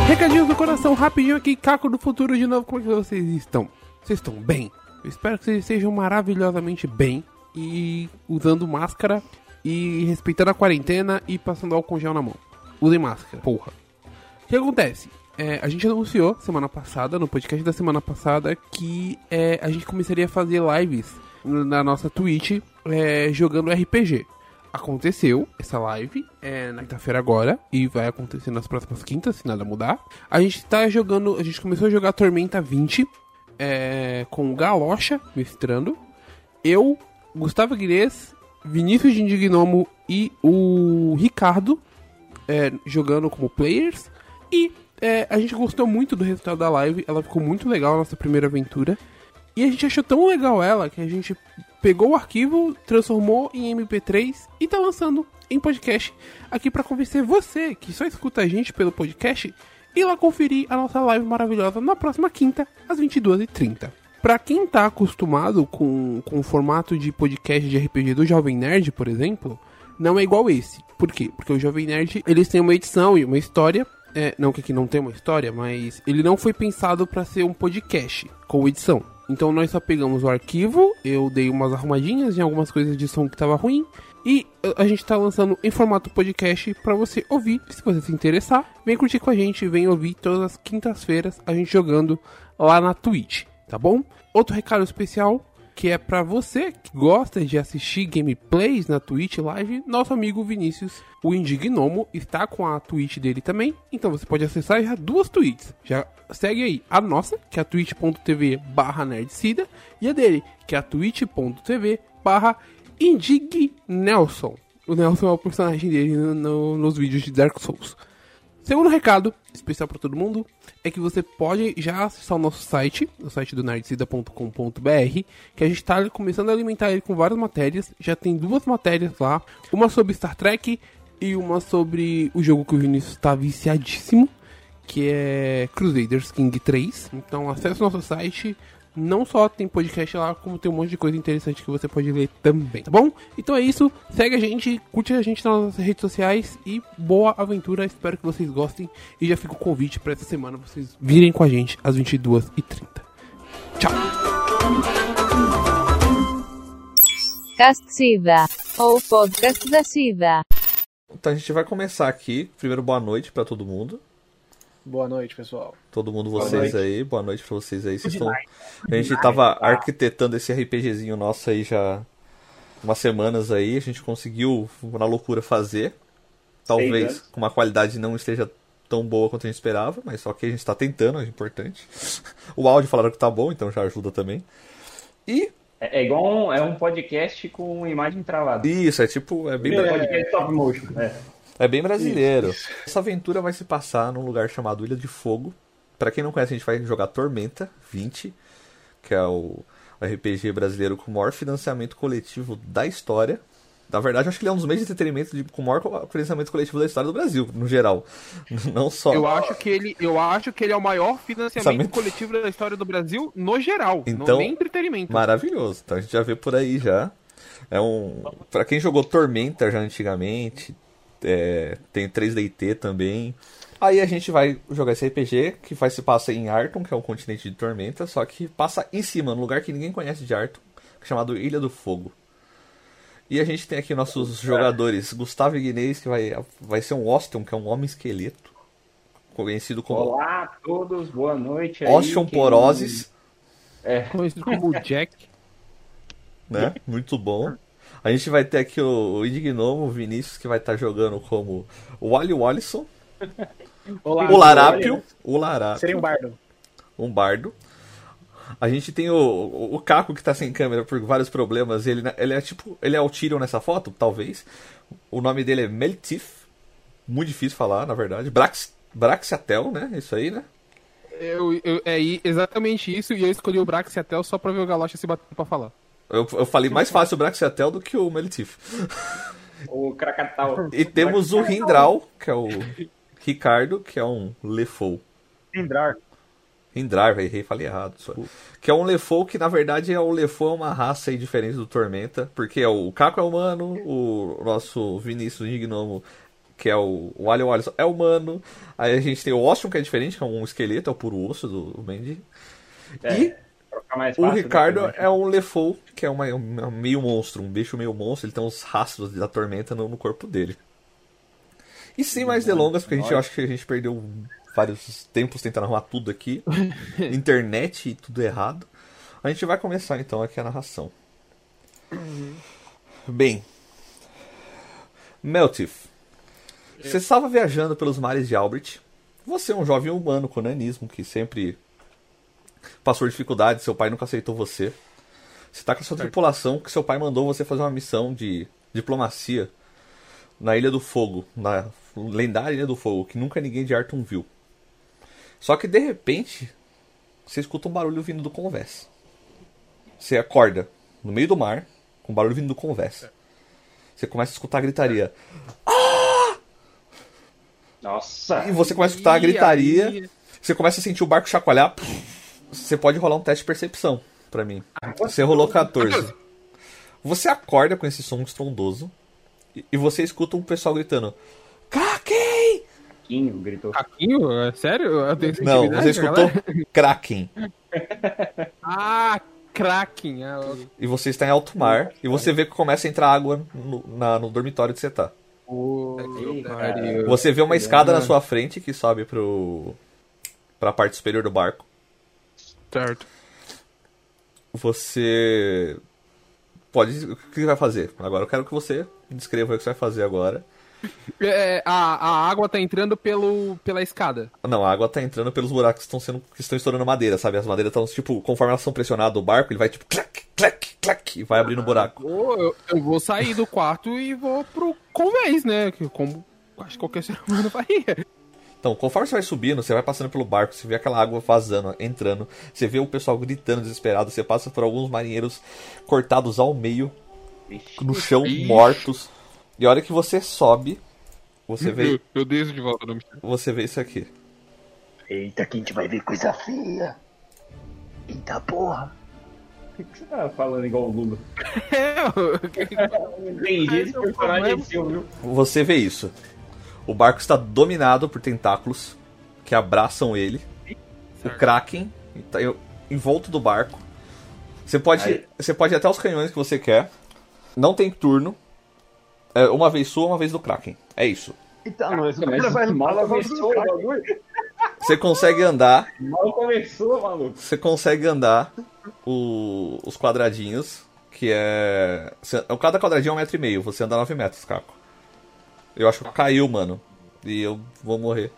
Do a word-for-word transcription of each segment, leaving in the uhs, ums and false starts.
Recadinhos do coração, rapidinho aqui, Caco do Futuro de novo, como é que vocês estão? Vocês estão bem? Eu espero que vocês estejam maravilhosamente bem e usando máscara e respeitando a quarentena e passando álcool gel na mão. Usem máscara, porra. O que acontece? É, a gente anunciou semana passada, no podcast da semana passada, que é, a gente começaria a fazer lives na nossa Twitch é, jogando R P G. Aconteceu essa live é, na quinta-feira agora e vai acontecer nas próximas quintas, se nada mudar. A gente tá jogando, a gente começou a jogar Tormenta vinte é, com o Galocha mestrando. Eu, Gustavo Aguilez, Vinícius de Indignomo e o Ricardo é, jogando como players. E é, a gente gostou muito do resultado da live, ela ficou muito legal, a nossa primeira aventura. E a gente achou tão legal ela que a gente pegou o arquivo, transformou em M P três e tá lançando em podcast aqui pra convencer você que só escuta a gente pelo podcast e lá conferir a nossa live maravilhosa na próxima quinta, às vinte e duas e trinta. Pra quem tá acostumado com, com o formato de podcast de R P G do Jovem Nerd, por exemplo, não é igual esse. Por quê? Porque o Jovem Nerd, eles têm uma edição e uma história. É, não que aqui não tem uma história, mas ele não foi pensado pra ser um podcast com edição. Então nós só pegamos o arquivo, eu dei umas arrumadinhas em algumas coisas de som que tava ruim, e a gente tá lançando em formato podcast pra você ouvir. Se você se interessar, vem curtir com a gente, vem ouvir todas as quintas-feiras a gente jogando lá na Twitch, tá bom? Outro recado especial, que é pra você que gosta de assistir gameplays na Twitch Live, nosso amigo Vinícius, o Indignomo, está com a Twitch dele também, então você pode acessar já duas Twitches. Já segue aí a nossa, que é a twitch.tv barra nerdcida, e a dele, que é a twitch.tv barra indignelson. O Nelson é o personagem dele no, no, nos vídeos de Dark Souls. Segundo recado, especial para todo mundo, é que você pode já acessar o nosso site, o site do nerdcida ponto com ponto b r, que a gente está começando a alimentar ele com várias matérias. Já tem duas matérias lá, uma sobre Star Trek e uma sobre o jogo que o Vinícius está viciadíssimo, que é Crusaders King três. Então acesse o nosso site, não só tem podcast lá, como tem um monte de coisa interessante que você pode ler também, tá bom? Então é isso, segue a gente, curte a gente nas nossas redes sociais e boa aventura, espero que vocês gostem. E já fica o convite para essa semana vocês virem com a gente às vinte e duas e trinta. Tchau! Cast Sida, ou podcast da Sida. Então a gente vai começar aqui. Primeiro, boa noite pra todo mundo. Boa noite, pessoal. Todo mundo, Boa vocês noite. aí. Boa noite pra vocês aí. Vocês estão... A gente tava arquitetando esse RPGzinho nosso aí já umas semanas aí. A gente conseguiu, na loucura, fazer. Talvez Sei, né? com uma qualidade não esteja tão boa quanto a gente esperava, mas só que a gente tá tentando, é importante. O áudio falaram que tá bom, então já ajuda também. E... É, é igual um, é um podcast com imagem travada. Isso, é tipo... É bem, É, podcast stop motion. É. é bem brasileiro. Essa aventura vai se passar num lugar chamado Ilha de Fogo. Pra quem não conhece, a gente vai jogar Tormenta vinte, que é o R P G brasileiro com o maior financiamento coletivo da história. Na verdade, eu acho que ele é um dos meios de entretenimento de, com o maior financiamento coletivo da história do Brasil, no geral. Não só... Eu acho que ele, eu acho que ele é o maior financiamento Financiamento... coletivo da história do Brasil no geral, Então, não nem entretenimento. Maravilhoso. Então a gente já vê por aí já. É um... Pra quem jogou Tormenta já antigamente, é... tem três D T também. Aí a gente vai jogar esse R P G, que vai se passa em Arton, que é um continente de Tormenta, só que passa em cima, num lugar que ninguém conhece de Arton, chamado Ilha do Fogo. E a gente tem aqui nossos jogadores, Gustavo Ignez, que vai, vai ser um Ostion, que é um homem esqueleto, conhecido como... Olá a todos, boa noite. Aí, Osteoporoses. Quem... É. Conhecido como Jack. Né? Muito bom. A gente vai ter aqui o, o Indignomo, o Vinícius, que vai estar jogando como o Wally Wallison. Olá, o Larápio. O Larápio. Seria um bardo. Um bardo. A gente tem o, o, o Caco, que tá sem câmera por vários problemas. Ele, ele é tipo. Ele é o Tyrion nessa foto, talvez. O nome dele é Meltif. Muito difícil falar, na verdade. Brax, Braxiatel, né? Isso aí, né? Eu, eu, é exatamente isso, e eu escolhi o Braxiatel só pra ver o Galocha se bater pra falar. Eu, eu falei mais fácil o Braxiatel do que o Meltif. O Krakatau. E temos o Rindral, que é o Ricardo, que é um Lefou. Rindrar. Rindrar, errei, falei errado. Só. Que é um Lefou que, na verdade, é o Lefou é uma raça aí diferente do Tormenta. Porque o Caco é humano, o nosso Vinícius Ignomo que é o, o Alien Alisson, é humano. Aí a gente tem o Austin, que é diferente, que é um esqueleto, é o puro osso do, do Mandy. É, E pra ficar mais o fácil, Ricardo né? é um Lefou, que é uma, um meio monstro, um bicho meio monstro. Ele tem uns rastros da tormenta no, no corpo dele. E sem mais delongas, porque a gente acha que a gente perdeu vários tempos tentando arrumar tudo aqui. Internet e tudo errado. A gente vai começar então aqui a narração. Bem, Meltif, você estava viajando pelos mares de Albert. Você é um jovem humano com nanismo que sempre passou dificuldade, seu pai nunca aceitou você. Você está com a sua tripulação que seu pai mandou você fazer uma missão de diplomacia na Ilha do Fogo, na lendária Ilha do Fogo, que nunca ninguém de Arton viu. Só que de repente, você escuta um barulho vindo do convés. Você acorda no meio do mar, com barulho vindo do convés. Você começa a escutar a gritaria. Nossa! E você começa a escutar a gritaria. Você começa a sentir o barco chacoalhar. Você pode rolar um teste de percepção pra mim. Você rolou catorze. Você acorda com esse som estrondoso. E você escuta um pessoal gritando: Kraken! Caquinho gritou. Caquinho? É sério? Eu tenho Não, sensibilidade, você escutou galera? Kraken. Ah, Kraken. Ah, ok. E você está em alto mar. E você vê que começa a entrar água no, na- no dormitório que você tá. Puta que Ih, pariu. Você vê uma escada na sua frente que sobe pro pra parte superior do barco. Certo. Você pode... O que você vai fazer? Agora eu quero que você descreva o que você vai fazer agora. É, a, a água tá entrando pelo, pela escada. Não, a água tá entrando pelos buracos que estão sendo que estão estourando madeira, sabe? As madeiras estão, tipo, conforme elas são pressionadas do barco, ele vai tipo clac, clac, clac, e vai abrindo o buraco. Ou eu, eu vou sair do quarto e vou pro convés, né? Que como acho que qualquer ser humano faria. Então, conforme você vai subindo, você vai passando pelo barco, você vê aquela água vazando, entrando, você vê o pessoal gritando desesperado, você passa por alguns marinheiros cortados ao meio, Vixe. no chão, Ixi. mortos. E a hora que você sobe, você vê, Eu, eu desço de volta no você vê isso aqui. Eita, que a gente vai ver coisa feia. Eita porra. Por que você tá falando igual o Lula? É, Entendi esse Esse é o personagem problema. seu, viu? Você vê isso. O barco está dominado por tentáculos que abraçam ele. O Kraken está em volta do barco. Você pode, Aí. você pode ir até os canhões que você quer. Não tem turno. É uma vez sua, uma vez do Kraken. É isso. Eita, nós. O Mas cara vai mal lutar começou o bagulho. Você consegue andar. Mal começou, maluco. Você consegue andar o- os quadradinhos. Que é. você- Cada quadradinho é um metro e meio. Você anda nove metros, Caco. Eu acho que caiu, mano. E eu vou morrer.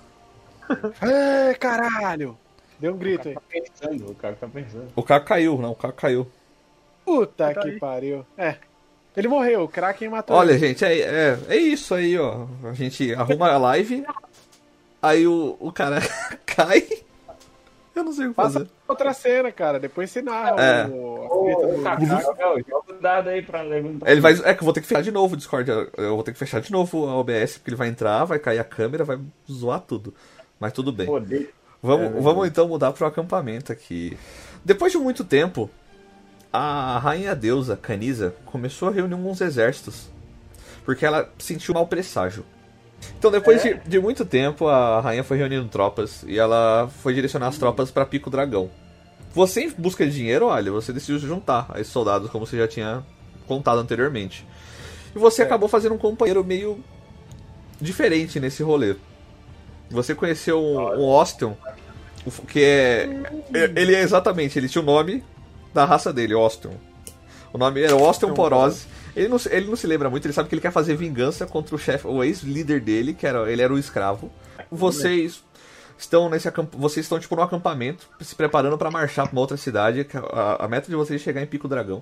Ei, caralho! Deu um grito aí. Tá pensando, o cara tá pensando. O Caco caiu, não. O Caco caiu. Puta que pariu. É. Ele morreu, o Kraken matou Olha, ele. gente, é, é, é isso aí, ó. A gente arruma a live, aí o, o cara cai. Eu não sei o que Passa fazer. outra cena, cara. Depois você narra É. o, a Ô, fita ô, do Cacau, Kraken. Cacau, joga o dado aí pra levantar. Ele vai. É que eu vou ter que fechar de novo o Discord. Eu vou ter que fechar de novo a O B S, porque ele vai entrar, vai cair a câmera, vai zoar tudo. Mas tudo bem. Poder. Vamos, É, vamos então mudar pro acampamento aqui. Depois de muito tempo, a rainha deusa, Canisa, começou a reunir alguns exércitos. Porque ela sentiu mau presságio. Então, depois de, de muito tempo, a rainha foi reunindo tropas e ela foi direcionar as tropas para Pico Dragão. Você, em busca de dinheiro, olha, você decidiu se juntar a esses soldados, como você já tinha contado anteriormente. E você acabou fazendo um companheiro meio diferente nesse rolê. Você conheceu um, um Austin, o- que é. Ele é exatamente, ele tinha o nome da raça dele, Austin. O nome era Austin Porose. Ele não, se- ele não se lembra muito, ele sabe que ele quer fazer vingança contra o chefe, o ex-líder dele, que era, ele era o escravo. Vocês estão nesse acamp... vocês estão tipo no acampamento, se preparando para marchar para uma outra cidade. que A, a meta de vocês é chegar em Pico Dragão.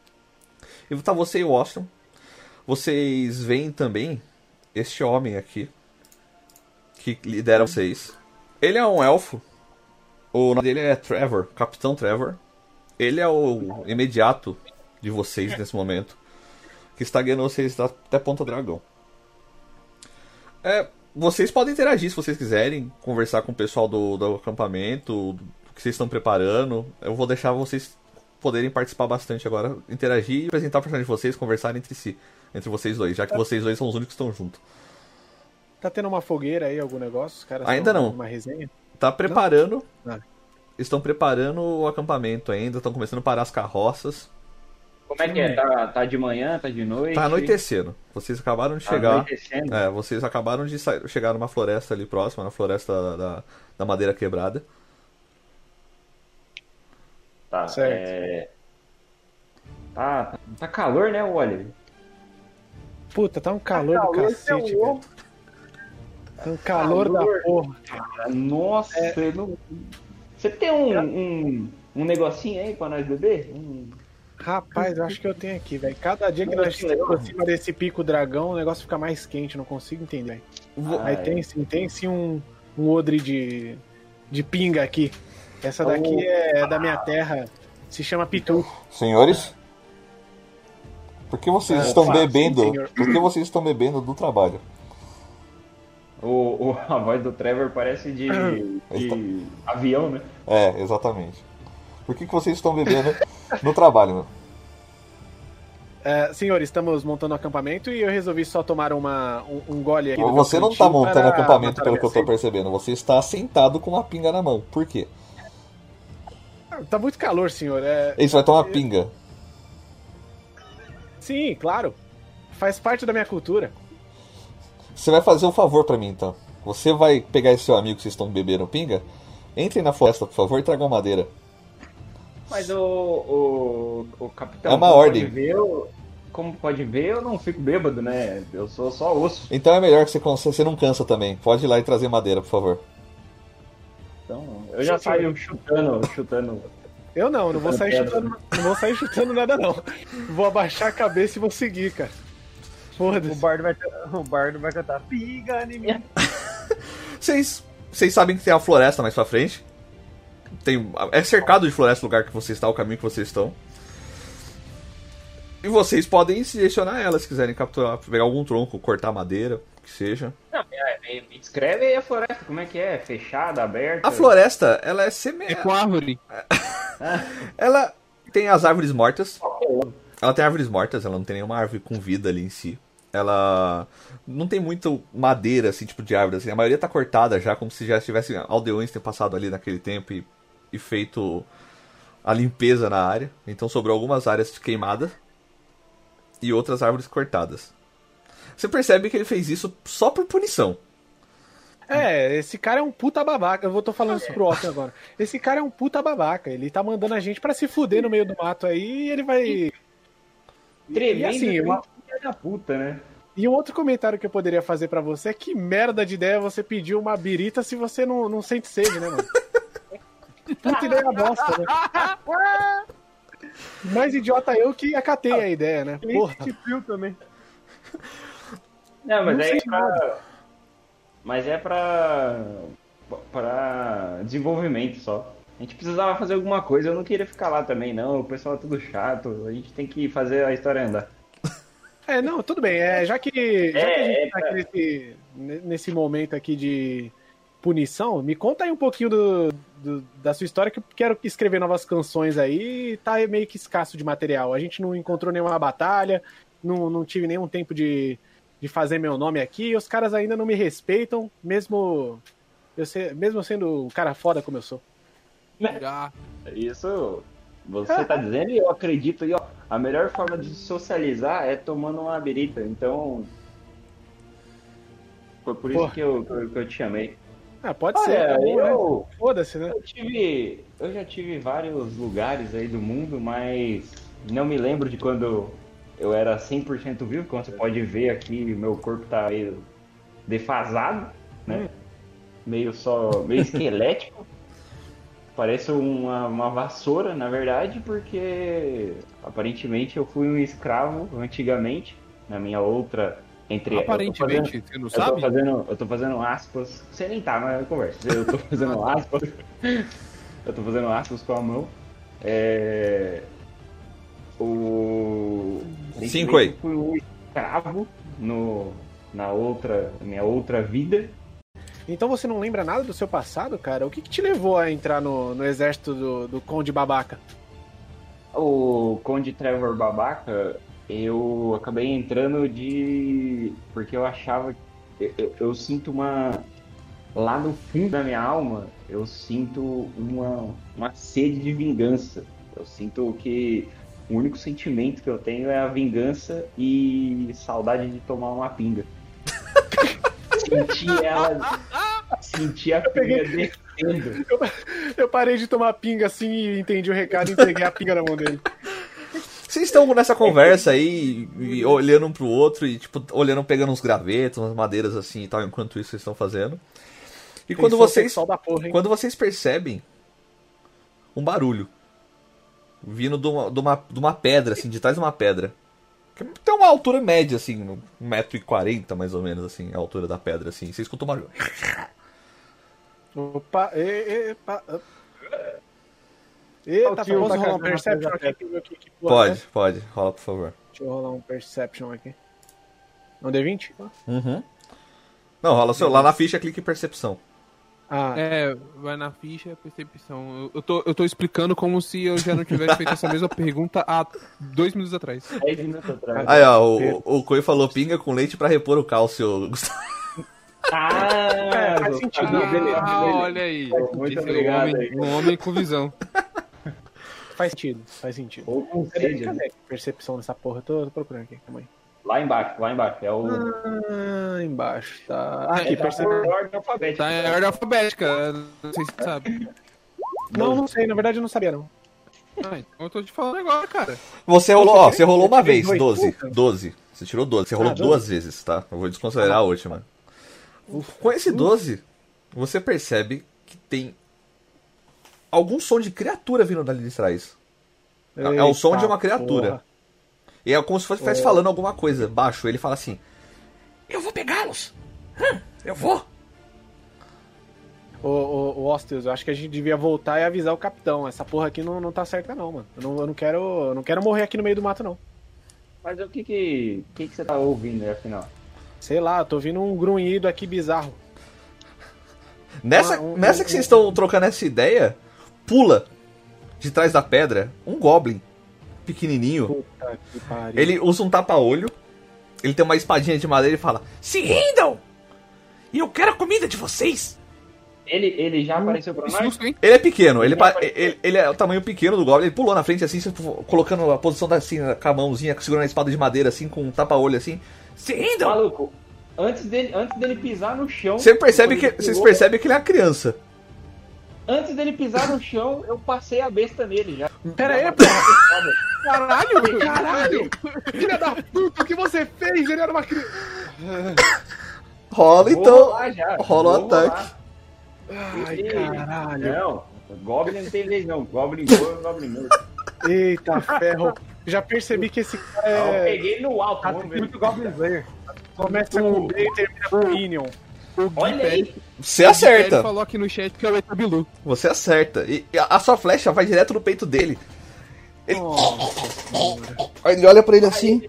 E tá você e o Austin. Vocês veem também este homem aqui que lidera vocês. Ele é um elfo. O nome dele é Trevor, Capitão Trevor. Ele é o imediato de vocês nesse momento, que está guiando vocês até Ponta Dragão. É, vocês podem interagir se vocês quiserem, conversar com o pessoal do, do acampamento, do que vocês estão preparando. Eu vou deixar vocês poderem participar bastante agora, interagir e apresentar o personagem de vocês, conversar entre si, entre vocês dois, já que vocês dois são os únicos que estão juntos. Tá tendo uma fogueira aí, algum negócio? Os caras Ainda tão não. Uma resenha? Tá preparando. Ah. Estão preparando o acampamento ainda, estão começando a parar as carroças. Como é que é? Tá, tá de manhã, tá de noite? Tá anoitecendo. Vocês acabaram de Tá chegar. anoitecendo? É, vocês acabaram de sair, chegar numa floresta ali próxima, na floresta da, da madeira quebrada. Tá, Certo. é... Tá, tá, tá calor, né, Oliver? Puta, tá um calor, calor, do cacete, seu velho. Tá um calor, Calor. da porra. Nossa, É. você não... Você tem um, um, um negocinho aí pra nós beber? Um... Rapaz, eu acho que eu tenho aqui, velho. Cada dia que Não, nós que legal. estamos acima desse pico dragão, o negócio fica mais quente, não consigo entender. Vo- Ah, Aí é. tem sim, tem sim um, um odre de, de pinga aqui. Essa daqui Oh. é da minha terra, se chama Pitu. Senhores, por que vocês É, estão fala, bebendo? sim, senhor. Por que vocês estão bebendo do trabalho? O, o, a voz do Trevor parece de, de avião, né? É, exatamente. Por que, que vocês estão bebendo no trabalho, meu? É, senhor, estamos montando um acampamento e eu resolvi só tomar uma, um, um gole aqui. do meu Você não tá cantinho montando para acampamento matar pelo a que eu tô minha percebendo. Você está sentado com uma pinga na mão. Por quê? sede. Tá muito calor, senhor. É, Isso vai tomar pinga. sim, claro. Faz parte da minha cultura. Você vai fazer um favor pra mim, então. Você vai pegar esse seu amigo que vocês estão bebendo pinga. Entre na floresta, por favor, e traga uma madeira. Mas o, o, o capitão... É uma como ordem. Pode ver, eu, como pode ver, eu não fico bêbado, né? Eu sou só osso. Então é melhor que você, cons- você não cansa também. Pode ir lá e trazer madeira, por favor. Então, eu já Sim, saio chutando, chutando. Eu não, não vou sair Pedra. chutando, não vou sair chutando nada, não. Vou abaixar a cabeça e vou seguir, cara. O Foda-se. bardo vai, o bardo vai cantar Piga em mim. Vocês, vocês sabem que tem uma floresta mais pra frente. Tem, é cercado de floresta o lugar que você está, o caminho que vocês estão. E vocês podem se direcionar a ela se quiserem capturar, pegar algum tronco, cortar madeira, o que seja. Não, me, me descreve aí a floresta, como é que é? Fechada, aberta? A floresta, ela é semi... É com árvore. Ela tem as árvores mortas. Ela tem árvores mortas, ela não tem nenhuma árvore com vida ali em si. Ela não tem muito madeira, assim, tipo de árvore. Assim. A maioria tá cortada já, como se já tivesse aldeões ter passado ali naquele tempo e, e feito a limpeza na área. Então sobrou algumas áreas queimadas e outras árvores cortadas. Você percebe que ele fez isso só por punição. É, esse cara é um puta babaca. Eu vou tô falando isso pro Otto agora. Esse cara é um puta babaca. Ele tá mandando a gente pra se fuder no meio do mato aí e ele vai. Tremendo, E assim, uma- filha da puta, né? E um outro comentário que eu poderia fazer pra você é que merda de ideia você pedir uma birita se você não, não sente sede, né, mano? Puta ideia bosta, né? Mais idiota eu que acatei a ideia, né? Porra. Quente frio também. Não, mas Não é sei pra... Mas é pra... pra desenvolvimento só. A gente precisava fazer alguma coisa, eu não queria ficar lá também, não. O pessoal é tudo chato, a gente tem que fazer a história andar. É, não, tudo bem. É, já que, já que a gente É, tá aqui nesse, nesse momento aqui de punição, me conta aí um pouquinho do, do- da sua história, que eu quero escrever novas canções aí e tá meio que escasso de material. A gente não encontrou nenhuma batalha, não, não tive nenhum tempo de, de fazer meu nome aqui, e os caras ainda não me respeitam, mesmo eu, ser, mesmo eu sendo um cara foda como eu sou. Já. Isso você tá dizendo e eu acredito. E, ó, a melhor forma de socializar é tomando uma birita, então... Foi por isso Porra. que eu, que eu, que eu te chamei. Ah, pode Olha, ser, tá bom, né? eu... Foda-se, né? Eu tive. Eu já tive vários lugares aí do mundo, mas não me lembro de quando eu era cem por cento vivo. Como você pode ver aqui, meu corpo tá meio defasado, né? Meio só. meio esquelético. Parece uma, uma vassoura, na verdade, porque aparentemente eu fui um escravo antigamente, na minha outra. Entre, Aparentemente, você não eu tô sabe? fazendo, eu tô fazendo aspas. Você nem tá, mas eu converso. Eu tô fazendo aspas. Eu tô fazendo aspas com a mão. É. O. Cinco aí. Eu fui um escravo no, na outra. minha outra vida. Então você não lembra nada do seu passado, cara? O que, que te levou a entrar no, no exército do, do Conde Babaca? O Conde Trevor Babaca, eu acabei entrando de. porque eu achava eu, eu- eu sinto uma. Lá no fundo da minha alma, eu sinto uma, uma sede de vingança. Eu sinto que o único sentimento que eu tenho é a vingança e saudade de tomar uma pinga. Senti ela. Senti a pinga descendo. Eu parei de tomar pinga assim e entendi o recado e entreguei a pinga na mão dele. Vocês estão nessa conversa aí, e olhando um pro outro e, tipo, olhando, pegando uns gravetos, umas madeiras assim e tal, enquanto isso vocês estão fazendo. E quando Tensão vocês, sexual da porra, hein? quando vocês percebem um barulho vindo de uma, de uma, de uma pedra, assim, de trás de uma pedra. Que tem uma altura média, assim, um metro e quarenta mais ou menos, assim, a altura da pedra, assim. Você escuta um barulho. Opa, e, epa. up. Eita, Tio, posso tá rolar um cagando perception na aqui? Que, que, que porra Pode, é? pode, rola por favor. Deixa eu rolar um perception aqui. Um D vinte? Uhum. Não, rola seu, lá na ficha, clique em percepção. Ah, É, vai na ficha, percepção. Eu, eu, tô, eu tô explicando como se eu já não tivesse feito essa mesma pergunta há dois minutos atrás. dez minutos atrás. Aí, ó, o, o, o Coi falou pinga com leite pra repor o cálcio, Gustavo. Ah, É, faz sentido. Ah, beleza, Ah, beleza. olha aí. Muito Esse é um obrigado homem, aí. um homem com visão. faz sentido, faz sentido. Ou com Cadê, sede, né? cadê a percepção dessa porra? Eu tô, tô procurando aqui, calma aí. Lá embaixo, lá embaixo. É o. Ah, embaixo, tá. Ah, aqui, é da percepção. ordem alfabética. Tá em ordem alfabética, não sei se você sabe. Não, não sei, na verdade eu não sabia não. Ah, então eu tô te falando agora, cara. Você rolou, ó, você rolou uma Eu tirei vez, dois, doze. puta. doze. Você tirou doze. Você rolou Ah, doze. duas vezes, tá? Eu vou desconsiderar a última. Com esse doze, você percebe que tem algum som de criatura vindo dali de trás. É- é o som de uma criatura. Porra. E é como se fosse estivesse falando alguma coisa baixo. Ele fala assim: eu vou pegá-los. Hum, eu vou. Ô, ô, ô Osteus, eu acho que a gente devia voltar e avisar o capitão. Essa porra aqui não, não tá certa não, mano. Eu não, eu não quero, eu não quero morrer aqui no meio do mato, não. Mas o que que, o que que você tá ouvindo aí, afinal? Sei lá, eu tô ouvindo um grunhido aqui bizarro. Nessa, Ah, um- nessa um- que vocês estão trocando essa ideia, pula de trás da pedra um goblin pequenininho. Puta que pariu. Ele usa um tapa-olho. Ele tem uma espadinha de madeira e fala: se rindam! E eu quero a comida de vocês! Ele, ele já apareceu pra Que nós? susto, hein? Ele é pequeno, ele, Ele pa- apareceu. ele, ele é o tamanho pequeno do Goblin, ele pulou na frente assim, tipo, colocando a posição da, assim, com a mãozinha, segurando a espada de madeira assim, com um tapa-olho assim. Se rindam! Maluco, antes dele, antes dele pisar no chão... Você percebe que, quando ele vocês pulou, percebem que ele é uma criança. Antes dele pisar no chão, eu passei a besta nele já. Pera aí, Já pô. Caralho! Caralho! Filha da puta, o que você fez? Ele era uma criança. Rola Vou então. rolar já, Rola o vou ataque. rolar. Ai, E- caralho. Não, Goblin não tem vez não. Goblin boa, Goblin morto. Eita, ferro. Já percebi que esse cara Eu é... peguei no alto, Tá vamos ver. Muito Goblin Slayer. começa com B e termina com Minion. Olha aí. Você Ele acerta. falou aqui no chat que é o Etabilu. Você acerta. E e a a sua flecha vai direto no peito dele. Ele, Aí ele olha pra ele assim.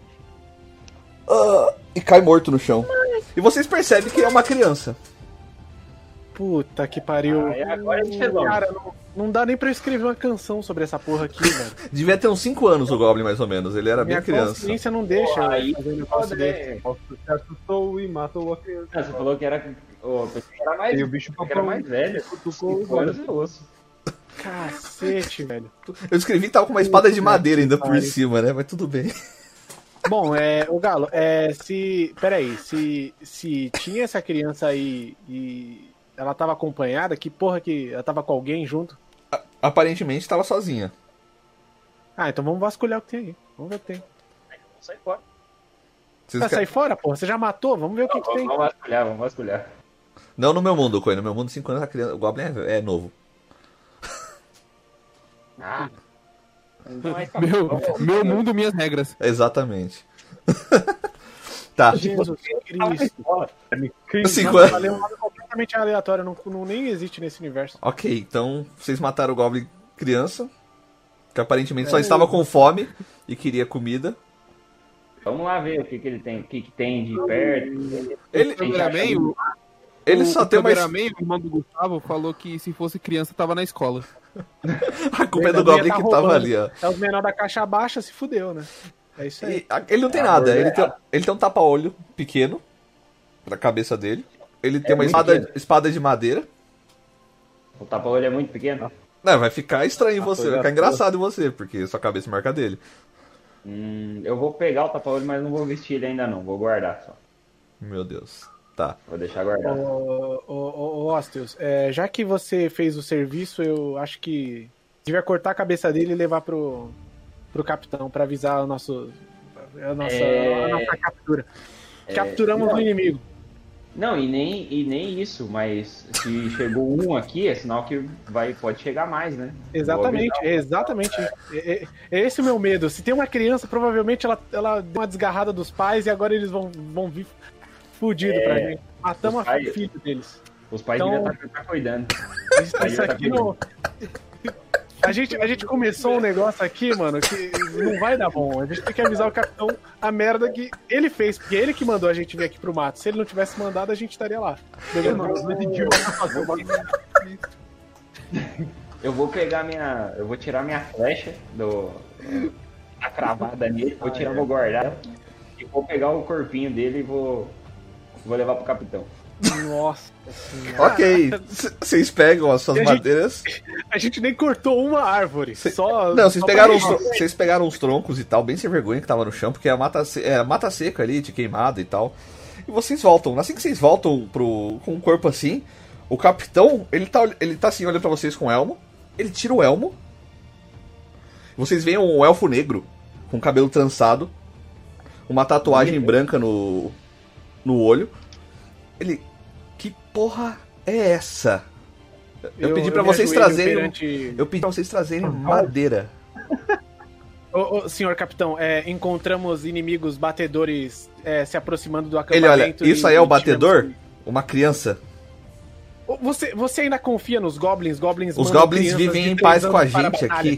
ah, e cai morto no chão. E vocês percebem que é uma criança. Puta que pariu. Ah, e agora a gente resolve. Cara, não, não dá nem pra eu escrever uma canção sobre essa porra aqui, velho. Devia ter uns cinco anos o Goblin, mais ou menos. Ele era Minha bem criança. consciência não deixa Pô, eu aí fazer um negócio foda, desse. né? Você assustou e matou a criança. Ah, você falou que era. Oh, pensei que era mais, E o bicho pensei que era mais velho. cutucou Cinco anos eu ouço. Cacete, velho. Eu escrevi que tava com uma espada de madeira ainda por pariu. cima, né? Mas tudo bem. Bom, é, o Galo, é, se. Peraí, se, se tinha essa criança aí e ela tava acompanhada, que porra que. Ela tava com alguém junto? Aparentemente tava sozinha. Ah, então vamos vasculhar o que tem aí. Vamos ver o que tem. Sai fora. Vocês Vai ca- sair fora, porra? Você já matou? Vamos ver o que, que Vamos, tem. vamos vasculhar, vamos vasculhar. Não no meu mundo, Coi. No meu mundo, cinco anos, a criança... o Goblin é, é novo. Ah. Então aí tá Meu, bom. meu mundo, minhas regras. Exatamente. Tá. Jesus Cristo. Cinco Nossa, anos. valeu um nome completamente aleatório, não, não nem existe nesse universo. Ok, então vocês mataram o Goblin criança, que aparentemente só estava com fome e queria comida. Vamos lá ver o que, que ele tem, o que, que tem de perto. Ele, O cameraman, o, ele o, só o tem uma... cameraman, o irmão do Gustavo, falou que se fosse criança tava na escola. A culpa é do Ele ia Goblin tá que tava roubando. ali, ó. É os menores da caixa baixa, se fudeu, né? É isso aí. E, a- ele não tem É, nada, amor, ele é. tem, ele tem um tapa-olho pequeno pra cabeça dele. Ele É tem uma muito espada, pequeno. espada de madeira. O tapa-olho é muito pequeno. Não, vai ficar estranho em você, vai ficar olho engraçado em você, porque sua cabeça marca dele. Hum, eu vou pegar o tapa-olho, mas não vou vestir ele ainda não. Vou guardar só. Meu Deus. Tá. Vou deixar guardado. Ô, ô, ô, ô, Osteus, é, já que você fez o serviço, eu acho que devia cortar a cabeça dele e levar pro, pro capitão pra avisar o nosso, a, nossa, É. a nossa captura. Capturamos não. o inimigo. Não, e nem, e nem isso, mas se chegou um aqui, é sinal que vai, pode chegar mais, né? Exatamente, Vou avisar. exatamente. É, é- é esse o meu medo. Se tem uma criança, provavelmente ela, ela deu uma desgarrada dos pais e agora eles vão, vão vir fudido pra gente. Matamos os a pais- filha deles. Os pais Então- deviam estar cuidando. Isso, isso aqui não. A gente, a gente começou um negócio aqui, mano, que não vai dar bom. A gente tem que avisar o capitão a merda que ele fez, porque é ele que mandou a gente vir aqui pro mato. Se ele não tivesse mandado, a gente estaria lá. Beleza? Eu vou pegar minha. Eu vou tirar minha flecha do. A cravada nele, vou tirar, vou guardar. E vou pegar o corpinho dele e vou. Vou levar pro capitão. Nossa senhora. Ok, c- vocês pegam as suas E a gente- madeiras. A gente nem cortou uma árvore. Só. Não, vocês só pegaram, pra- os, tro- vocês pegaram os troncos e tal, bem sem vergonha que tava no chão, porque é mata, se- é mata seca ali, de queimada e tal. E vocês voltam. Assim que vocês voltam pro, com o corpo assim, o capitão, ele tá, ele tá assim, olhando pra vocês com o elmo. Ele tira o elmo. Vocês veem um elfo negro, com cabelo trançado, uma tatuagem branca no, no olho. Ele, que porra é essa? Eu, pedi pra me vocês ajoelho trazerem. perante- Eu pedi pra vocês trazerem madeira. Ô, ô, senhor capitão, é, encontramos inimigos batedores é, se aproximando do Ele, acampamento. olha, isso e- aí é o e batedor? tivemos Uma criança. que- Ô, Você, você ainda confia nos goblins? Goblins Os mandam goblins crianças vivem de em três paz com a anos para gente batalha. aqui.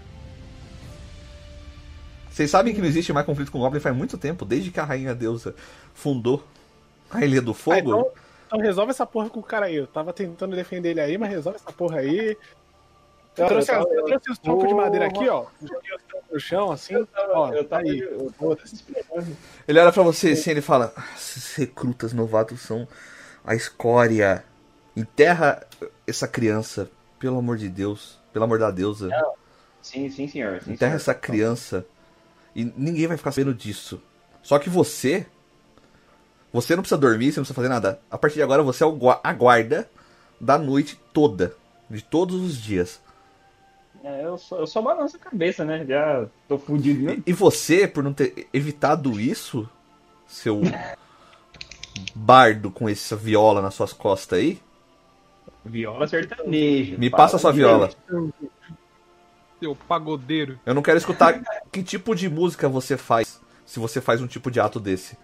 Vocês sabem que não existe mais conflito com goblin faz muito tempo, desde que a rainha deusa fundou a Ilha do Ah, Fogo. então, então resolve essa porra com o cara aí. Eu tava tentando defender ele aí, mas resolve essa porra aí. Eu trouxe, eu as- tava- eu trouxe os troncos de madeira aqui, ó. Joguei os troncos no chão, assim. Ó, eu tá tava, aí. eu tava esperando. Ele olha pra vocês assim, ele fala: "Ah, esses recrutas novatos são a escória. Enterra essa criança, pelo amor de Deus, pelo amor da deusa. Sim, sim, senhor. Sim, Enterra senhor. essa criança e ninguém vai ficar sabendo disso. Só que você, você não precisa dormir, você não precisa fazer nada. A partir de agora você é o gua- a guarda da noite toda, de todos os dias. É, eu, só, eu só balanço a cabeça, né? Já tô fudido mesmo. E você, por não ter evitado isso, seu bardo com essa viola nas suas costas aí, Viola sertaneja. me passa a sua viola. Seu pagodeiro. Eu não quero escutar que tipo de música você faz, se você faz um tipo de ato desse.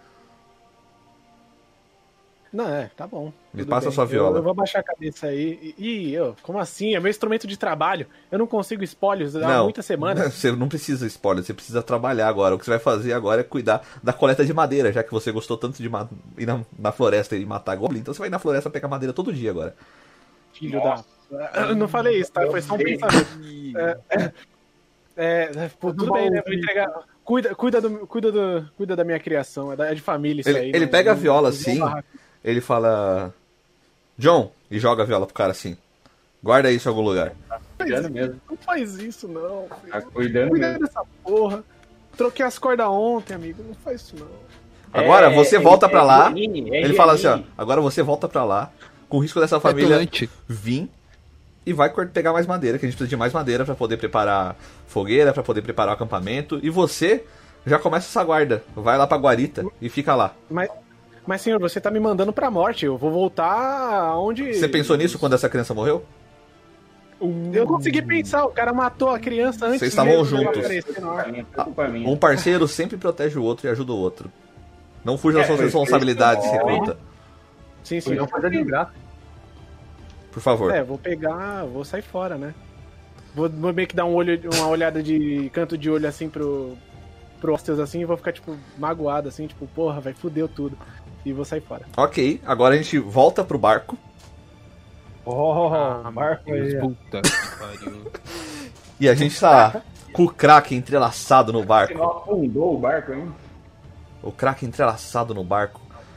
Não, é, tá bom. Me Tudo passa bem. a sua viola. Eu, eu vou baixar a cabeça aí. Ih, eu, como assim? É meu instrumento de trabalho. Eu não consigo espólios há Não, muitas semanas. você não precisa spoiler, você precisa trabalhar agora. O que você vai fazer agora é cuidar da coleta de madeira, já que você gostou tanto de ma- ir na, na floresta e matar goblin, então você vai ir na floresta pegar madeira todo dia agora. Filho da. Eu não falei isso, tá? Foi só um pensamento. É, é, é, pô, tudo bem, né? Vou entregar. Cuida, cuida, do, cuida, do, cuida da minha criação, é, da- é de família isso Ele, aí. ele não- pega a não- viola não assim, barraco. ele fala: John, e joga a viola pro cara assim. Guarda isso em algum lugar. Cuidando mesmo. Não faz isso, não. filho. Tá cuidando Cuida mesmo. dessa porra. Troquei as cordas ontem, amigo. Não faz isso, não. Agora É, você é, volta é, pra lá. é Giannini, é Ele fala assim: ó, Giannini. agora você volta pra lá, com o risco dessa família Petulante. vir e vai cort- pegar mais madeira, que a gente precisa de mais madeira pra poder preparar fogueira, pra poder preparar o acampamento. E você já começa essa guarda. Vai lá pra guarita e fica lá. Mas, mas senhor, você tá me mandando pra morte. Eu vou voltar aonde. Você pensou nisso quando essa criança morreu? Eu consegui pensar, o cara matou a criança antes Vocês estavam mesmo dela juntos. aparecer na hora. É culpa minha. Um parceiro sempre protege o outro e ajuda o outro. Não fuja das É, suas eu- responsabilidades, eu- recruta. Sim, sim. Não fazer de graça. Por favor. É, vou pegar, vou sair fora, né? Vou, vou meio que dar um olho, uma olhada de canto de olho assim pro, pro Osteus assim e vou ficar, tipo, magoado, assim, tipo, porra, vai, fudeu tudo. E vou sair fora. Ok, agora a gente volta pro barco. Oh, Ah, Marco Deus, aí. puta que pariu. E a gente tá com o Kraken entrelaçado no Você barco. não afundou o barco, hein? O Kraken entrelaçado no barco.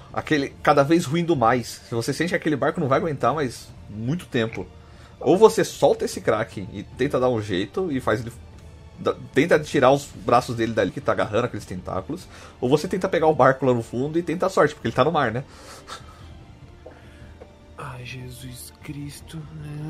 aquele cada vez ruindo mais. Você sente que aquele barco não vai aguentar mais muito tempo. Ou você solta esse Kraken e tenta dar um jeito e faz ele... Tenta tirar os braços dele dali que tá agarrando aqueles tentáculos. Ou você tenta pegar o barco lá no fundo e tenta a sorte, porque ele tá no mar, né? Ai, Jesus Cristo.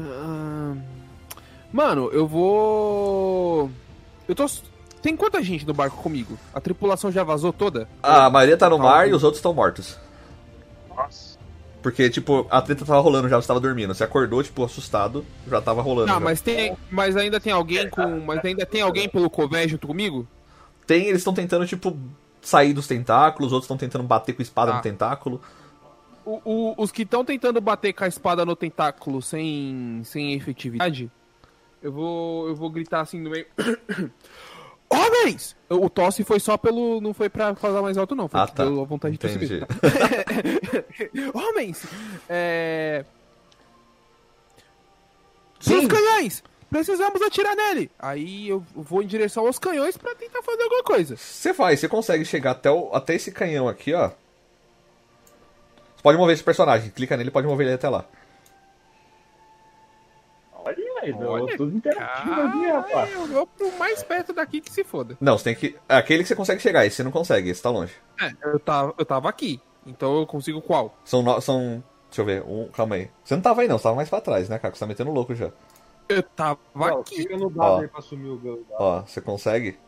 Mano, eu vou... Eu tô... Tem quanta gente no barco comigo? A tripulação já vazou toda? Ah, a maioria tá no Tá mar ouvindo. e os outros estão mortos. Nossa. Porque, tipo, a treta tava rolando já, você tava dormindo. Você acordou, tipo, assustado, já tava rolando. Não, já. mas tem, mas ainda tem alguém com, mas ainda tem alguém pelo cové junto comigo? Tem, eles estão tentando, tipo, sair dos tentáculos, outros estão tentando bater com a espada Tá. no tentáculo. O- o- os que estão tentando bater com a espada no tentáculo sem, sem efetividade, eu vou, eu vou gritar assim no meio. Homens! O tosse foi só pelo. Não foi pra falar mais alto, não. Foi Ah, tá. pela vontade de tossir Entendi. mesmo. Homens! É. Seus canhões! Precisamos atirar nele! Aí eu vou em direção aos canhões pra tentar fazer alguma coisa. Você vai, você consegue chegar até, o, até esse canhão aqui, ó. Você pode mover esse personagem, clica nele e pode mover ele até lá. Olha aí, Olha, tudo interativo aqui, rapaz. Ah, eu vou pro mais perto daqui que se foda. Não, você tem que... É aquele que você consegue chegar, esse você não consegue, esse tá longe. É, eu tava, eu tava aqui. Então eu consigo qual? São... no- são deixa eu ver, um... Calma aí. Você não tava aí não, você tava mais pra trás, né, cara? Você tá metendo louco já. Eu tava Não, aqui. fica no dado Ó. aí pra assumir o dado. Ó, você consegue?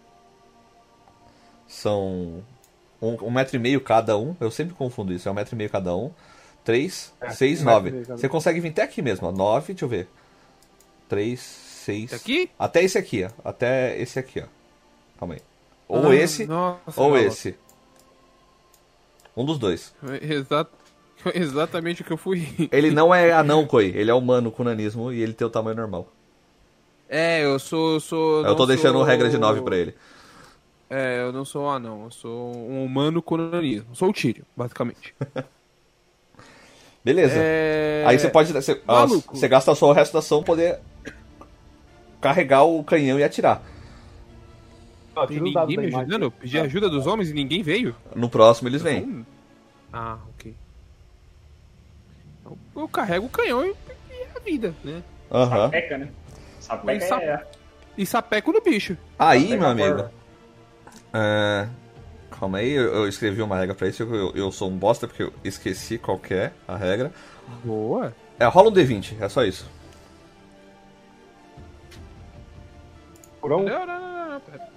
São... Um, um metro e meio cada um. Eu sempre confundo isso. É um metro e meio cada um. Três, É, seis, um metro nove. e meio cada um. Você consegue vir até aqui mesmo, ó. Nove, deixa eu ver. Três, seis... Aqui? Até esse aqui, ó. Até esse aqui, ó. Calma aí. Ou Ah, esse, nossa, ou maluco. esse. Um dos dois. Foi exa- foi exatamente o que eu fui. Ele não é anão, Koi. Ele é humano com nanismo e ele tem o tamanho normal. É, eu sou. Eu, sou, Eu tô não deixando sou- regra de nove pra ele. É, eu não sou um anão. Eu sou um humano com nanismo. Sou o Tyrion, basicamente. Beleza. É... Aí você pode. Você, ó, Maluco. você gasta a sua resto da ação pra poder carregar o canhão e atirar. Ó, Tem tira o dado ninguém da me imagem. ajudando? Eu pedi ajuda dos homens e ninguém veio? No próximo eles vêm. Hum. Ah, ok. Eu, eu carrego o canhão e, e a vida, né? Aham. Sapeca, né? Sapeca Sap- é... E sapeco no bicho. Aí, Pega meu a amigo. porra. é, Calma aí, eu, eu escrevi uma regra pra isso. Eu, eu sou um bosta porque eu esqueci qual que é a regra. Boa. É, rola um D vinte, é só isso. Por um, Não, não, não, não, pera.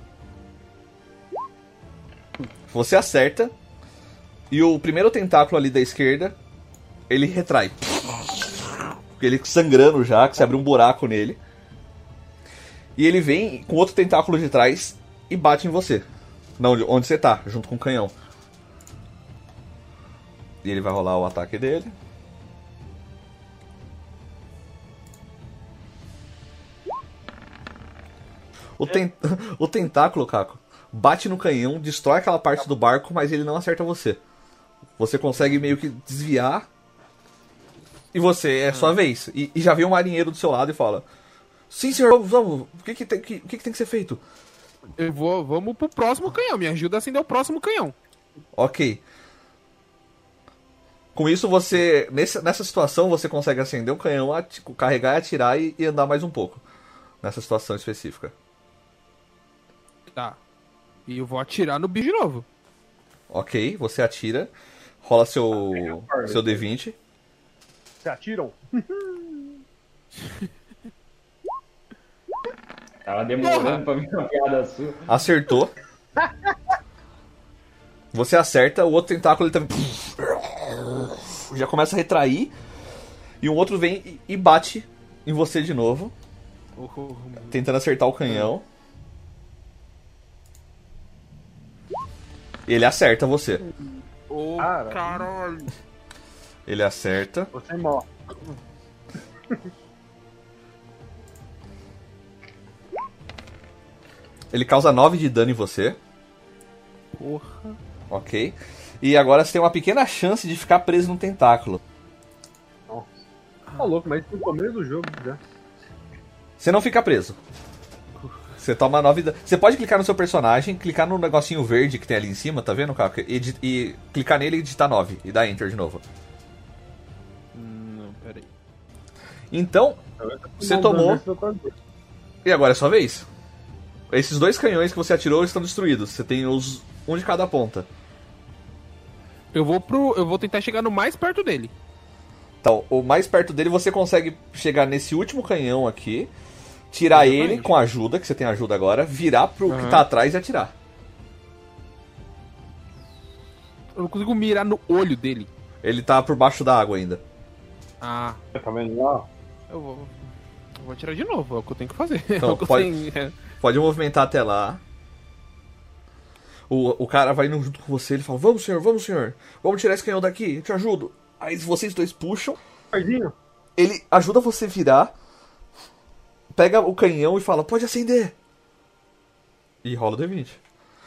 Você acerta e o primeiro tentáculo ali da esquerda, ele retrai. Ele sangrando já, que você abriu um buraco nele. E ele vem com outro tentáculo de trás e bate em você. Não, onde- onde você tá, junto com o canhão. E ele vai rolar o ataque dele. O, ten... o tentáculo, Caco, bate no canhão, destrói aquela parte do barco, mas ele não acerta você. Você consegue meio que desviar. E você, é sua vez. E, e já vem um marinheiro do seu lado e fala: Sim, senhor, vamos, vamos. O que, que, tem, que, o que, que tem que ser feito? Eu vou, vamos pro próximo canhão. Me ajuda a acender o próximo canhão. Ok. Com isso, você. Nessa, nessa situação, você consegue acender o canhão, ati- carregar e atirar e, e andar mais um pouco. Nessa situação específica. Tá. E eu vou atirar no bicho de novo. Ok, você atira. Rola seu, seu D vinte. se atiram. Tava demorando pra vir uma piada sua. Acertou. Você acerta, o outro tentáculo ele também. Já começa a retrair. E um outro vem e- e bate em você de novo. Oh, Tentando acertar o canhão. Ele acerta você. oh, Cara. caralho. Ele acerta. Você morre. Ele causa nove de dano em você. Porra. Ok. E agora você tem uma pequena chance de ficar preso no tentáculo. Tá louco, mas no começo do jogo já. Você não fica preso. Você toma nove danos. Você pode clicar no seu personagem, clicar no negocinho verde que tem ali em cima, tá vendo, Caco? E, edi- e clicar nele e digitar nove. E dar Enter de novo. Não, peraí. Então, você tomou. tomou. E agora é sua vez. Esses dois canhões que você atirou estão destruídos. Você tem os um de cada ponta. Eu vou pro. Eu vou tentar chegar no mais perto dele. Então, o mais perto dele você consegue chegar nesse último canhão aqui, tirar Exatamente. ele com ajuda, que você tem ajuda agora, virar pro que Aham. tá atrás e atirar. Eu não consigo mirar no olho dele. Ele tá por baixo da água ainda. Ah, Tá vendo lá? eu vou. Eu vou atirar de novo, é o que eu tenho que fazer. Então, é o que eu pode- tenho- é. Pode movimentar até lá. O, o cara vai indo junto com você, ele fala, vamos senhor, vamos senhor, vamos tirar esse canhão daqui, eu te ajudo. Aí vocês dois puxam, Pardinho. ele ajuda você a virar, pega o canhão e fala, pode acender. E rola o D vinte.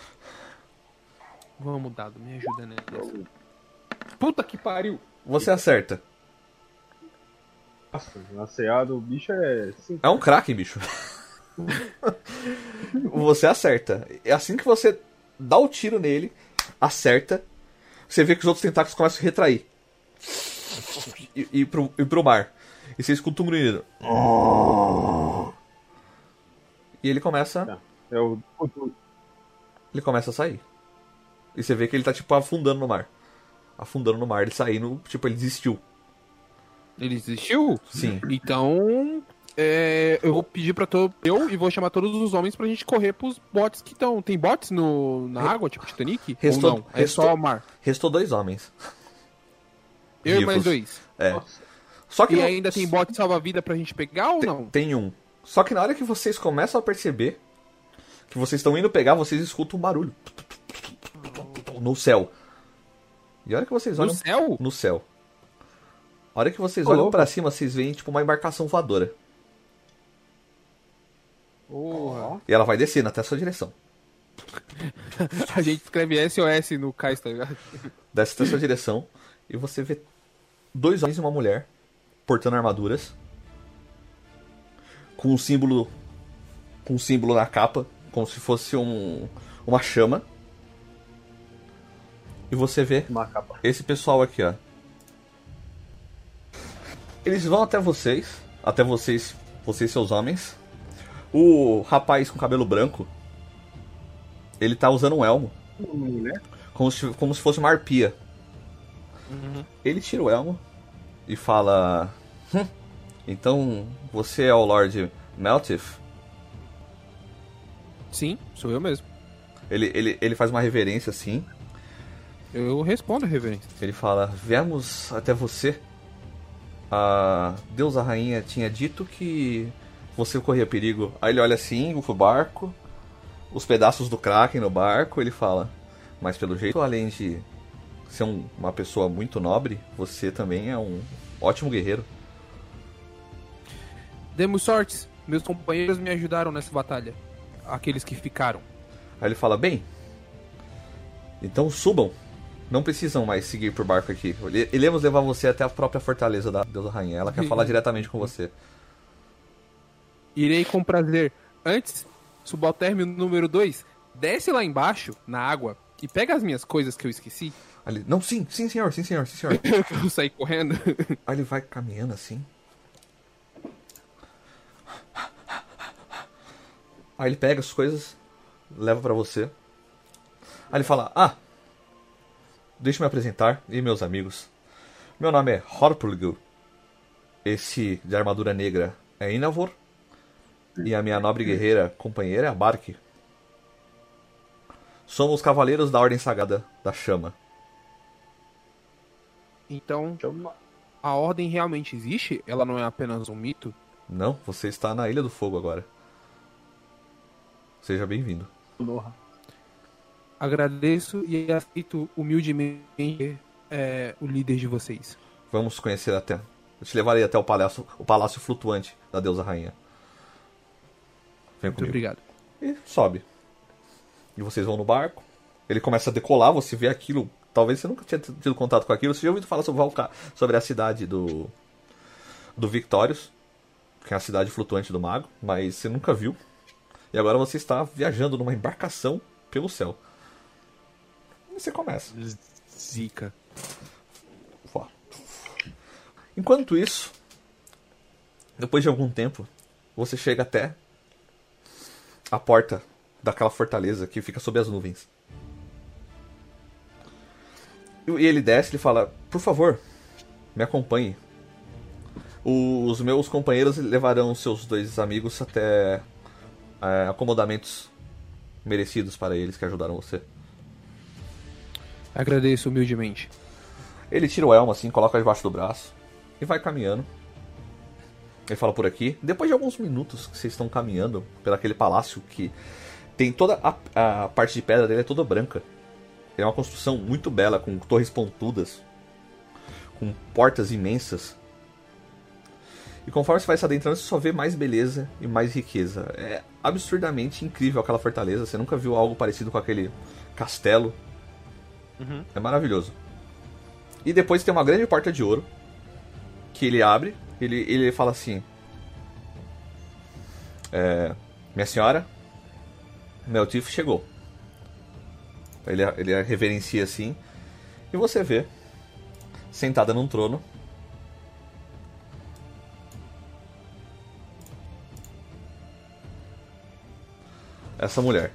Vamos, dado, me ajuda nessa. Puta que pariu! Você acerta. Nossa, na C A do bicho é cinco. É um craque, bicho. Você acerta. É assim que você dá o tiro nele, acerta, você vê que os outros tentáculos começam a se retrair. E, e, pro, e pro mar. E você escuta um grunhido. E ele começa. É o. o- Ele começa a sair. E você vê que ele tá tipo afundando no mar. Afundando no mar, ele saindo, tipo, ele desistiu. Ele desistiu? Sim. Então. é, eu vou pedir pra todo. Eu e vou chamar todos os homens pra gente correr pros botes que estão. Tem botes no, na água, tipo Titanic? Restou- Ou não? É restou- só o mar. Restou dois homens. Eu e vivos. mais dois. É. Só que E não- ainda tem bote salva-vida pra gente pegar ou não? Tem um. Só que na hora que vocês começam a perceber que vocês estão indo pegar, vocês escutam um barulho. No céu. E a hora que vocês No olham. céu? No céu. A hora que vocês Ô, olham louco. pra cima, vocês veem tipo uma embarcação voadora. Porra. E ela vai descendo até a sua direção. A gente escreve S O S no cais, tá ligado? Desce até a sua direção. E você vê dois homens e uma mulher portando armaduras. Com um símbolo. Com um símbolo na capa. Como se fosse um. Uma chama. E você vê Uma capa. esse pessoal aqui, ó. Eles vão até vocês. Até vocês. Vocês, seus homens. O rapaz com cabelo branco. Ele tá usando um elmo. Né? Como se, como se fosse uma arpia. Ele tira o elmo. E fala. "Hum, então você é o Lord Meltif?" Sim, sou eu mesmo. Ele, ele, ele faz uma reverência assim. Eu respondo a reverência. Ele fala: viemos até você. A deusa rainha tinha dito que você corria perigo. Aí ele olha assim pro barco, os pedaços do Kraken no barco. Ele fala: mas pelo jeito, além de ser um- uma pessoa muito nobre, você também é um ótimo guerreiro. Demos sortes. Meus companheiros me ajudaram nessa batalha. Aqueles que ficaram. Aí ele fala: bem, então subam. Não precisam mais seguir por barco aqui. Iremos levar você até a própria fortaleza da deusa rainha. Ela quer falar diretamente com você. Irei com prazer. Antes, subalterno número dois, desce lá embaixo, na água, e pega as minhas coisas que eu esqueci. Aí ele: não, sim, sim senhor, sim senhor, sim senhor. Eu saí correndo. Aí ele vai caminhando assim. Aí ele pega as coisas, leva pra você. Aí ele fala: ah, deixa eu me apresentar e meus amigos. Meu nome é Horpulgu. Esse de armadura negra é Inavor. E a minha nobre guerreira companheira é a Bark. Somos cavaleiros da Ordem Sagrada da Chama. Então, a ordem realmente existe? Ela não é apenas um mito? Não, você está na Ilha do Fogo agora. Seja bem-vindo. Agradeço e aceito humildemente é, o líder de vocês. Vamos conhecer até. Eu te levarei até o palácio, o palácio flutuante da deusa rainha. Vem Muito comigo. obrigado. E sobe. E vocês vão no barco. Ele começa a decolar, você vê aquilo. Talvez você nunca tinha tido contato com aquilo. Você já ouviu falar sobre Valka, sobre a cidade do. do Victorious, que é a cidade flutuante do mago, mas você nunca viu. E agora você está viajando numa embarcação pelo céu. E você começa. Zica. Enquanto isso, depois de algum tempo, você chega até a porta daquela fortaleza que fica sob as nuvens. E ele desce e fala, por favor, me acompanhe. Os meus companheiros levarão seus dois amigos até é, acomodamentos merecidos para eles que ajudaram você. Agradeço humildemente. Ele tira o elmo assim, coloca debaixo do braço e vai caminhando. Ele fala por aqui. Depois de alguns minutos que vocês estão caminhando por aquele palácio que tem toda a, a parte de pedra dele é toda branca. É uma construção muito bela, com torres pontudas, com portas imensas. E conforme você vai se adentrando, você só vê mais beleza e mais riqueza. É absurdamente incrível aquela fortaleza. Você nunca viu algo parecido com aquele castelo. Uhum. É maravilhoso. E depois tem uma grande porta de ouro que ele abre. Ele, ele fala assim: é, minha senhora, Meltif chegou. Ele, ele reverencia assim. E você vê, sentada num trono, essa mulher.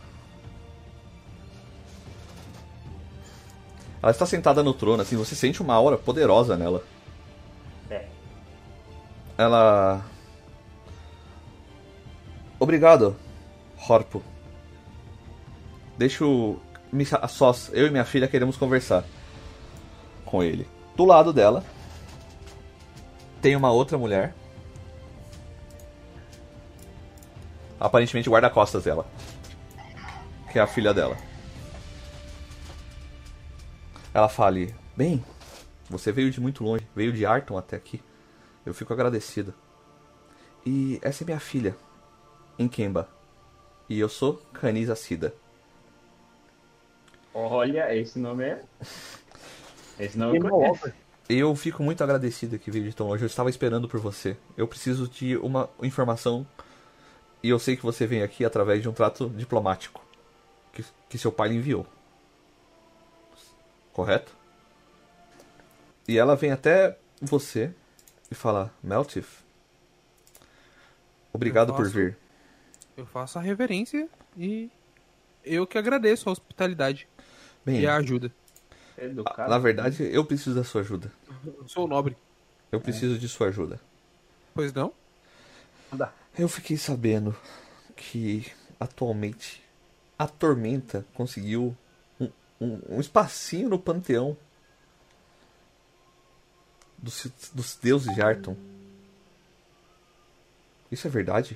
Ela está sentada no trono, assim, você sente uma aura poderosa nela. É. Ela... Obrigado, Horpo. Deixa o... a sós, eu e minha filha queremos conversar com ele. Do lado dela tem uma outra mulher, aparentemente guarda-costas dela, que é a filha dela. Ela fala: bem, você veio de muito longe, veio de Arton até aqui. Eu fico agradecida. E essa é minha filha, Inkemba. E eu sou Kaniza Sida. Olha, esse nome é... Esse nome eu conheço. Eu fico muito agradecido que veio de tão longe. Eu estava esperando por você. Eu preciso de uma informação. E eu sei que você vem aqui através de um trato diplomático que, que seu pai lhe enviou. Correto? E ela vem até você e fala: Meltif, obrigado faço, por vir. Eu faço a reverência e eu que agradeço a hospitalidade. Bem, e a ajuda. Educado. Na verdade, eu preciso da sua ajuda. Eu sou nobre. Eu preciso de sua ajuda. Pois não? Eu fiquei sabendo que atualmente a Tormenta conseguiu um, um, um espacinho no panteão dos, dos deuses de Arton. Isso é verdade?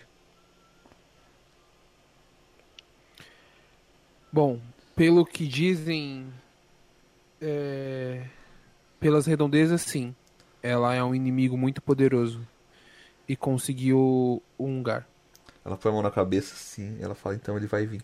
Bom, pelo que dizem, é... pelas redondezas, sim. Ela é um inimigo muito poderoso e conseguiu um lugar. Ela põe a mão na cabeça, sim. Ela fala: então ele vai vir.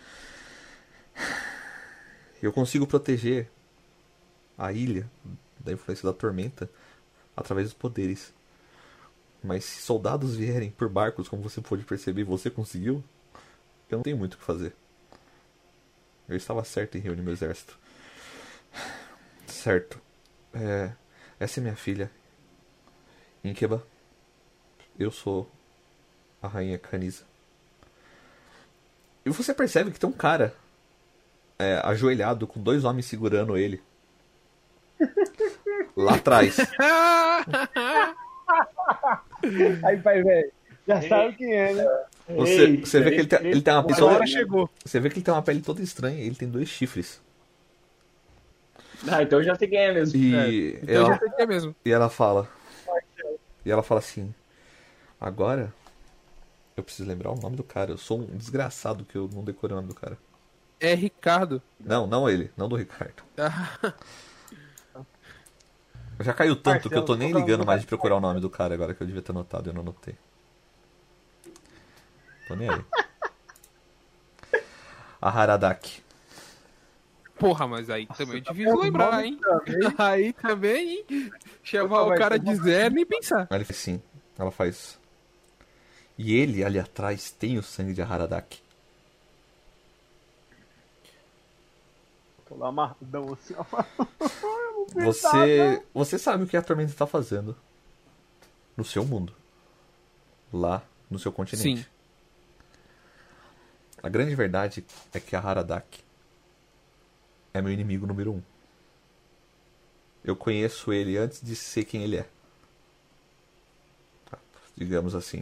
Eu consigo proteger a ilha da influência da Tormenta através dos poderes. Mas se soldados vierem por barcos, como você pôde perceber, você conseguiu, eu não tenho muito o que fazer. Eu estava certo em reunir meu exército. Certo. É, essa é minha filha, Inkeba. Eu sou a rainha Kaniza. E você percebe que tem um cara é, ajoelhado com dois homens segurando ele lá atrás. Aí, pai, velho, já sabe quem é, né? Você, Eita, você vê que ele tem, ele tem uma pele Agora toda, chegou. você vê que ele tem uma pele toda estranha. Ele tem dois chifres. Ah, então eu já sei quem é mesmo. E Então eu já ela, sei que é mesmo. e ela fala e ela fala assim: agora eu preciso lembrar o nome do cara. Eu sou um desgraçado que eu não decorei o nome do cara. É Ricardo. Não, não ele, não do Ricardo. Ah, Já caiu tanto que eu tô nem Marcelo, ligando mais de procurar o nome do cara agora, que eu devia ter anotado e eu não anotei. Tô nem aí. A Haradaki. porra, mas aí também é difícil lembrar, hein? Aí também, hein? Chamar o cara de zero e nem pensar. Aí ele faz assim. Ela faz: E ele, ali atrás, tem o sangue de Haradaki. Tô lá amarradão assim, ó. Você, você sabe o que a Tormenta tá fazendo no seu mundo. Lá no seu continente. Sim. A grande verdade é que a Haradaki é meu inimigo número um. Eu conheço ele antes de ser quem ele é. Tá, digamos assim.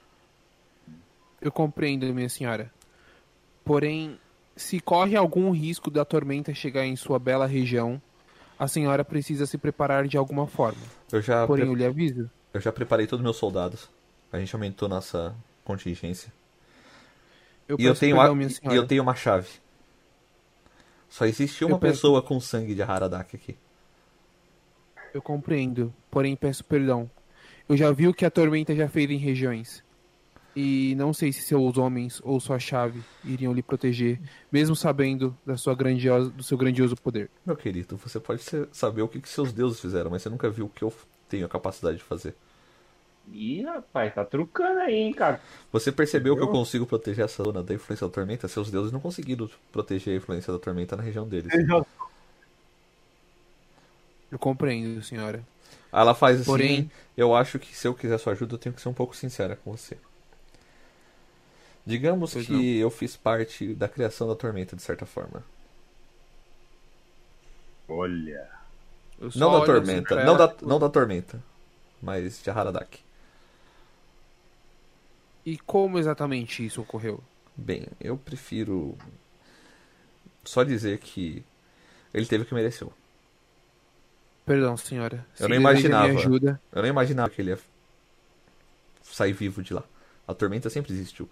Eu compreendo, minha senhora. Porém, se corre algum risco da tormenta chegar em sua bela região, a senhora precisa se preparar de alguma forma. Eu já, Porém, pre- eu lhe aviso. eu já preparei todos os meus soldados. A gente aumentou nossa contingência. Eu E eu peço tenho, perdão, a- minha e senhora. eu tenho uma chave. Só existe uma Eu peço- pessoa com sangue de Haradaki aqui. Eu compreendo, porém peço perdão. Eu já vi o que a tormenta já fez em regiões. E não sei se seus homens ou sua chave iriam lhe proteger, mesmo sabendo da sua grandiosa, do seu grandioso poder. Meu querido, você pode ser- saber o que, que seus deuses fizeram, mas você nunca viu o que eu tenho a capacidade de fazer. Ih, rapaz, tá trucando aí, hein, cara. Você percebeu que eu consigo proteger essa zona da influência da tormenta? Seus deuses não conseguiram proteger a influência da tormenta na região deles. Eu compreendo, senhora. Aí ela faz assim, Porém- eu acho que se eu quiser sua ajuda, eu tenho que ser um pouco sincera com você. Digamos Pois que não. eu fiz parte da criação da tormenta, de certa forma. Olha. Eu só Não da olho assim tormenta, pra não ela. da, não da tormenta, mas de Haradaki. E como exatamente isso ocorreu? Bem, eu prefiro só dizer que ele teve o que mereceu. Perdão, senhora. Eu Se não deseja imaginava. minha ajuda, Eu não imaginava que ele ia sair vivo de lá. A tormenta sempre existiu.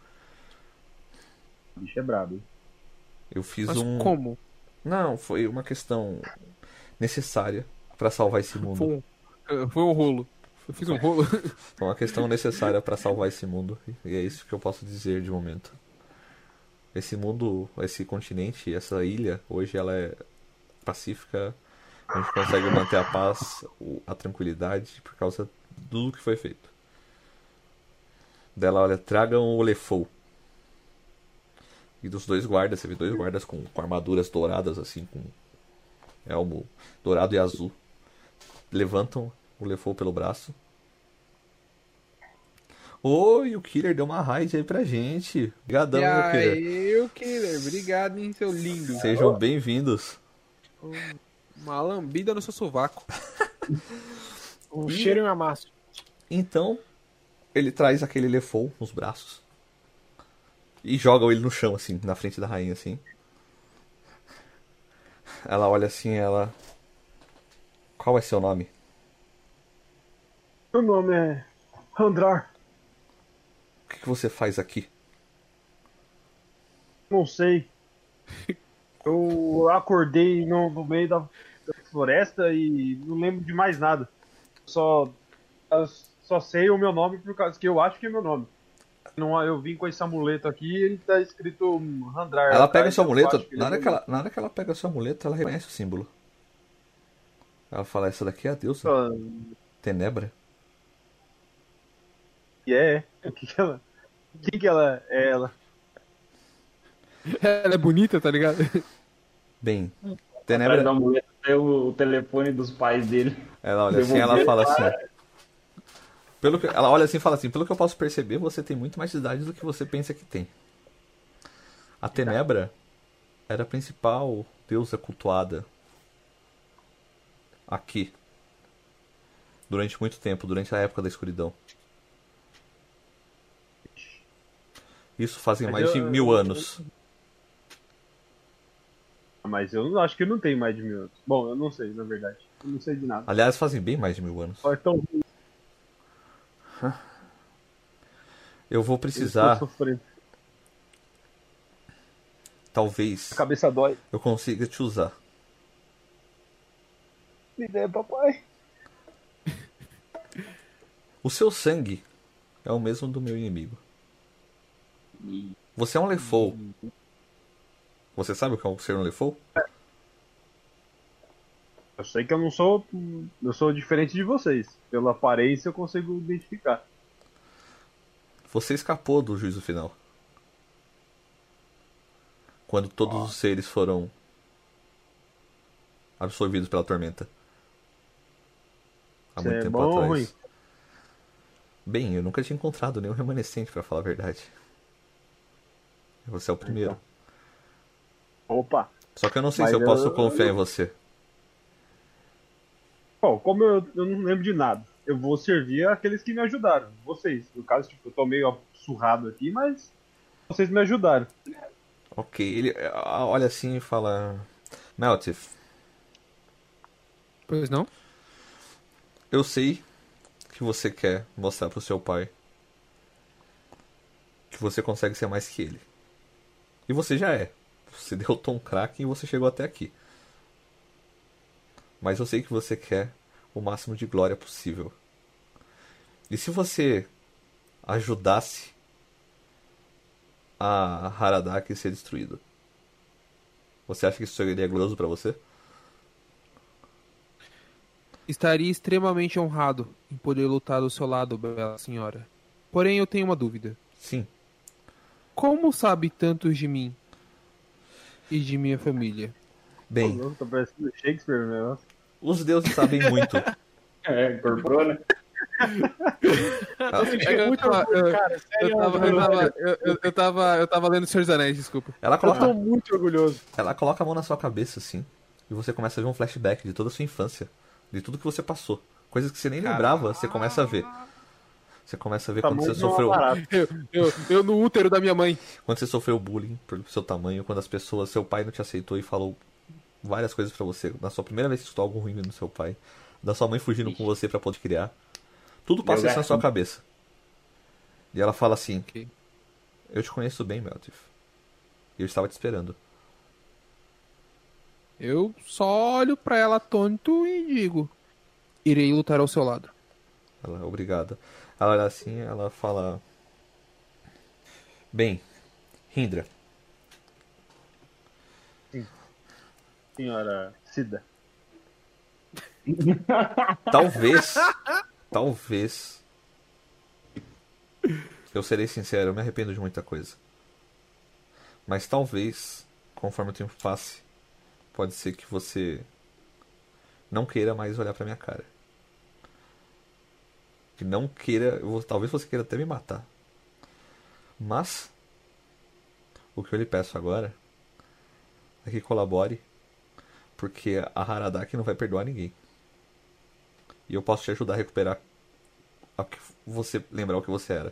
O bicho é brabo, hein? Eu fiz mas um. como? Não, foi uma questão necessária pra salvar esse mundo. Foi um, eh, foi um rolo. Eu fiz um rolo. Foi uma questão necessária pra salvar esse mundo. E é isso que eu posso dizer de momento. Esse mundo, esse continente, essa ilha, hoje ela é pacífica. A gente consegue manter a paz, o- a tranquilidade por causa de tudo que foi feito. Dela, olha, tragam o Lefou. E dos dois guardas, você vê dois guardas com, com armaduras douradas, assim, com elmo dourado e azul. Levantam o Lefou pelo braço. Oi, o Killer deu uma raid aí pra gente. Obrigadão, meu Killer. eu, Killer. Obrigado, hein, seu lindo. Sejam bem-vindos. Uma lambida no seu sovaco. Um cheiro e um amasso. Então, ele traz aquele Lefou nos braços. E joga ele no chão, assim, na frente da rainha, assim. Ela olha assim, ela... Qual é seu nome? Meu nome é Handrar. O que, que você faz aqui? Não sei. Eu acordei no, no meio da, da floresta e não lembro de mais nada. Só, eu só sei o meu nome por causa que eu acho que é meu nome. Não, eu vim com esse amuleto aqui e ele tá escrito Handrar. Ela pega atrás, seu eu amuleto, acho que ele na é hora, meu que ela, na hora que ela pega seu amuleto, ela reconhece o símbolo. Ela fala, essa daqui é a deusa. nome. Tenebra. E é, o que que ela... O que que ela é ela? Ela é bonita, tá ligado? Bem, Atrás Tenebra... da mulher tem o telefone dos pais dele. Ela olha assim, ela fala assim... Pelo que, ela olha assim e fala assim, pelo que eu posso perceber, você tem muito mais idade do que você pensa que tem. A Tenebra era a principal deusa cultuada aqui. Durante muito tempo, durante a época da escuridão. Isso fazem Mas mais eu- de mil anos. Mas eu acho que não tem mais de mil anos. Bom, eu não sei, na verdade. Eu não sei de nada. Aliás, fazem bem mais de mil anos. Só é tão ruim, Eu vou eu precisar, estou sofrendo. talvez, A cabeça dói. eu consiga te usar. Me dê, papai. O seu sangue é o mesmo do meu inimigo. Você é um Lefou. Você sabe o que é ser um Lefou? Eu sei que eu não sou. Eu sou diferente de vocês. Pela aparência eu consigo identificar. Você escapou do juízo final. Quando todos oh. os seres foram absorvidos pela tormenta. Há muito é tempo bom atrás. Ou ruim? Bem, eu nunca tinha encontrado nenhum remanescente, pra falar a verdade. Você é o primeiro. Então. Opa! Só que eu não sei Mas se eu posso eu... confiar em você. Bom, como eu, eu não lembro de nada, eu vou servir aqueles que me ajudaram. Vocês. No caso, tipo, eu tô meio surrado aqui, mas vocês me ajudaram. Ok, ele olha assim e fala... Meltif. Pois não? Eu sei que você quer mostrar pro seu pai que você consegue ser mais que ele. E você já é. Você derrotou um Kraken e você chegou até aqui. Mas eu sei que você quer o máximo de glória possível. E se você ajudasse a Haradak ser destruído, você acha que isso seria glorioso pra você? Estaria extremamente honrado em poder lutar do seu lado, bela senhora. Porém, eu tenho uma dúvida. Sim. Como sabe tantos de mim e de minha família? Bem, Tô parecendo Shakespeare, né? os deuses sabem muito. É, incorporou, né? Eu fiquei muito orgulho, cara. Sério, eu tava, eu, tava, eu, eu, eu, tava, eu tava lendo Senhor dos Anéis, desculpa. Ela coloca, eu tô muito orgulhoso. Ela coloca a mão na sua cabeça, assim, e você começa a ver um flashback de toda a sua infância. De tudo que você passou. Coisas que você nem lembrava, você começa a ver. Você começa a ver quando você sofreu... Eu, eu, eu no útero da minha mãe. Quando você sofreu bullying pelo seu tamanho, quando as pessoas... Seu pai não te aceitou e falou várias coisas pra você. Na sua primeira vez que escutou algo ruim no seu pai. Da sua mãe fugindo com você pra poder criar. Tudo passa isso na sua cabeça. E ela fala assim... Okay. Eu te conheço bem, Meltif. E eu estava te esperando. Eu só olho pra ela atônito e digo: irei lutar ao seu lado. Ela, obrigada. Ela olha assim, ela fala... Bem, Hindra. Sim. Senhora Cida. Talvez, talvez... Eu serei sincero, eu me arrependo de muita coisa. Mas talvez, conforme o tempo passe, pode ser que você não queira mais olhar pra minha cara. Que não queira... Eu vou, talvez você queira até me matar. Mas o que eu lhe peço agora é que colabore, porque a Haradak não vai perdoar ninguém. E eu posso te ajudar a recuperar a que você lembrar o que você era.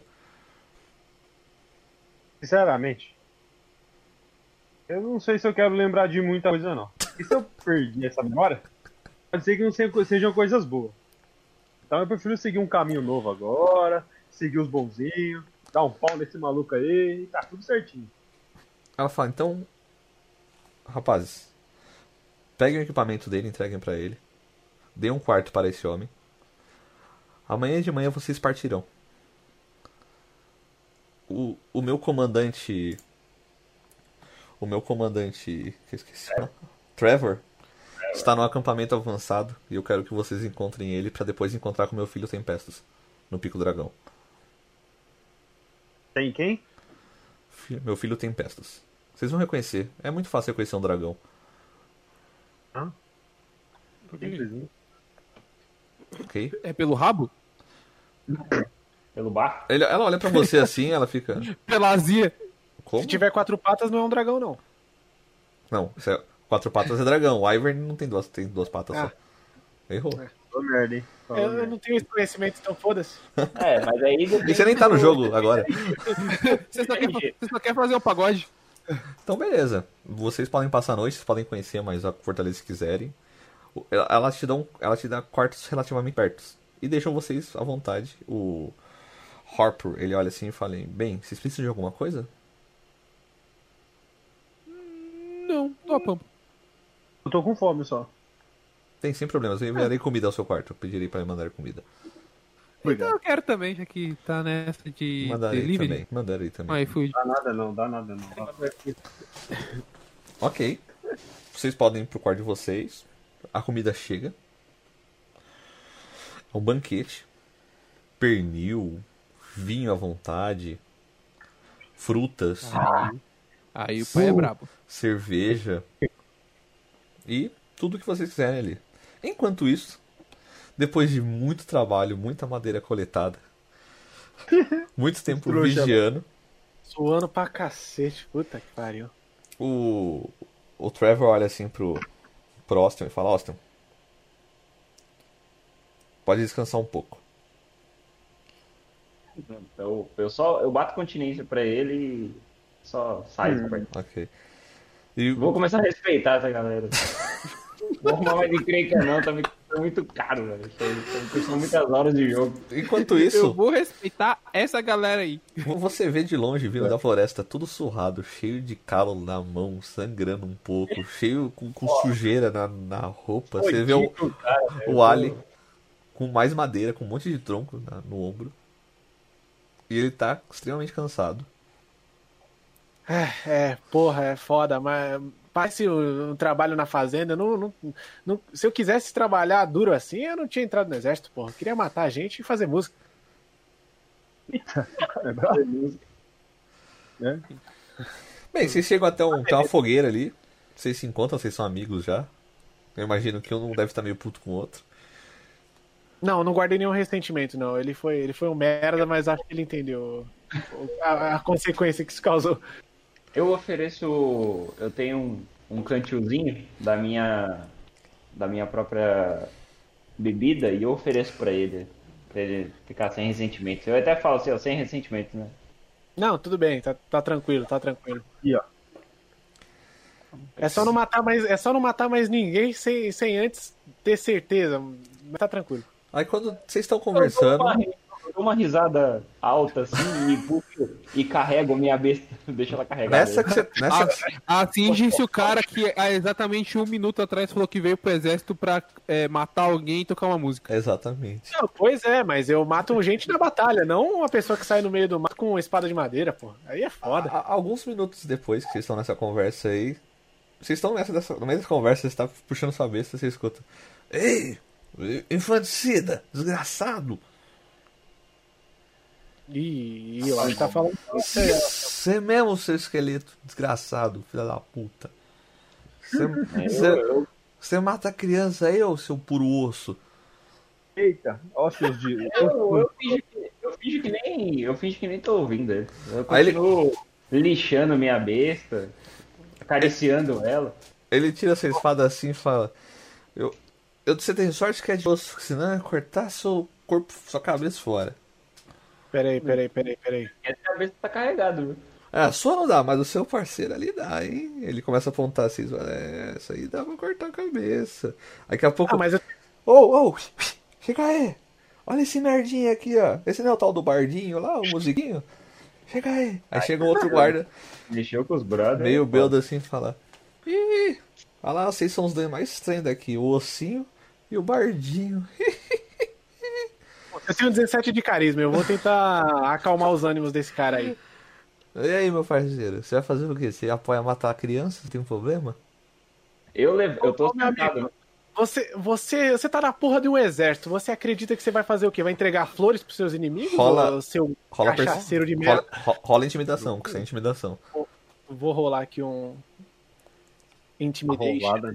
Sinceramente, eu não sei se eu quero lembrar de muita coisa, não. E se eu perdi essa memória, pode ser que não sejam coisas boas. Então eu prefiro seguir um caminho novo agora, seguir os bonzinhos, dar um pau nesse maluco aí e tá tudo certinho. Ela fala, então, rapazes, peguem o equipamento dele, entreguem pra ele. Dê um quarto para esse homem. Amanhã de manhã vocês partirão. O, o meu comandante... O meu comandante... Que eu esqueci. É. Trevor. Está no acampamento avançado. E eu quero que vocês encontrem ele para depois encontrar com meu filho Tempestos. No Pico Dragão. Tem quem? Meu filho Tempestos. Vocês vão reconhecer. É muito fácil reconhecer um dragão. Hã? Simplesinho. Ok. É pelo rabo? Pelo bar? Ele, ela olha pra você assim, ela fica... Pela azia. Como? Se tiver quatro patas, não é um dragão, não. Não, isso é... quatro patas é dragão. O Ivern não tem duas, tem duas patas ah. só. Errou. É. Tô merda, hein? Eu, eu não tenho esse conhecimento, então foda-se. É, mas aí... E você nem tá no jogo agora. Você só, quer, você só quer fazer um pagode. Então beleza. Vocês podem passar a noite, vocês podem conhecer mais a Fortaleza se quiserem. Ela te dá, um, ela te dá quartos relativamente pertos. E deixam vocês à vontade. O Harper, ele olha assim e fala, bem, vocês precisam de alguma coisa? Não, tô a pampa. Eu tô com fome só. Tem, sem problemas. Eu enviarei comida ao seu quarto. Eu pedirei para mandar comida. Então eu quero também, já que tá nessa de Mandarei delivery. também. Mandarei também. Ah, iFood. Dá nada não, dá nada não. Ok. Vocês podem ir pro quarto de vocês. A comida chega. É um banquete. Pernil, vinho à vontade, frutas, Aí, aí o pai é brabo. cerveja e tudo que vocês quiserem ali. Enquanto isso, depois de muito trabalho, muita madeira coletada, muito tempo Trouxa. vigiando, Suando pra cacete. Puta que pariu. o, o Trevor olha assim pro, pro Austin e fala: Austin, pode descansar um pouco. Eu, eu só eu bato continência pra ele e só saio. Hum. rapaz. Ok. E Vou começar a respeitar essa galera. Vou arrumar mais encrenca não, tá me custando muito caro, velho. Tá me custando muitas horas de jogo. enquanto Eu isso, vou respeitar essa galera aí. você vê de longe, vindo da floresta, tudo surrado, cheio de calo na mão, sangrando um pouco, cheio com, com sujeira na, na roupa. Você vê o, o Ali com mais madeira, com um monte de tronco na- no ombro. E ele tá extremamente cansado. É, é, porra, é foda, mas passe um, um trabalho na fazenda. Não, não, não- se eu quisesse trabalhar duro assim, eu não tinha entrado no exército, porra. Eu queria matar a gente e fazer música. Bem, vocês chegam até um, tem uma fogueira ali. Vocês se encontram, vocês são amigos já. Eu imagino que um não deve estar meio puto com o outro. Não, não guardei nenhum ressentimento, não. Ele foi, ele foi um merda, mas acho que ele entendeu o- a, a consequência que isso causou. Eu ofereço. Eu tenho um, um cantilzinho da minha. Da minha própria bebida e eu ofereço pra ele. Pra ele ficar sem ressentimento. Eu até falo assim, ó, sem ressentimento, né? Não, tudo bem, tá, tá tranquilo, tá tranquilo. Aqui, ó. É só não matar mais, é só não matar mais ninguém sem, sem antes ter certeza. Mas tá tranquilo. Aí quando vocês estão Eu dou conversando, uma, eu dou uma risada alta assim e puxo e carrego a minha besta. Deixa ela carregar. nessa que você. Nessa que- Assim disse o cara que há exatamente um minuto atrás falou que veio pro exército pra é, matar alguém e tocar uma música. Exatamente. Não, pois é, mas eu mato gente na batalha, não uma pessoa que sai no meio do mato com uma espada de madeira, pô. Aí é foda. A- alguns minutos depois que vocês estão nessa conversa aí, vocês estão nessa, dessa, no meio dessa conversa, você está puxando sua besta, você escuta: Ei, infanticida, desgraçado, Ih, eu acho que tá falando. você mesmo, seu esqueleto desgraçado, filha da puta. Você, Eu, você, eu, você mata a criança aí, ô seu puro osso. Eita, ó seus de. eu, eu, finjo que, eu finjo que nem. Eu finjo que nem tô ouvindo ele. Eu Aí ele- continuo lixando minha besta, acariciando ela. Ele tira sua espada assim e fala: eu, eu, você tem sorte que é de osso, senão eu ia cortar seu corpo, sua cabeça fora. Peraí, peraí, peraí, peraí. Essa cabeça tá carregada, viu? É, a sua não dá, mas o seu parceiro ali dá, hein? Ele começa a apontar assim, fala, é, essa aí dá pra cortar a cabeça. Daqui a pouco. Ah, mas eu... Ô, ô, chega aí! Olha esse nerdinho aqui, ó. Esse não é o tal do bardinho lá, o musiquinho? Chega aí! Aí chega um outro guarda, Mexeu com os brothers. meio beldo assim, e fala: Ih, olha lá, vocês são os dois mais estranhos daqui, o ossinho e o bardinho. eu tenho dezessete de carisma, eu vou tentar acalmar os ânimos desse cara aí. E aí, meu parceiro, você vai fazer o quê? Você apoia matar a criança? Tem um problema? Eu, levo, eu tô Ô, meu sentado. amigo, Você, você, você tá na porra de um exército, você acredita que você vai fazer o quê? Vai entregar flores pros seus inimigos? Rola- Ou seu Rola, perce- cachaceiro de rola, merda? ro- rola intimidação, que isso é intimidação. Vou rolar aqui um... Intimidation. Arrombada.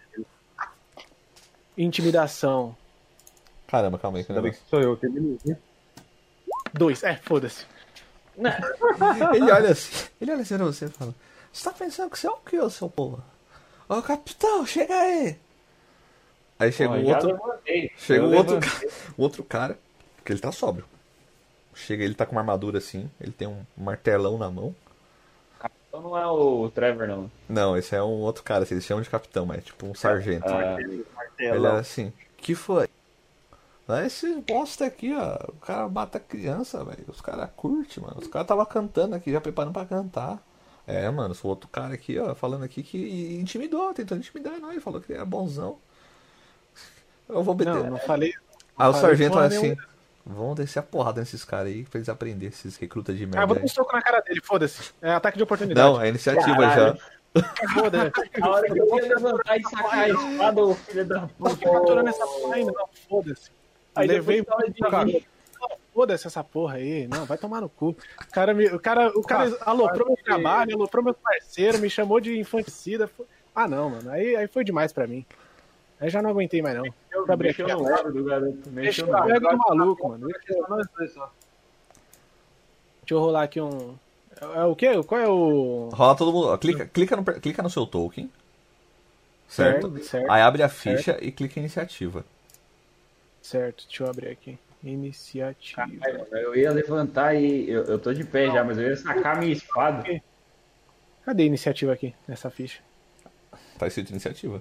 Intimidação. Caramba, calma aí. Que Ainda bem que negócio. sou eu, que beleza. Dois. É, foda-se. Ele olha assim, ele olha assim pra você e fala: Você tá pensando que você é o quê, ô seu porra? Ô capitão, chega aí! Aí chega Ó, um já outro. levantei. Chega Eu um outro, levantei. ca- um outro cara, que ele tá sóbrio. Chega, ele tá com uma armadura assim, ele tem um martelão na mão. Então não é o Trevor, não. Não, esse é um outro cara, assim, eles chamam de capitão, mas é tipo um sargento. Ah, Ele é assim: Que foi? Ah, esses bosta aqui, ó. O cara mata criança, velho. Os caras curtem, mano. Os caras tava cantando aqui, já preparando pra cantar. É, mano, o outro cara aqui, ó, falando aqui que intimidou, tentando intimidar nós. Falou que era bonzão. Eu vou meter. Não, não falei. Aí o falei sargento porra olha assim: nenhuma. Vamos descer a porrada nesses caras aí pra eles aprenderem, esses recrutas de Ah, merda. vou dar um aí. soco na cara dele, foda-se. É ataque de oportunidade. Não, é iniciativa Caralho. já. Foda-se. a hora que eu ia levantar e sacar a espada, ô filho da Não puta. fica capturando essa porra aí, não. Foda-se. Aí Levei depois fala de cara. mim. foda-se essa porra aí. Não, vai tomar no cu. O cara, me, o cara, o cara aloprou meu trabalho, aloprou meu parceiro, me chamou de infanticida. Ah, não, mano. Aí, aí foi demais pra mim. Aí já não aguentei mais, não. Eu Pra mexeu no ego do garoto. Deixa Mexeu eu no ver ego. do maluco, mano. Deixa Nós dois só. eu rolar aqui um. É, é o quê? Qual é o. Rola todo mundo. ó, Clica, clica, no, clica no seu token. Certo? Certo, certo. Aí abre a ficha e clica em iniciativa. Certo, deixa eu abrir aqui. Iniciativa. Caralho, eu ia levantar e. Eu, eu tô de pé já, mas eu ia sacar minha espada. Cadê a iniciativa aqui, nessa ficha? Tá escrito iniciativa.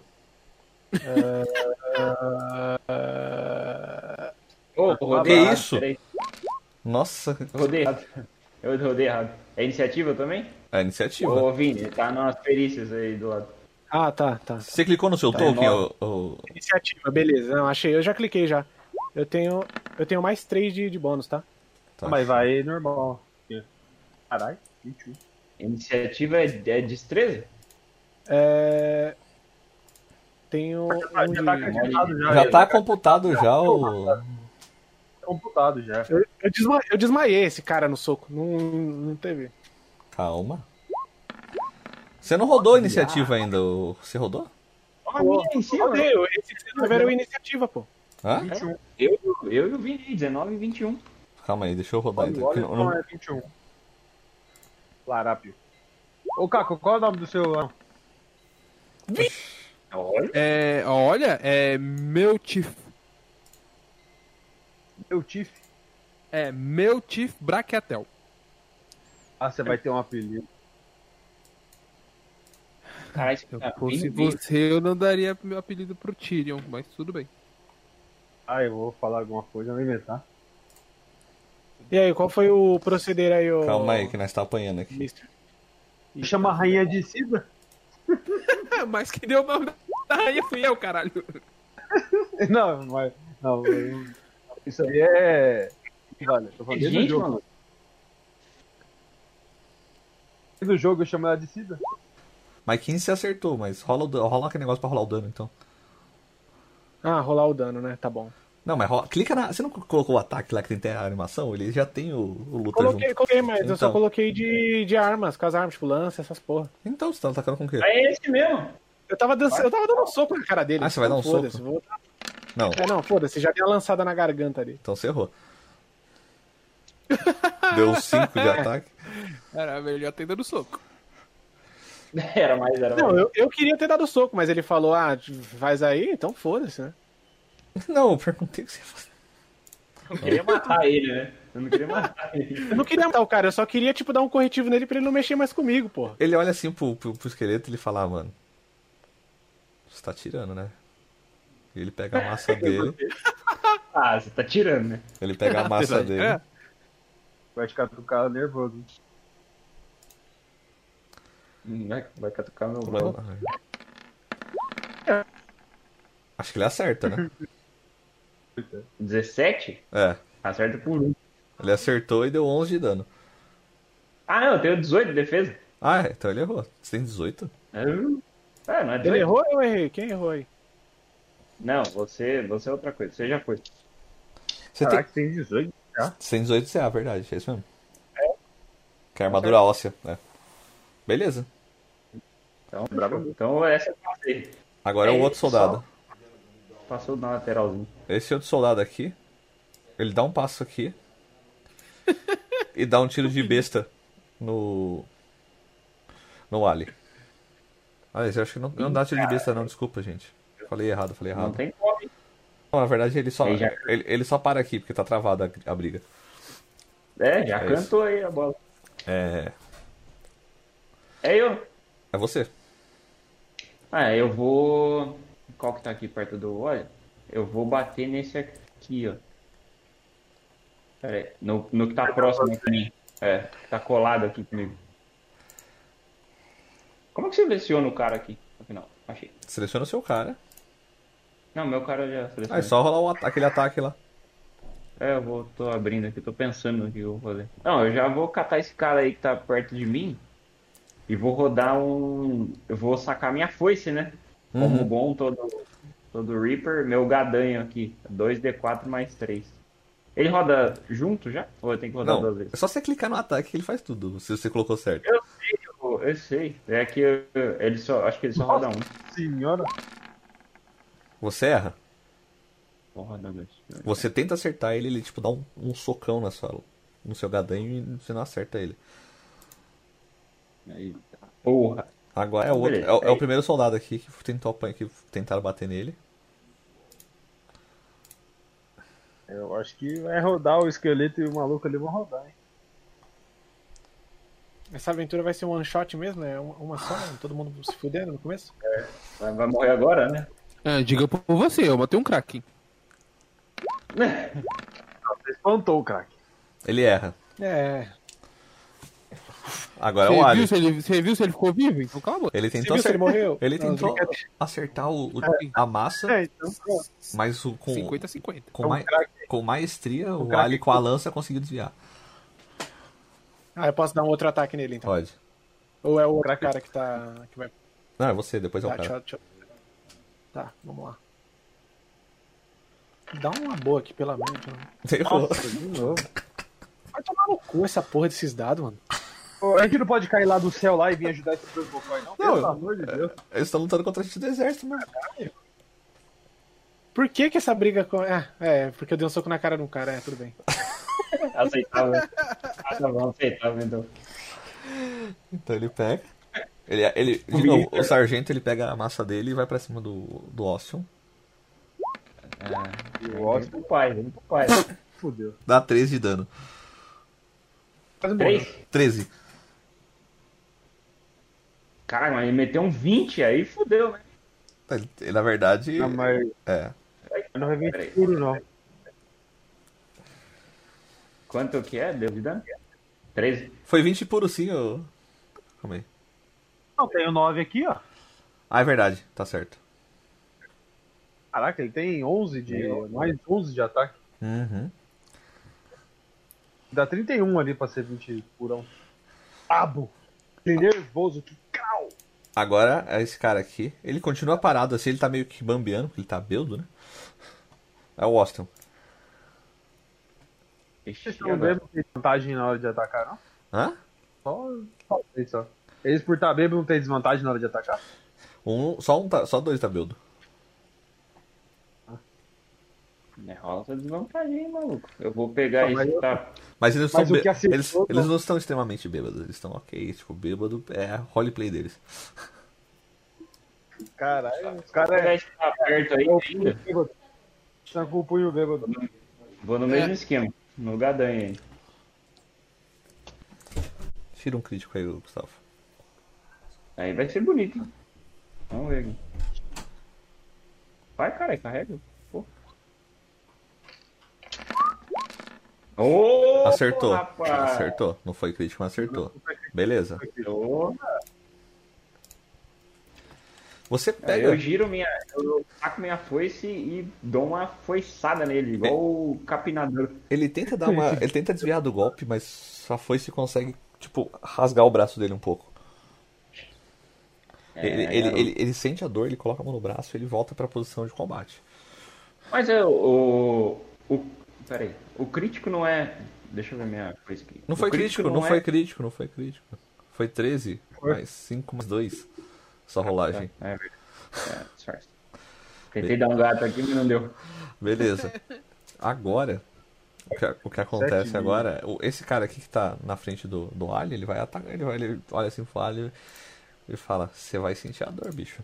Ô, Que rodei errado, isso? peraí. Nossa, Rodei errado. Eu rodei errado. É iniciativa também? é iniciativa. Ô, Vini, tá nas perícias aí do lado. Ah, tá, tá. Você clicou no seu token? nove. ô- ô- Iniciativa, beleza. Não, achei. Eu já cliquei já. Eu tenho, eu tenho mais três de, de bônus, tá? Tá. Mas vai normal. Caralho, vinte e um. Iniciativa é, é destreza? É... Tenho Já, um já tá de... computado já. Já ele. tá computado já o. computado já. Eu, eu, desma... eu desmaiei esse cara no soco. Não, não teve. Calma. Você não rodou a iniciativa ainda, ô- você rodou? Olha a minha em cima. Cadê? Esse que vocês era o iniciativa, pô. Hã? vinte e um. Eu, eu e o Vini, dezenove e vinte e um. Calma aí, deixa eu rodar. Olha, então, que olha não- só, não- é vinte e um. Larápio. Ô, Caco, qual é o nome do seu... ah, Olha. É, olha, é meu tif. Meu Tiff? É meu tif Braquiatel. Ah, você vai ter um apelido. Caralho, esse Se eu cara fosse bem você, eu não daria meu apelido pro Tyrion, mas tudo bem. Ah, eu vou falar alguma coisa, eu vou inventar. E aí, qual foi o proceder aí, ô... Calma aí, que nós tá apanhando aqui. Mister? Chama a Rainha de Cida? Mas quem deu o nome da rainha fui eu, caralho. Não, mas... Não, eu- isso aí é... Vale, eu tô falando desde o Gente, jogo. mano. Desde o jogo eu chamo ela de Cida. Mas quinze você acertou, mas rola, o dan- rola aquele negócio pra rolar o dano, então. Ah, rolar o dano, né? Tá bom. Não, mas rola, clica na. Você não colocou o ataque lá que tem a animação? Ele já tem o, o luta Coloquei, junto. coloquei, mas eu só Então. coloquei de, de armas, com as armas, tipo lança, essas porra. Então, você tá atacando com o quê? É esse mesmo. Eu tava, dan- eu tava dando um soco na cara dele. Ah, você vai dar um foda-se, soco? vou- Não, É, não, foda-se, já dei uma lançada na garganta ali. então você errou. Deu cinco de ataque. Era melhor ter dado soco. Era mais, era mais. Não, eu, eu queria ter dado soco, mas ele falou, ah, faz aí, então foda-se, né? Não, eu perguntei o que você ia fazer. Eu queria matar ele, né? Eu não queria matar ele. Eu não queria matar o cara, eu só queria, tipo, dar um corretivo nele pra ele não mexer mais comigo, porra. Ele olha assim pro, pro, pro esqueleto e ele fala, ah, mano, você tá tirando, né? E ele pega a massa dele, Ah, você tá tirando, né? ele pega a massa dele. É. Vai ficar do cara nervoso. Hum, Vai, vai catucar meu Vai braço. lá. Acho que ele acerta, né? dezessete? É, Acerta por um. ele acertou e deu onze de dano. Ah, não, eu tenho dezoito de defesa. Ah, é, então ele errou. Você tem dezoito? É, não é dezoito. Ele errou ou eu errei? Quem errou aí? Não, você, você é outra coisa. Você já foi. Você tem, Caraca, tem dezoito. você tem dezoito C A, verdade, é isso mesmo. Que é armadura óssea, né? Beleza. Então, então essa eu passei. Agora é o É, outro soldado. Passou na lateralzinha. Esse outro soldado aqui, ele dá um passo aqui e dá um tiro de besta no no Ali. Ah, esse eu acho que não, não dá tiro de besta não, desculpa, gente. Falei errado, falei Não errado. tem como. hein? Não, na verdade ele só Aí já- ele, ele só para aqui porque tá travada a, a briga. É, já É cantou aí a bola. É, É eu. é você. Ah, eu vou. Qual que tá aqui perto do. Olha, eu vou bater nesse aqui, ó. Pera aí. No, no que tá próximo aqui de mim. É, tá colado aqui comigo. Como é que seleciona o cara aqui? Afinal, achei. Seleciona o seu cara. Não, meu cara já Ah, selecionou. é só rolar o ata- aquele ataque lá. É, eu vou, tô abrindo aqui, tô pensando no que eu vou fazer. Não, eu já vou catar esse cara aí que tá perto de mim e vou rodar um. Eu vou sacar minha foice, né? Como Uhum. bom todo, todo Reaper, meu gadanho aqui. dois D quatro mais três. Ele roda junto já? Ou eu tenho que rodar Não, duas é vezes? só você clicar no ataque que ele faz tudo, se você colocou certo. Eu sei, eu, eu sei. É que eu, ele só. Acho que ele só roda um. Senhora. Você erra. Só roda dois. Você tenta acertar ele, ele tipo dá um, um socão na sua, no seu gadanho e você não acerta ele. Aí, tá. Porra. Agora é o, outro, Beleza, é, o- é o aí. primeiro soldado aqui que tentou apanhar, que tentaram bater nele. Eu acho que vai rodar o esqueleto e o maluco ali vão rodar, hein? Essa aventura vai ser um one shot mesmo? É uma, uma só? Todo mundo se fudendo no começo? Vai, vai morrer agora, né? Ah, diga por você, eu matei um crack. Você espantou o craque. Ele erra. É. Agora é Você o viu, alien. se ele, você viu se ele ficou vivo? Então cala a boca. Ele Você tentou, viu se ele acertar, morreu? ele Não, tentou brincadeira. acertar o, o- a massa, É, então, pô. mas o, com, cinquenta a cinquenta. com, É um mai- craque. com maestria o craque alien com a lança conseguiu desviar. Ah, eu posso dar um outro ataque nele então. Pode. Ou é o outro Craque. cara que tá. Que vai. Não, é você, depois é Tá, o cara. deixa, eu- deixa eu- tá, vamos lá. Dá uma boa aqui, pela mente. Mano. Errou. Nossa, de novo. Vai tomar no cu essa porra desses dados, mano. Pô, a gente não pode cair lá do céu lá e vir ajudar esses dois bocóis, não? Não, Pelo amor de Deus. Eles estão lutando contra a gente do exército, mano. Por que que essa briga com. Ah, é, porque eu dei um soco na cara de um cara, é, tudo bem. Aceitável. Ah, tá bom, aceitável então. Então ele pega. Ele, ele, de novo, o sargento ele pega a massa dele e vai pra cima do, do Austin. É, vem pro pai, vem pro pai. Fudeu. Dá treze de dano. Quase morreu. Três? treze. Caralho, mas ele meteu um vinte aí, fudeu, né? Ele, ele, na verdade. Não, mas É. não vai vir Peraí. escuro, não. Quanto que é? Deu de dano? treze. Foi vinte puro sim, eu. Calma aí. Não, tem o nove aqui, ó. Ah, é verdade, tá certo. Caraca, ele tem onze de. Mais onze de ataque. Uhum. Dá trinta e um ali pra ser vinte purão. Abo! Que nervoso, que cal! Agora, é esse cara aqui, ele continua parado assim, ele tá meio que bambeando, porque ele tá beldo, né? É o Austin. Ixi, Vocês e estão agora? vendo que tem vantagem na hora de atacar, não? Hã? Só, só isso, ó. Eles por estar bêbado não tem desvantagem na hora de atacar? Um, só, um tá, só dois tá beldo. É, rola essa desvantagem, hein, maluco. Eu vou pegar Não, mas esse eu- tá. Mas eles Mas estão o que acertou, eles, não. eles não estão extremamente bêbados, eles estão ok, tipo, bêbado é a roleplay deles. Caralho, os Vou caras pegar é. esse tá perto aí é o ainda. punho bêbado. Tá com o punho bêbado. Vou no mesmo esquema. No gadanho aí. Tira um crítico aí, Gustavo. Aí vai ser bonito, hein? Vamos ver aqui. Vai, cara, carrega. Pô. Ô, Acertou. rapaz. Acertou. Não foi crítico, mas acertou. Beleza. Ô, Você aí pega. eu giro minha. Eu taco minha foice e dou uma foiçada nele, igual o capinador. Ele tenta dar uma. Ele tenta desviar do golpe, mas só foi se consegue, tipo, rasgar o braço dele um pouco. É, ele, ele, garoto. ele, ele sente a dor, ele coloca a mão no braço e ele volta pra posição de combate. Mas é o. O. Pera aí. O crítico não é. Deixa eu ver minha coisa aqui. Não O foi crítico, não é- foi crítico, não foi crítico. Foi treze, mais cinco, mais dois. Só rolagem. É verdade. É, certo. Tentei dar um gato aqui, mas não deu. Beleza. Agora, o que, o que acontece Sete agora, o- esse cara aqui que tá na frente do, do alien, ele vai atacar, ele, vai, ele olha assim pro alien e fala, você vai sentir a dor, bicho.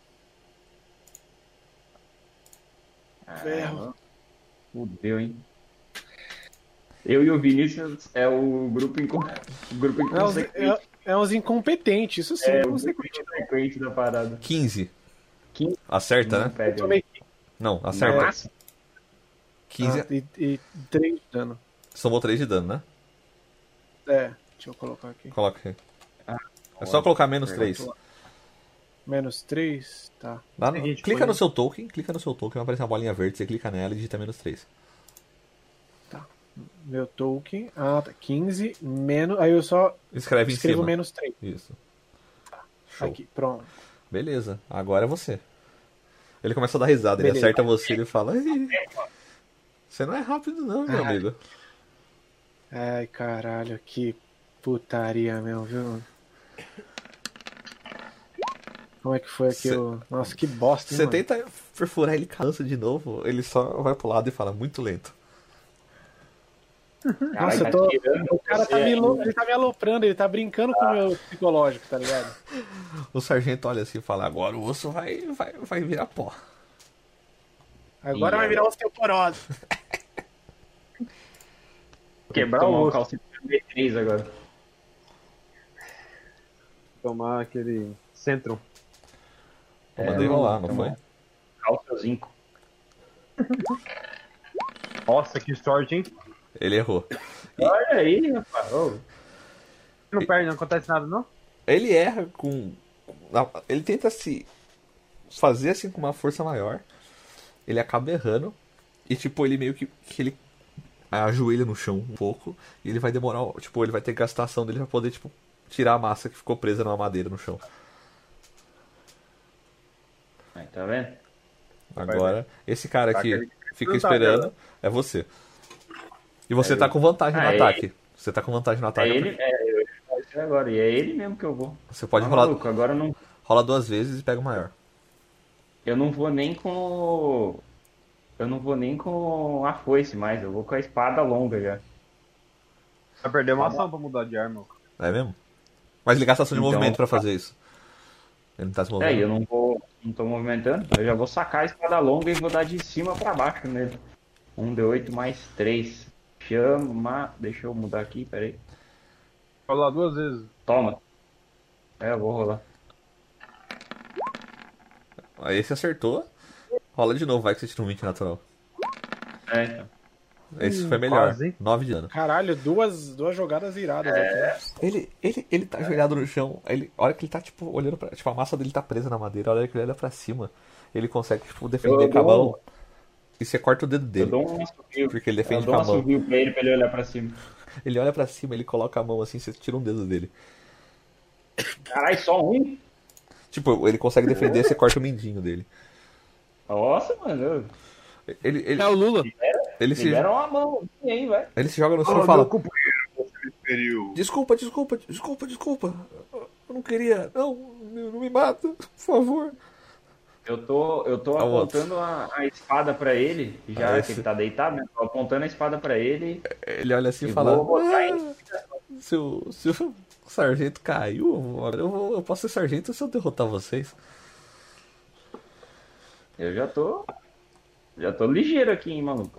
Ferro. Fudeu, hein? Eu e o Vinícius é o grupo, inco... o grupo É uns, inconsequente. é, é uns incompetentes, isso sim. É, eu o não sei grupo inconsequente da parada. quinze. quinze. Acerta, Não né? pega. tomei Não, acerta. Nossa. quinze. ah, e, e três de dano. Somou três de dano, né? É, deixa eu colocar aqui. Coloca aí. Ah, É só colocar menos três. Menos três, tá. Lá no- Seguinte, clica foi- no seu token, clica no seu token, vai aparecer uma bolinha verde, você clica nela e digita menos três. Meu token. Ah, tá. quinze menos. Aí eu só Escreve em escrevo cima. menos três. Isso. Show. Aqui, pronto. Beleza, agora é você. Ele começa a dar risada, ele Beleza. acerta você e ele fala. "Ih." Você não é rápido não, meu Ai. amigo. Ai, caralho, que putaria mesmo, viu? Como é que foi aqui? Cê- o... Nossa, que bosta, hein, Você mano? tenta perfurar ele cansa de novo, ele só vai pro lado e fala muito lento. Nossa, eu tá tô... tirando o cara tá você me, lo- ainda. ele tá me aloprando, ele tá brincando com o meu psicológico, tá ligado? O sargento olha assim e fala, agora o osso vai, vai, vai virar pó. Agora Ih, vai virar osteoporose. Quebrar Tomar o um osso. calcinho B três agora. Tomar aquele Centrum. Eu mandei rolar, não foi? Calça zinco. Nossa, que sorte, hein? Ele errou. Olha aí, rapaz. Ô, Não perde, não acontece nada, não? Ele erra com... na- Ele tenta se fazer assim com uma força maior. Ele acaba errando. E tipo, ele meio que, que ele ajoelha no chão um pouco. E ele vai demorar, tipo, ele vai ter que gastar a ação dele pra poder, tipo, tirar a massa que ficou presa numa madeira no chão. aí, tá vendo? Agora, esse cara Tá, aqui aquele- fica não tá esperando, vendo? é você. E você tá com vantagem no Ah, é ataque. Você tá com vantagem no É ataque. ele, é, eu ia falar isso agora. E é ele mesmo que eu vou. Você pode Tá rolar, maluco, agora eu não, rola duas vezes e pega o maior. eu não vou nem com. o- Eu não vou nem com a foice mais, eu vou com a espada longa já. Vai perder uma ação pra mudar de arma. É mesmo? Mas ele gasta ação de Então- movimento pra fazer isso. Ele não tá se É, movendo. e eu não vou. Não tô movimentando. Eu já vou sacar a espada longa e vou dar de cima pra baixo nele. um D oito mais três. Chama. Deixa eu mudar aqui, peraí. Vai lá duas vezes. Toma. É, eu vou rolar. Aí você acertou. Rola de novo, vai que você tira um vinte natural. É, então. Esse foi melhor. quase, hein? nove de dano. Caralho, duas, duas jogadas iradas aqui. Ele, ele, ele tá ajoelhado no chão. Ele, a hora que ele tá, tipo, olhando pra. Tipo, a massa dele tá presa na madeira. A hora que ele olha pra cima, ele consegue, tipo, defender Eu com a dou- mão. E você corta o dedo Eu dele. dou um assovio. Porque ele Eu defende dou com um a mão. assovio pra ele, pra ele olhar pra cima. Ele olha pra cima, ele coloca a mão assim, você tira um dedo dele. Caralho, só um? Tipo, ele consegue defender, você corta o mindinho dele. Nossa, mano. eu- Ele, ele, É o Lula. ele, se, Libera uma mão aqui, hein, velho. ele se joga no chão e fala: Desculpa, desculpa, desculpa, desculpa. Eu não queria. Não, não me mata, por favor. Eu tô, eu tô A outra. apontando a, a espada pra ele, já Ah, que esse- ele tá deitado, né? Tô apontando a espada pra ele. Ele olha assim e E fala: vou botar "Ah, em- se, o, se o sargento caiu, agora eu, vou, eu posso ser sargento se eu derrotar vocês. Eu já tô. Já tô ligeiro aqui, hein, maluco.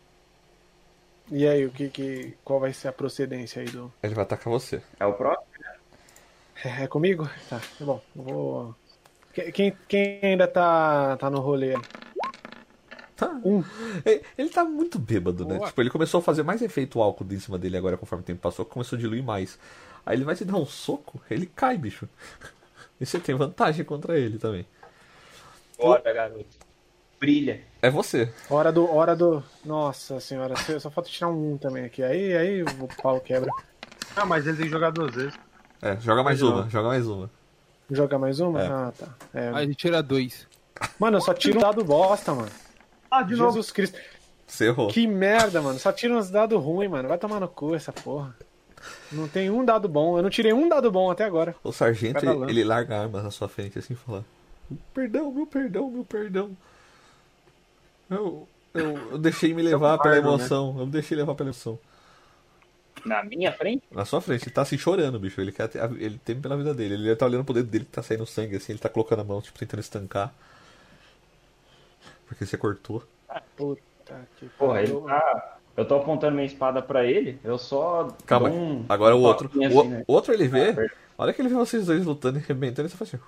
E aí, o que, que, qual vai ser a procedência aí do... Ele vai atacar você. É o próximo? É, é comigo? Tá, tá bom. Eu vou... Que- Quem, quem ainda tá, tá no rolê? Tá. Um. Ele, ele tá muito bêbado, né? Boa. Tipo, ele começou a fazer mais efeito álcool em cima dele agora, conforme o tempo passou, começou a diluir mais. Aí ele vai te dar um soco, ele cai, bicho. E você tem vantagem contra ele também. Bora, garoto. Brilha. É você. Hora do... Hora do... Nossa senhora, só só falta tirar um um também aqui. Aí, aí o pau quebra. Ah, mas ele tem que jogar duas vezes. É, joga mais Não. uma, joga mais uma. Jogar mais uma? É. Ah, tá. É. Aí a gente tira dois. Mano, eu só tiro um dado bosta, mano. Ah, de novo. Jesus Cristo. Você errou. Que merda, mano. Só tira uns dados ruins, mano. Vai tomar no cu essa porra. Não tem um dado bom. Eu não tirei um dado bom até agora. O sargento, Cada ele, lance. ele larga a arma na sua frente assim e fala: Perdão, meu perdão, meu perdão. Eu, eu, eu deixei me levar pela fardo, né? emoção. Eu me deixei levar pela emoção. Na minha frente? Na sua frente, ele tá assim chorando, bicho. Ele, quer ter, ele teme pela vida dele. Ele tá olhando pro dedo dele que tá saindo sangue, assim. Ele tá colocando a mão, tipo, tentando estancar. Porque você cortou. Puta que Porra, ele pariu. tá. Eu tô apontando minha espada pra ele, eu só. Calma, dou um- agora o um outro. toquinho O assim, né? outro ele vê. Ah, perdão. A hora que ele vê vocês dois lutando e arrebentando, ele só faz assim.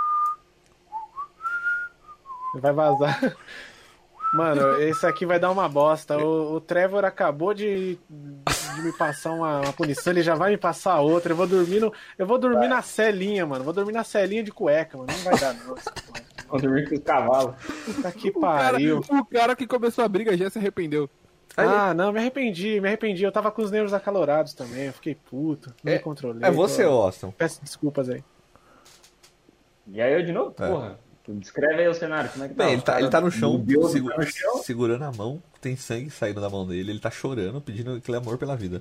Vai vazar. Mano, esse aqui vai dar uma bosta. O, o Trevor acabou de, de me passar uma, uma punição, ele já vai me passar outra. Eu vou dormir no, eu vou dormir na celinha, mano. Vou dormir na celinha de cueca, mano. Não vai dar, não. essa porra. Vou dormir com os cavalos. Puta que O cara, pariu. o cara que começou a briga já se arrependeu. Ah, não, me arrependi, me arrependi. Eu tava com os nervos acalorados também. Eu fiquei puto, não me controlei. É você, tô- Austin. Peço desculpas aí. E aí eu de novo? É. Porra. Descreve aí o cenário, como é que tá? Bem, ele O tá, cara ele tá no chão, subiu, segu- tá no chão. segurando a mão, tem sangue saindo da mão dele, ele tá chorando, pedindo aquele amor pela vida.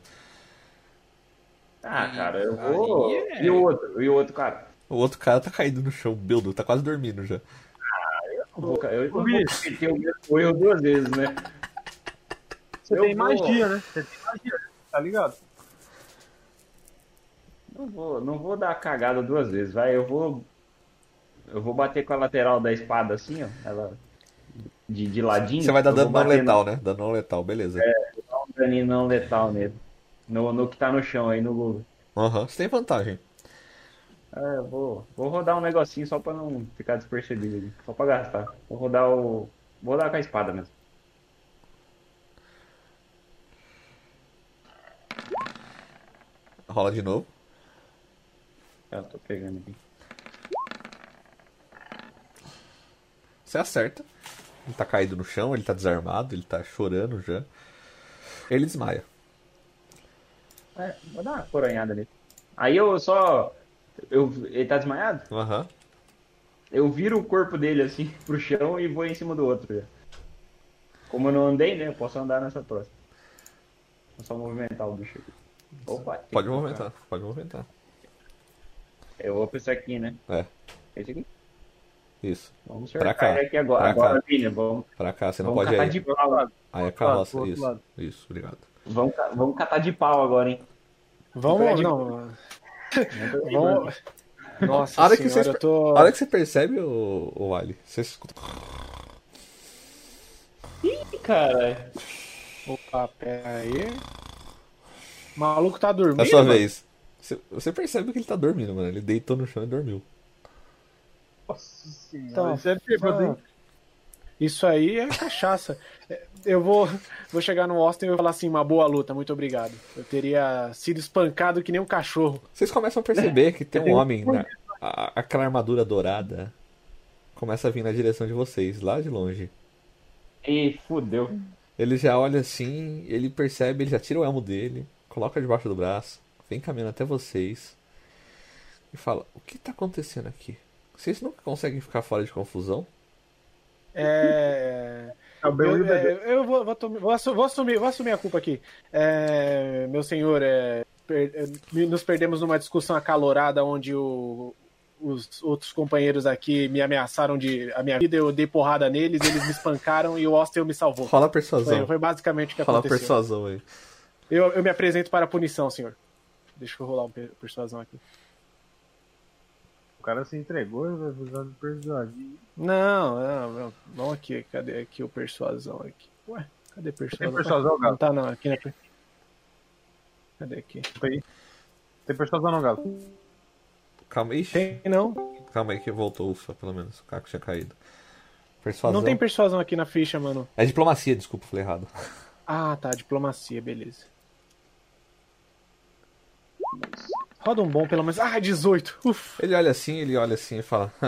Ah, cara, eu vou. Aí é- E o outro? E o outro, cara? O outro cara tá caído no chão, beldo, tá quase dormindo já. Eu não vou, eu não vou cometer o mesmo erro duas vezes, né? Você Eu tem vou- magia, né? Você tem magia, tá ligado? Não vou, não vou dar a cagada duas vezes, vai. Eu vou. Eu vou bater com a lateral da espada assim, ó. Ela. De, de ladinho. Você vai dar eu dano vou não bater letal, né? Dano não letal, beleza. no- dar um daninho não letal nele. No, no que tá no chão aí no Google. Aham, você tem vantagem. É, eu vou, vou rodar um negocinho só pra não ficar despercebido ali. Só pra gastar. Vou rodar o. Vou rodar com a espada mesmo. Rola de novo. Eu tô pegando aqui. Você acerta. Ele tá caído no chão, ele tá desarmado, ele tá chorando já. Ele desmaia. É, vou dar uma coronhada nele. Aí eu só. Eu, ele tá desmaiado? Aham. Eu viro o corpo dele assim pro chão e vou em cima do outro já. Como eu não andei, né? Eu posso andar nessa próxima. Vou só movimentar o bicho aqui. Opa, tem Pode que movimentar, pode movimentar. tocar. Eu vou pra esse aqui, né? É, Esse aqui. isso. Vamos Pra cercar cá, ele aqui agora. pra Agora, cá. Vini, vamos, Pra cá, você não vamos pode catar ir. de pau. Aí é Pro lado, carroça, pro outro isso. lado. Isso, obrigado. Vamos, ca- vamos catar de pau agora, hein? Vamos, não. Vamos. Nossa A hora que, senhora, vocês, eu tô. a hora que você percebe, o, o Wally, você escuta. Ih, cara. Opa, pera aí. O maluco tá dormindo. É a sua mano? vez. Você, você percebe que ele tá dormindo, mano. Ele deitou no chão e dormiu. Nossa senhora, Então, isso é bêbado, hein? Isso aí é cachaça. É, Eu vou, vou chegar no Austin e vou falar assim, uma boa luta, muito obrigado. Eu teria sido espancado que nem um cachorro. Vocês começam a perceber que tem um homem, na, a- aquela armadura dourada começa a vir na direção de vocês, lá de longe. Ih, fudeu. Ele já olha assim, ele percebe, ele já tira o elmo dele, coloca debaixo do braço, vem caminhando até vocês e fala: o que tá acontecendo aqui? Vocês nunca conseguem ficar fora de confusão? É... É o bem Eu, e o bebê. é, eu vou, vou, assumir, vou, assu- vou assumir, vou assumir a culpa aqui. É, meu senhor, é, per- é, nos perdemos numa discussão acalorada onde o- os outros companheiros aqui me ameaçaram de a minha vida, eu dei porrada neles, eles me espancaram e o Austin me salvou. Rola a Foi, persuasão. foi basicamente o que Rola a aconteceu. persuasão aí. Eu, eu me apresento para a punição, senhor. Deixa eu rolar uma per- persuasão aqui. O cara se entregou e vai usar de persuadir. Não, não, não. Vamos aqui. Cadê aqui o persuasão aqui? Ué, cadê persuasão? Tem persuasão, Não Galo? tá não, aqui na... Cadê aqui? Tem persuasão não, Galo? Calma aí. Tem não? Calma aí que voltou, ufa, pelo menos. O Caco tinha caído. Persuasão. Não tem persuasão aqui na ficha, mano. É diplomacia, desculpa, falei errado. Ah, tá, diplomacia, beleza. Roda um bom, pelo menos. Ah, dezoito. Uf. Ele olha assim, ele olha assim e fala: "Hã,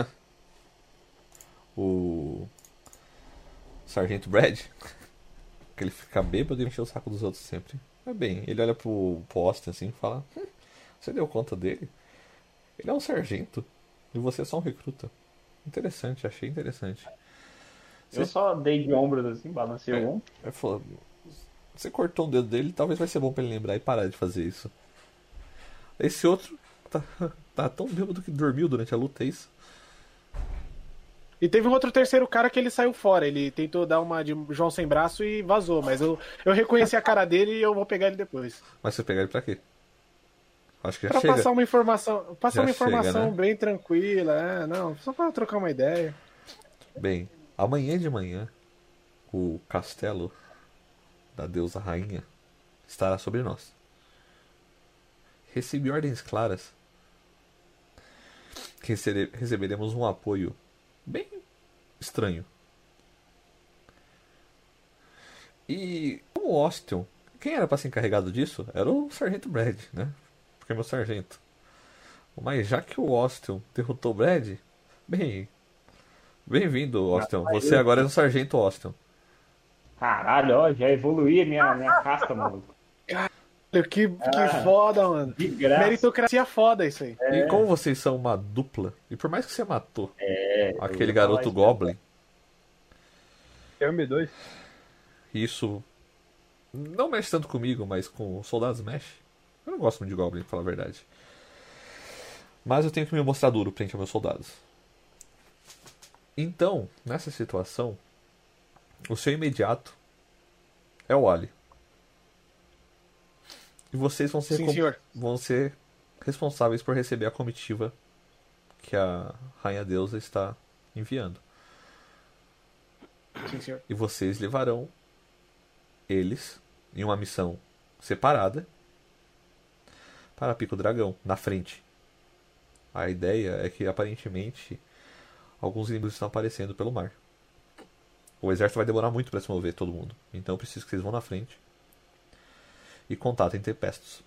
o Sargento Brad, que ele fica bêbado e enche o saco dos outros sempre. É bem, ele olha pro, pro Austin assim e fala: "Hum, você deu conta dele? Ele é um sargento e você é só um recruta. Interessante, achei interessante." Eu só dei de ombros assim, balancei o ombro. Ele falou: você cortou um dedo dele, talvez vai ser bom pra ele lembrar e parar de fazer isso. Esse outro tá, tá tão bêbado que dormiu durante a luta, é isso? E teve um outro terceiro cara que ele saiu fora. Ele tentou dar uma de João sem braço e vazou. Mas eu, eu reconheci a cara dele e eu vou pegar ele depois. Mas você pegar ele pra quê? Acho que já Pra chega. passar uma informação. Passar Já uma informação chega, né? bem tranquila. É, não, só pra trocar uma ideia. Bem, amanhã de manhã, o castelo da deusa rainha estará sobre nós. Recebi ordens claras que recebe- receberemos um apoio bem estranho. E o Austin, quem era para ser encarregado disso? Era o Sargento Brad, né? Porque é meu sargento. Mas já que o Austin derrotou o Brad, bem, bem-vindo, Austin. Você agora é o Sargento Austin. Caralho, ó, já evoluí a minha, minha casta, maluco. Que, que Ah. foda, mano. De graça. Meritocracia foda isso aí. E como vocês são uma dupla, e por mais que você matou É, eu aquele ia falar garoto isso Goblin É o M dois. Isso não mexe tanto comigo, mas com os soldados mexe. Eu não gosto muito de Goblin, pra falar a verdade. Mas eu tenho que me mostrar duro frente aos meus soldados. Então, nessa situação, o seu imediato é o Wally. E vocês vão ser, Sim, com- senhor. vão ser responsáveis por receber a comitiva que a Rainha Deusa está enviando. Sim, senhor. E vocês levarão eles em uma missão separada para Pico Dragão, na frente. A ideia é que aparentemente alguns inimigos estão aparecendo pelo mar. O exército vai demorar muito para se mover, todo mundo. Então eu preciso que vocês vão na frente e contatem Tempestos.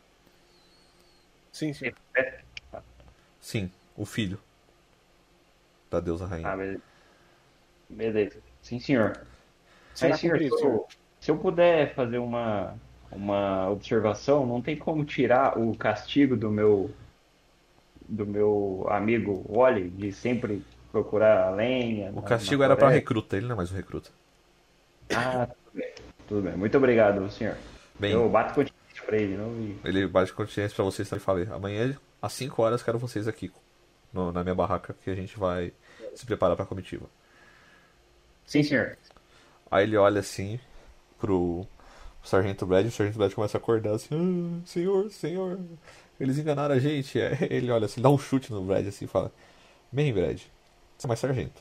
Sim, senhor. Sim, o filho da deusa rainha. Ah, beleza. Beleza. Sim, senhor. Será Aí, senhor, cumprido, se eu, se eu puder fazer uma, uma observação, não tem como tirar o castigo do meu do meu amigo Wally de sempre procurar a lenha. O na- castigo na era para floresta? recruta, ele não é mais um recruta. Ah, tudo bem. Tudo bem. Muito obrigado, senhor. Bem, Eu bato continência pra ele, não? E... ele bate continência pra vocês também. Falei, amanhã às cinco horas quero vocês aqui no- na minha barraca que a gente vai se preparar pra comitiva. Sim, senhor. Aí ele olha assim pro Sargento Brad e o Sargento Brad começa a acordar assim, ah, senhor, senhor, eles enganaram a gente. Aí ele olha assim, dá um chute no Brad assim e fala, bem, Brad, você é mais sargento.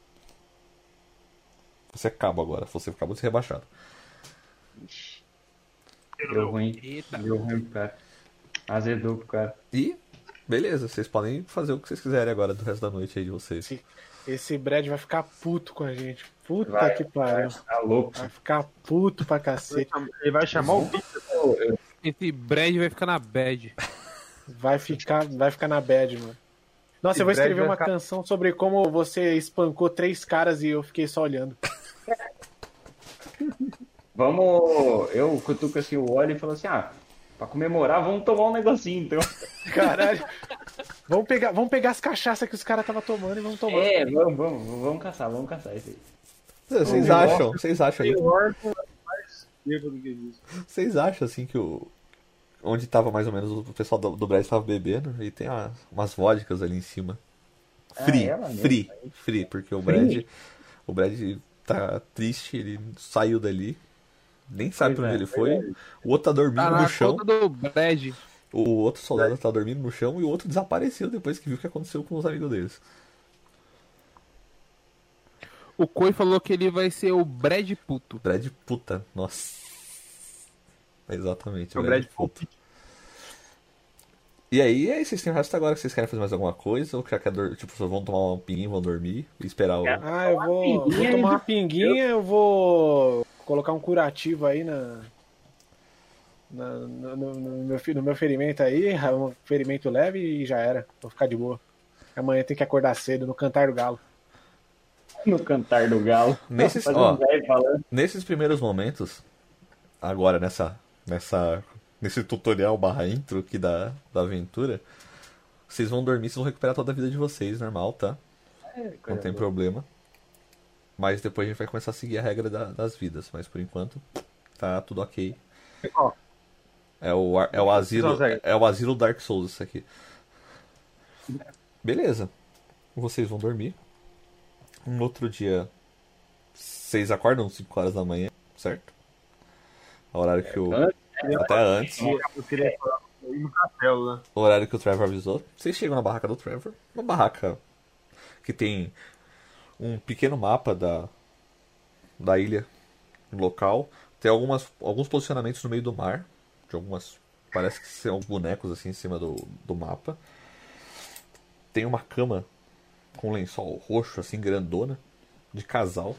Você é cabo agora, você acabou de ser rebaixado. Deu ruim. Eita. Deu ruim pro cara. Azedou pro cara. E, beleza, vocês podem fazer o que vocês quiserem agora do resto da noite aí de vocês. Sim. Esse Brad vai ficar puto com a gente. Puta Vai, que pariu. Tá louco. Vai ficar puto pra cacete. Ele vai chamar o Peter. Esse Brad vai ficar na bad. Vai ficar, vai ficar na bad, mano. Nossa, Esse eu vou Brad escrever vai uma ficar- canção sobre como você espancou três caras e eu fiquei só olhando. Vamos. Eu cutuco assim o óleo e falo assim: ah, pra comemorar, vamos tomar um negocinho então. Caralho. Vamos pegar, vamos pegar as cachaças que os caras estavam tomando e vamos tomar. É, vamos, vamos, vamos caçar, vamos caçar isso aí. Vocês acham, vocês acham aí, O Orton é mais bêbado do que isso. vocês acham assim que o onde tava mais ou menos o pessoal do, do Brad estava bebendo e tem a- umas vodkas ali em cima. Ah, Free, ela mesmo, free, free, porque o Brad, o Brad tá triste, ele saiu dali, nem sabe Pois pra onde é, ele foi. O outro tá dormindo Tá no na chão, conta do Brad. o outro soldado tá dormindo no chão e o outro desapareceu depois que viu o que aconteceu com os amigos deles. O Coi falou que ele vai ser o Brad puto. Brad puta, nossa. Exatamente, É o Brad, Brad puta. E aí, e aí, vocês têm o resto agora que vocês querem fazer mais alguma coisa? Ou que já quer dor... tipo, só vão tomar um pinguinho, vão dormir e esperar o. Ah, eu vou, vou pinguinha tomar e- uma pinguinha, eu vou colocar um curativo aí na, na- no, no- no meu, fe- no meu ferimento aí, um ferimento leve e já era. Vou ficar de boa. Amanhã tem que acordar cedo no cantar do galo. No cantar do galo. Nesses- Fazer ó. um velho falando. Nesses primeiros momentos, agora nessa, nessa, nesse tutorial barra intro aqui da, da aventura, vocês vão dormir, vocês vão recuperar toda a vida de vocês, normal, tá? Não tem problema. Mas depois a gente vai começar a seguir a regra da- das vidas. Mas por enquanto, tá tudo ok. Ó, É o, ar- é o asilo, São as regras. é o asilo Dark Souls isso aqui. Beleza. Vocês vão dormir. Um outro dia, vocês acordam cinco horas da manhã, certo? O horário que o até antes, eu queria falar ir no castelo, né? o horário que o Trevor avisou. Vocês chegam na barraca do Trevor, uma barraca que tem um pequeno mapa da da ilha local. Tem algumas alguns posicionamentos no meio do mar, de algumas parece que são bonecos assim em cima do, do mapa. Tem uma cama com um lençol roxo, assim, grandona, de casal.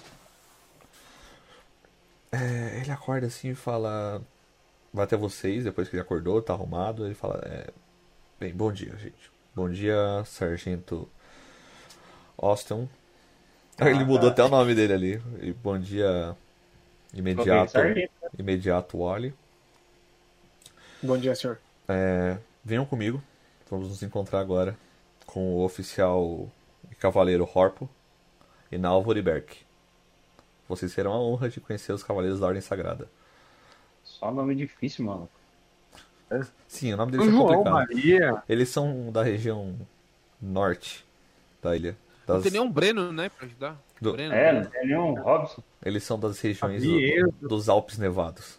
É, ele acorda assim e fala. Vai até vocês, depois que ele acordou, tá arrumado. Ele fala: é, bem, bom dia, gente. Bom dia, Sargento Austin. Ah, ele mudou tá. até o nome dele ali. E bom dia, imediato, Sargento. imediato Wally. Bom dia, senhor. É, venham comigo. Vamos nos encontrar agora com o oficial e cavaleiro Horpo e Nalvor e Berk. Vocês terão a honra de conhecer os Cavaleiros da Ordem Sagrada. Só nome difícil, mano. Sim, o nome deles é João, complicado. Maria. Eles são da região norte da ilha. Não Das- tem nenhum Breno, né, pra ajudar. Do- Breno, É, né? não tem nenhum Robson. Eles são das regiões Maria. do- dos Alpes Nevados.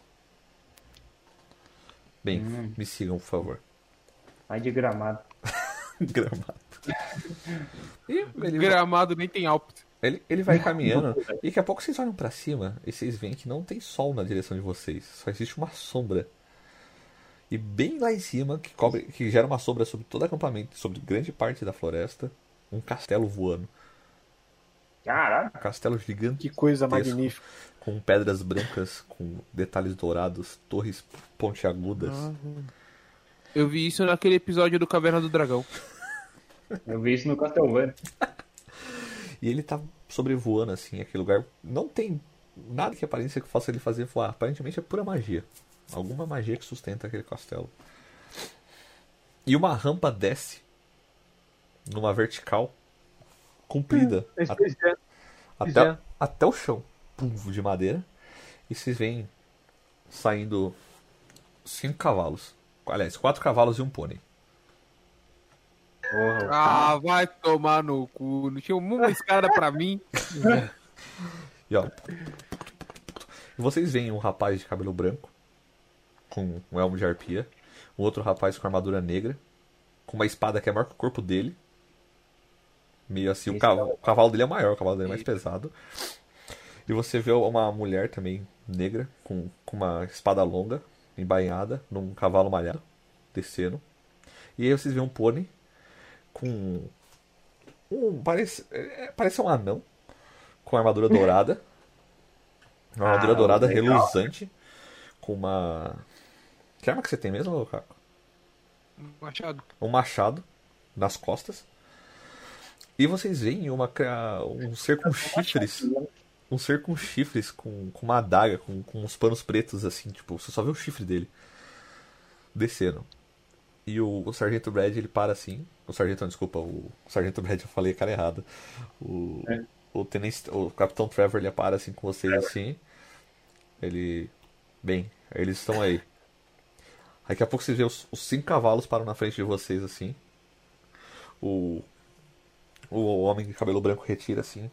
Bem, Hum. me sigam, por favor. Vai de Gramado. Gramado. E ele, Gramado nem tem Alpes. ele, ele vai caminhando e daqui a pouco vocês olham pra cima e vocês veem que não tem sol na direção de vocês. Só existe uma sombra. E bem lá em cima, que, cobre, que gera uma sombra sobre todo o acampamento, sobre grande parte da floresta, um castelo voando. Caralho. Um castelo gigante. Que coisa Texto. magnífica. Com pedras brancas, com detalhes dourados, torres pontiagudas. Eu vi isso naquele episódio do Caverna do Dragão. Eu vi isso no Castlevania. E ele tá sobrevoando assim, aquele lugar. Não tem nada que aparência que faça ele fazer voar. Aparentemente é pura magia. Alguma magia que sustenta aquele castelo. E uma rampa desce numa vertical comprida Esse a- pois é. até, até o chão. Pum, de madeira. E vocês veem saindo cinco cavalos. Aliás, quatro cavalos e um pônei. Porra. Ah, vai tomar no cu. Não tinha uma escada pra mim. E ó. E vocês veem um rapaz de cabelo branco, com um elmo de arpia. Um outro rapaz com armadura negra, com uma espada que é maior que o corpo dele. Meio assim, o Esse cavalo, é o- o cavalo dele é maior, o cavalo dele é mais pesado. E você vê uma mulher também negra, com, com uma espada longa, embainhada, num cavalo malhado, descendo. E aí vocês veem um pônei com. Um, parece, é, parece um anão, com armadura dourada. Uma armadura Ah, dourada legal. reluzante, com uma. Que arma que você tem mesmo, Caco? Machado. Um machado nas costas. E vocês veem uma, cra- um ser com chifres. Um ser com chifres, com, com uma adaga, com, com uns panos pretos assim, tipo, você só vê o chifre dele descendo. E o, o Sargento Brad, ele para assim. O Sargento, não, desculpa, o, o Sargento Brad, eu falei a cara errada. O, É. o, tenente, o Capitão Trevor, ele para assim com vocês assim. Ele. Bem, eles estão aí. Daqui a pouco vocês veem os, os cinco cavalos param na frente de vocês assim. O. O homem de cabelo branco retira assim.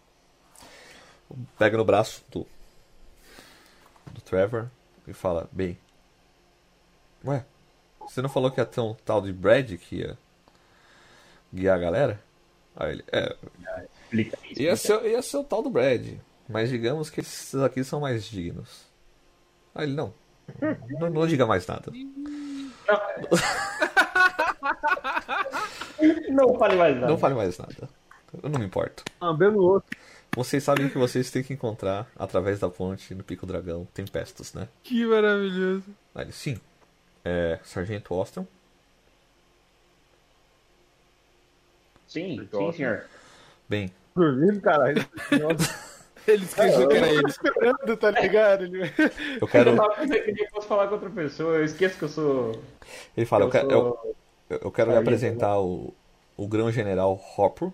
Pega no braço do. Do Trevor e fala: Bem. Ué, você não falou que ia ter um tal de Brad que ia guiar a galera? Aí ele: É, Explica isso. ia ser, ia ser o tal do Brad. Mas digamos que esses aqui são mais dignos. Aí ele: Não. Não, não diga mais nada. Não fale mais nada. Não fale mais nada. Eu não me importo. Lambendo o outro. Vocês sabem que vocês têm que encontrar, através da ponte, no Pico Dragão, Tempestos, né? Que maravilhoso. Aí ele: Sim. É, Sargento Austin. Sim, sim, senhor. Bem, Dormindo, caralho. Nossa. Ele esqueceu que era ele. Esperando, tá ligado? Ele- eu quero. Eu tava pensando que eu posso falar com outra pessoa. Eu esqueço que eu sou. Ele fala: Eu, eu quero, sou... eu, eu quero lhe Sargento, apresentar o, o Grão-General Hopper.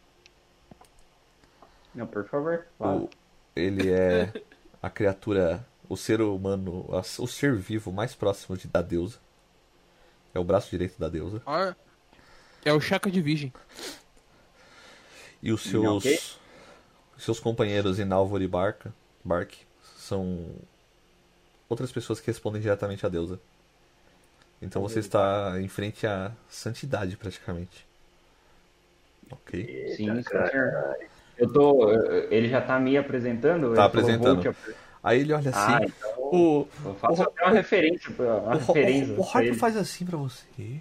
Não, por favor. Fala. O, ele é a criatura, o ser humano, a- o ser vivo mais próximo de, da deusa. É o braço direito da deusa. Olha, é o Chaka de Virgem. E os seus, Ok. seus companheiros Inalvor e Barca, Bark são outras pessoas que respondem diretamente à deusa. Então você está em frente à santidade, praticamente. Ok? Sim, sim, senhor. Eu tô. eu- Ele já tá me apresentando? Tá Ele falou, apresentando. "Vou te apre-" Aí ele olha Ah, assim. então. o, Eu faço o- até uma referência. pra- Uma o, referência o, o pra Harper ele. faz assim pra você.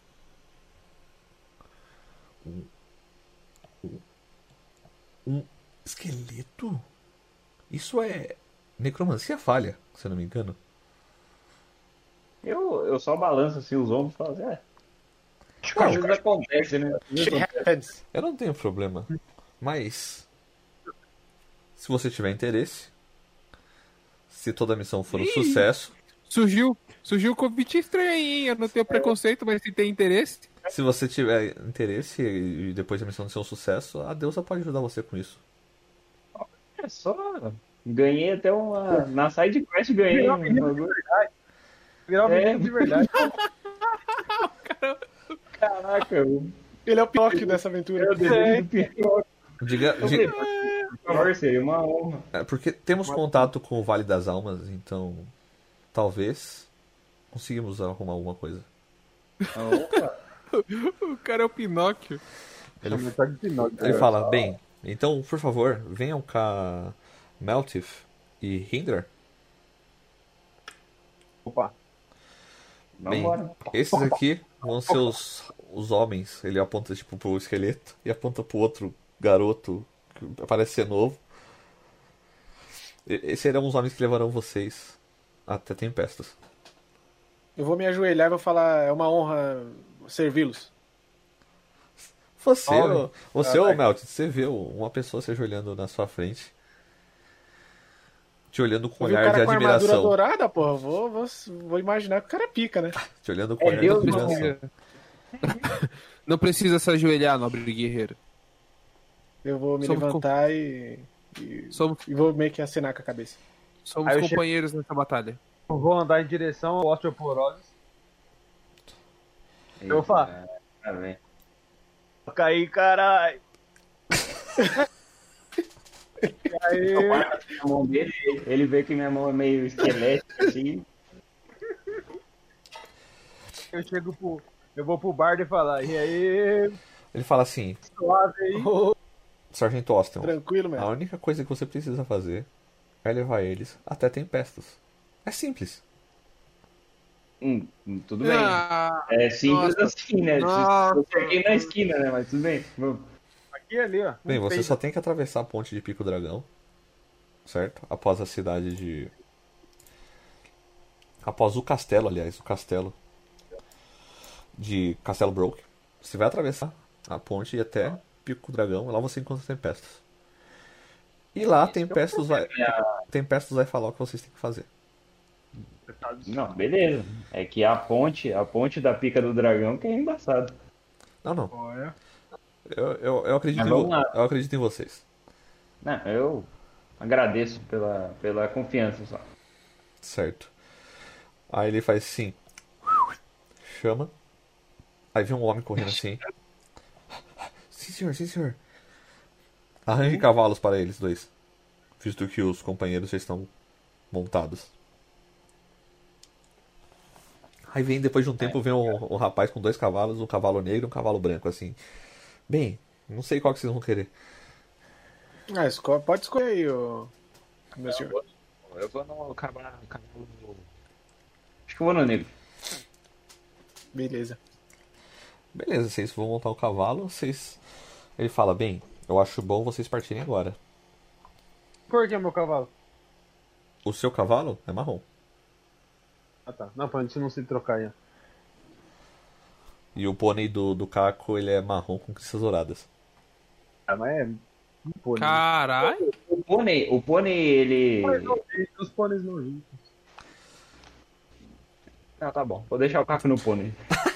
Um, um, um esqueleto? Isso é necromancia falha, se eu não me engano. Eu, eu só balanço assim os ombros e falo assim, é. Acho que Não, às vezes acontece, né? Shit happens. Eu não tenho problema. Mas se você tiver interesse, se toda a missão for um Ih. sucesso, Surgiu, surgiu um convite estranho aí, hein? Eu não tenho preconceito, mas se tem interesse. se você tiver interesse e depois da missão ser um sucesso, a deusa pode ajudar você com isso. É só. Ganhei até uma. Na side quest ganhei Virar um menino de bagulho. verdade. Virar um É. menino de verdade. Caraca, eu. Ele é o Pinóquio dessa aventura. Meu Deus do pior. Diga, Eu diga- falei, por favor, seria uma honra. é, porque temos contato com o Vale das Almas, então talvez conseguimos arrumar alguma coisa. Opa. O cara é o Pinóquio. Ele, Tá de Pinóquio. ele fala, bem, então, por favor, venham cá Meltif e Hindra. Opa. Bem, Vambora. esses aqui vão ser os, os homens. Ele aponta tipo pro esqueleto e aponta pro outro garoto que parece ser novo. E- Esses serão os homens que levarão vocês até Tempestas. Eu vou me ajoelhar e vou falar, é uma honra servi-los. Você, Homem. ô- você Ah, ô vai. Melt, você vê uma pessoa se ajoelhando na sua frente, te olhando com um Eu vi o olhar de cara com a armadura admiração. dourada, porra, vou, vou, vou imaginar que o cara pica, né? Te olhando com É olhar Deus, de não admiração. Não precisa se ajoelhar, nobre guerreiro. Eu vou me Somos levantar e, e, Somos, e vou meio que acenar com a cabeça. somos Aí eu chego- companheiros nessa batalha. Eu vou andar em direção ao osteoporose. Eu vou falar. Tá bem. Toca aí, caralho. Aí, A mão dele, ele vê que minha mão é meio esquelética assim. eu chego pro. Eu vou pro bardo e falar, e aí, Ele fala assim, suave aí. Sargento Austin, Tranquilo, a mesmo. única coisa que você precisa fazer é levar eles até Tempestas. É simples. Hum, hum, tudo bem. Ah, É simples nossa. assim, né? Nossa. Eu cheguei na esquina, né? Mas tudo bem. Vamos. Aqui e ali, ó. Bem, Um você peido. só tem que atravessar a ponte de Pico Dragão, certo? Após a cidade de... Após o castelo, aliás, o castelo de Castelo Broke. Você vai atravessar a ponte e ir até Pico Dragão, lá você encontra Tempestas. E lá Tempestas vai... Tempestas vai falar o que vocês têm que fazer. Não, beleza. É que a ponte, a ponte da pica do dragão que é embaçado. Não, não. Olha. Eu, eu, eu, acredito, Mas em vamos vo- lá. eu acredito em vocês. Não, eu agradeço pela, pela confiança só. Certo. Aí ele faz assim. Chama. Aí vem um homem correndo assim. Sim, senhor, sim, senhor. Arranje cavalos para eles dois. Visto que os companheiros já estão montados. Aí vem, depois de um tempo, vem um, um rapaz com dois cavalos, um cavalo negro e um cavalo branco, assim. Bem, não sei qual que vocês vão querer. Ah, esco- pode escolher aí, ô... meu senhor. Eu vou no cavalo. cavalo... Acho que eu vou no negro. Beleza. Beleza, vocês vão montar o cavalo, vocês... Ele fala, bem, eu acho bom vocês partirem agora. Por que meu cavalo? O seu cavalo é marrom. Ah tá. Não, pra gente não se trocar aí. ó. E o pônei do, do Caco, ele é marrom com cristas douradas. Ah, mas é. Um pônei. caralho. O pônei, o pônei, ele. Mas não, os pôneis não juntos. Ah, tá bom. Vou deixar o Caco no pônei.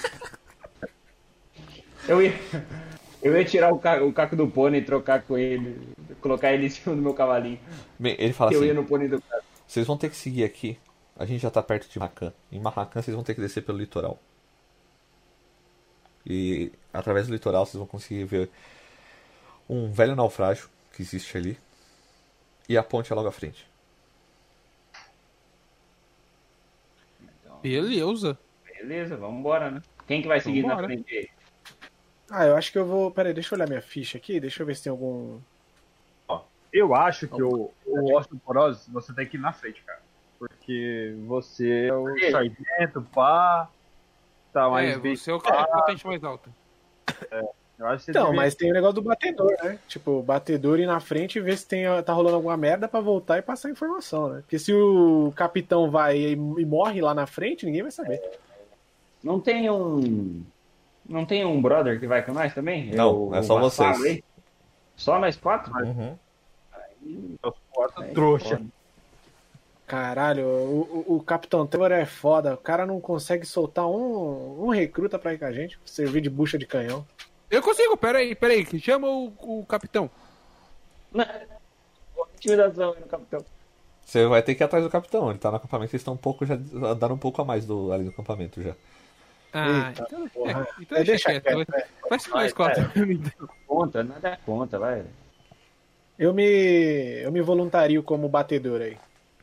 eu ia. Eu ia tirar o caco, o caco do pônei e trocar com ele. Colocar ele em cima do meu cavalinho. Bem, ele fala eu ia assim, no pônei do Caco. vocês vão ter que seguir aqui. A gente já tá perto de Marracan. Em Marracan vocês vão ter que descer pelo litoral. E através do litoral vocês vão conseguir ver um velho naufrágio que existe ali. E a ponte é logo à frente. Beleza. Beleza, vamos embora, né? Quem que vai seguir na Vambora. frente aí? Ah, eu acho que eu vou... Pera aí, deixa eu olhar minha ficha aqui, deixa eu ver se tem algum... Eu acho que o, o osteoporose você tem que ir na frente, cara. Porque você é o quê? sargento, pá. Tá mais É, bem. você é o que tem patente mais alta. Eu acho que você Então, devia- mas tem o negócio do batedor, né? Tipo, batedor ir na frente e ver se tem, tá rolando alguma merda pra voltar e passar a informação, né? Porque se o capitão vai e, e morre lá na frente, ninguém vai saber. Não tem um. Não tem um brother que vai com nós também? Não, é só Vassalo vocês. aí? Só nós quatro? Uhum. os quatro Aí, trouxa. foda. Caralho, o, o, o Capitão Trevor é foda. O cara não consegue soltar um, um recruta pra ir com a gente, servir de bucha de canhão. Eu consigo, peraí, peraí. que Chama o, o capitão. Intimidação aí no capitão. Você vai ter que ir atrás do capitão. Ele tá no acampamento, vocês estão um pouco já andando um pouco a mais do, ali no acampamento já. Ah, Eita, então, porra. é, então É, deixa deixa quieto. quieto, Vai, vai ser mais Vai, quatro. Conta, nada conta, vai. Eu me, eu me voluntario como batedor aí.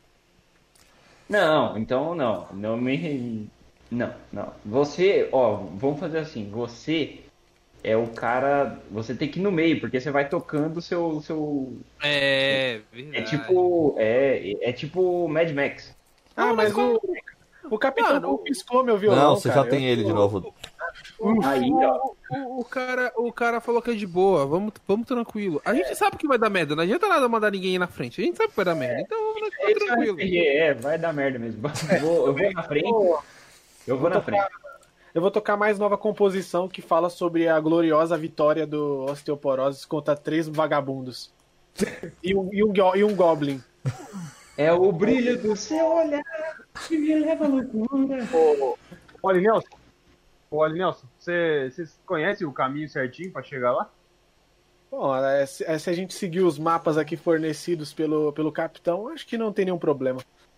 Não, então não. Não me. Não, não. Você, ó, vamos fazer assim. Você é o cara. Você tem que ir no meio, porque você vai tocando o seu. seu... É, verdade. É tipo. É, é tipo Mad Max. Ah, mas o, o capitão Mano, não piscou meu violão, Não, você cara. já tem Eu- ele de novo. Aí, ó. O, o cara, o cara falou que é de boa, vamos, vamos tranquilo. A gente sabe que vai dar merda, não adianta nada mandar ninguém ir na frente. A gente sabe que vai dar merda, então vamos ficar Esse é um tranquilo. R P G, é, vai dar merda mesmo. Eu vou, eu vou na frente. Eu vou na frente. Eu vou tocar mais nova composição que fala sobre a gloriosa vitória do Osteoporose contra três vagabundos. E um, e um, go- e um Goblin. É o brilho do seu olhar que me leva à loucura. Olha, Nelson. Olha, Nelson, você, vocês conhecem o caminho certinho pra chegar lá? Bom, é, se, é, se a gente seguir os mapas aqui fornecidos pelo, pelo capitão, acho que não tem nenhum problema.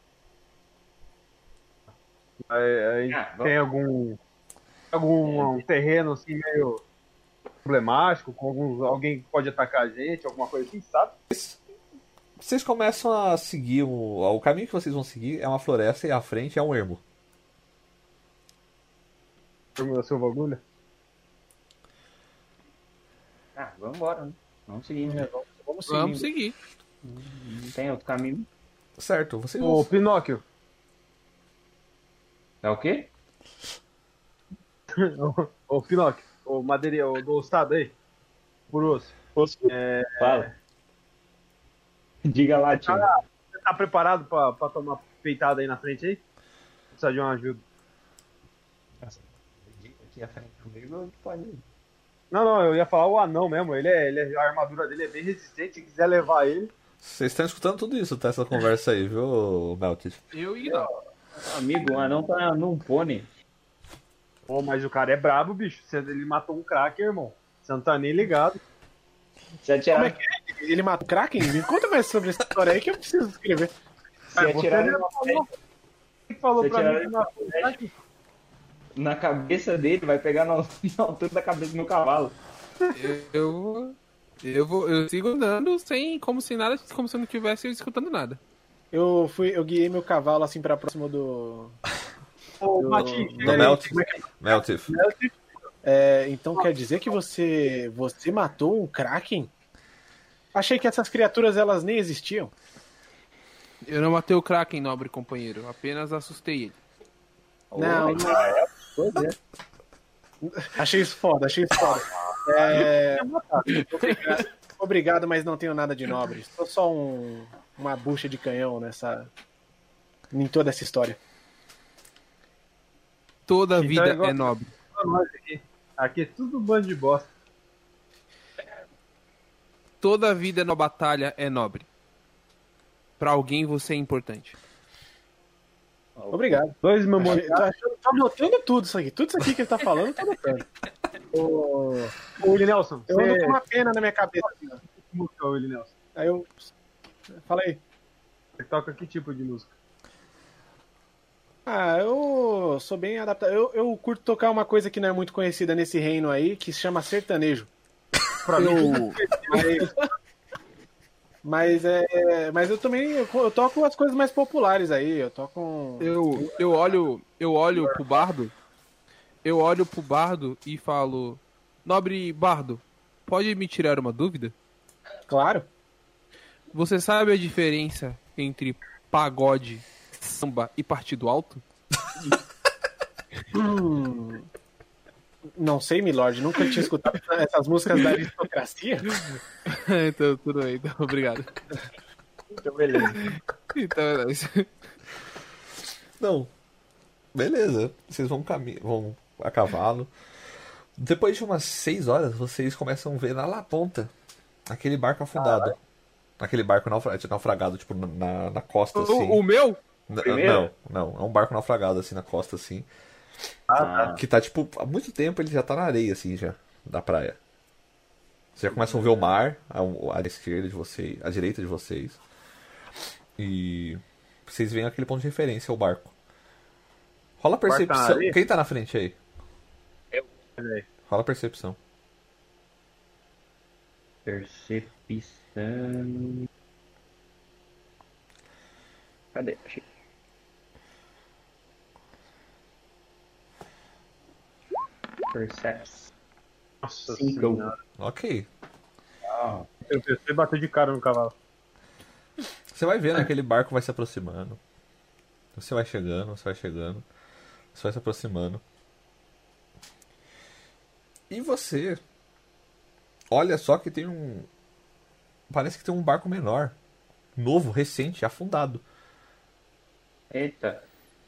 Aí, aí Ah, vamos. tem algum algum um terreno assim meio problemático, com alguns, alguém que pode atacar a gente, alguma coisa assim, sabe? Vocês começam a seguir o, o caminho que vocês vão seguir é uma floresta e à frente é um ermo. Turma da Silva Agulha. Ah, vamos embora, né? Vamos seguir, né? Vamos seguir. Vamos seguir. Não tem outro caminho. Certo, vocês Ô, vão. Pinóquio. É o quê? Ô, Pinóquio. Ô, Madeirinha, ô, do estado aí. Por osso. Fala. Diga lá, tio. Você tá preparado pra, pra tomar peitada aí na frente aí? Precisa de uma ajuda. Aqui à frente comigo, pode ir. Não, não, eu ia falar o anão mesmo. Ele é, ele é- a armadura dele é bem resistente. Se quiser levar ele. Vocês estão escutando tudo isso, tá? Essa conversa aí, viu, Melted? Eu e não. Amigo, o anão tá num pônei. Pô, mas o cara é brabo, bicho. Você- Ele matou um cracker, irmão. Você não tá nem ligado. Se atirar, Como é que é? Ele mata o Kraken? Me conta mais sobre essa história aí que eu preciso escrever. se atirar Você numa falou, quem falou Você pra tirar mim ele que matou um cracker? na cabeça dele, vai pegar na, na altura da cabeça do meu cavalo. Eu, eu vou, eu sigo andando sem, como se nada, como se eu não tivesse escutando nada. Eu fui, eu guiei meu cavalo assim pra próximo do. Ô, do- Matinho, do- Do chega Melt. aí. Meltif. É, então quer dizer que você você matou um Kraken? Achei que essas criaturas elas nem existiam. Eu não matei o Kraken, nobre companheiro, apenas assustei ele. Não, Oi, não. Pois é. Achei isso foda, achei isso foda. É, obrigado, obrigado, mas não tenho nada de nobre. Sou só um, uma bucha de canhão nessa. Em toda essa história. Toda Então vida é igual- é nobre. Pra nós aqui. Aqui é tudo bando de bosta. Toda vida na batalha é nobre. Pra alguém você é importante. Obrigado. Dois Achei, memoriais. tô, achando- tô anotando tudo isso aqui. Tudo isso aqui que ele tá falando, eu tô anotando. Ô, ô, Willie Nelson, Eu ando você... com uma pena na minha cabeça. Assim, ó. Que música, Willie Nelson? Aí eu. Fala aí. Você toca que tipo de música? Ah, eu sou bem adaptado. Eu, eu curto tocar uma coisa que não é muito conhecida nesse reino aí, que se chama sertanejo. Pra mim, Mas, mas é. Mas eu também eu, eu toco as coisas mais populares aí. Eu toco. Um... Eu, eu olho, eu olho pro bardo, eu olho pro bardo e falo: Nobre bardo, pode me tirar uma dúvida? Claro. Você sabe a diferença entre pagode, samba e partido alto? Hum, não sei, Milord. Nunca tinha escutado essas músicas da aristocracia. Então, tudo bem, então, obrigado. Então, beleza. Então, é isso. Não. Beleza. Vocês vão cami vão a cavalo. Depois de umas seis horas, vocês começam a ver lá na ponta aquele barco afundado. Aquele barco naufra naufragado, tipo, na, na costa, assim. O, o meu? N- primeiro? Não, não. É um barco naufragado, assim, na costa, assim. Ah, Que tá, tipo, há muito tempo ele já tá na areia, assim, já, da praia. Vocês já começam a ver o mar, a, a esquerda de vocês, a direita de vocês. E vocês veem aquele ponto de referência, o barco. Rola barco tá na percepção. areia? Quem tá na frente aí? Peraí. Rola percepção. Percepção. Cadê? Achei. Percepção. Nossa Cinco. senhora. Ok. Ah, Eu pensei em bater de cara no cavalo. Você vai vendo, aquele barco vai se aproximando. Você vai chegando, você vai chegando. Você vai se aproximando. E você olha só que tem um. Parece que tem um barco menor. Novo, recente, afundado. eita.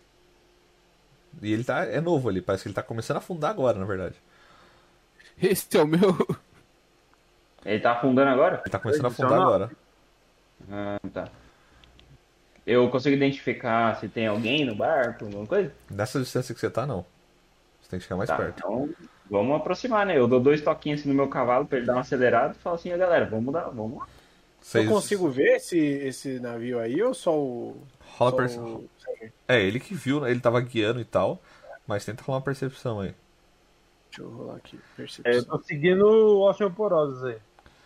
E ele tá. É novo ali, parece que ele tá começando a afundar agora, na verdade. Esse é o meu. Ele tá afundando agora? Ele tá começando a Isso afundar não. agora. Ah, tá. Eu consigo identificar se tem alguém no barco, alguma coisa? Nessa distância que você tá, não. Você tem que chegar mais Tá, perto. então vamos aproximar, né? Eu dou dois toquinhos assim no meu cavalo pra ele dar uma acelerada e falo assim, "Ó, galera, vamos dar, vamos lá." Vocês... Eu consigo ver esse, esse navio aí ou só o. Rola só perce- o- É, ele que viu, né? Ele tava guiando e tal. Mas tenta rolar uma percepção aí. Deixa eu rolar aqui. É, eu Percepção. tô seguindo o osteoporose aí.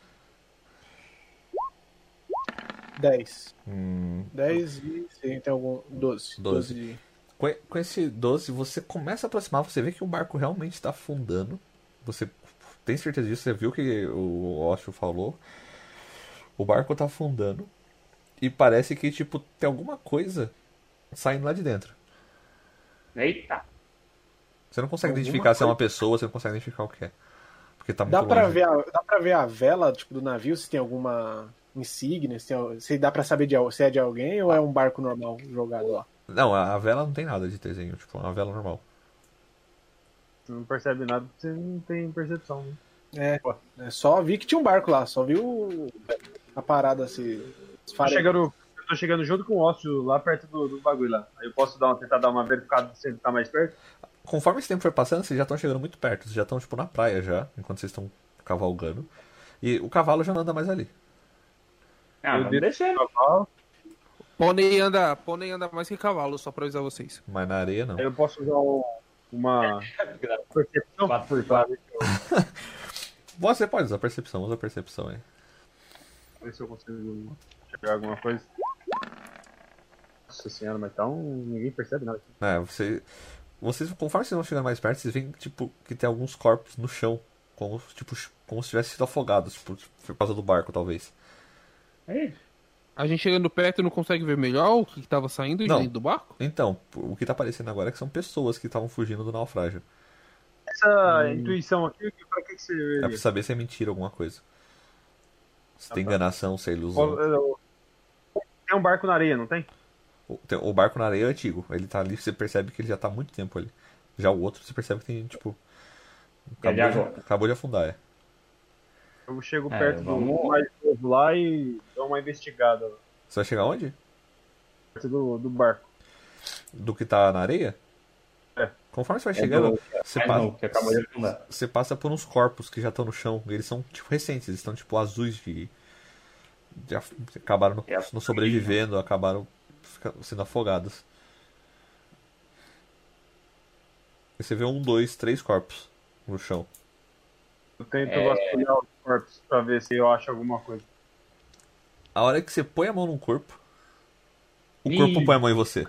dez. Hum, dez e. Tem, tem algum. doze. Doze. doze. Com e- com esse doze, você começa a aproximar, você vê que o barco realmente está afundando. Você tem certeza disso, você viu que o Osho falou. O barco tá afundando. E parece que, tipo, tem alguma coisa saindo lá de dentro. Eita! Você não consegue Alguma identificar se é uma coisa. pessoa, você não consegue identificar o que é. Porque tá muito Dá pra, longe. ver a, dá pra ver a vela tipo, do navio, se tem alguma insígnia, se, tem, se dá pra saber de, al- se é de alguém ou é um barco normal jogado lá. Não, a a vela não tem nada de desenho, tipo, é uma vela normal. Você não percebe nada porque você não tem percepção, né? É, é, só vi que tinha um barco lá, só vi o, a parada se Tô esfarelar. chegando, eu tô chegando junto com o ócio lá perto do, do bagulho lá. Aí eu posso dar uma, tentar dar uma verificada se ele tá mais perto. Conforme esse tempo for passando, vocês já estão chegando muito perto. Vocês já estão, tipo, na praia já, enquanto vocês estão cavalgando. E o cavalo já não anda mais ali. Ah, Eu vamos desço descer. do cavalo, Pônei anda, pônei anda mais que cavalo, só pra avisar vocês. Mas na areia, não. aí eu posso usar um- uma percepção. quatro por quatro. Você pode usar percepção, usa percepção aí. Ver se eu consigo chegar alguma coisa. Nossa senhora, mas tá um. Ninguém percebe nada aqui. É, você. Vocês, conforme vocês vão chegando mais perto, vocês veem, tipo, que tem alguns corpos no chão. Como, tipo, como se tivessem sido afogados, tipo, por causa do barco, talvez. Ei, A gente chegando perto não consegue ver melhor o que que tava saindo de Não. dentro do barco? Então, o que tá aparecendo agora é que são pessoas que estavam fugindo do naufrágio. Essa intuição aqui, pra que, que você É pra vê? saber se é mentira alguma coisa. Se tem tá. enganação, se é ilusão. Tem um barco na areia, não tem? O, tem- o barco na areia é antigo. Ele tá ali, você percebe que ele já tá há muito tempo ali. Já o outro, você percebe que tem, tipo. É de Acabou, de, agora. acabou de afundar, é. Eu chego É, perto vamos- do mais novo lá e dou uma investigada Você vai chegar onde? perto do, do barco. Do que tá na areia? É. Conforme você vai É chegando, do- você, mais passa, novo, que acabou de afundar. você passa por uns corpos que já estão no chão. Eles são, tipo, recentes. Eles estão, tipo, azuis de. de af- acabaram no, É, no sobrevivendo, acabaram fica- sendo afogados. E você vê um, dois, três corpos no chão. Eu tento É. vasculhar os corpos pra ver se eu acho alguma coisa. A hora que você põe a mão num corpo, o Ih. corpo põe a mão em você.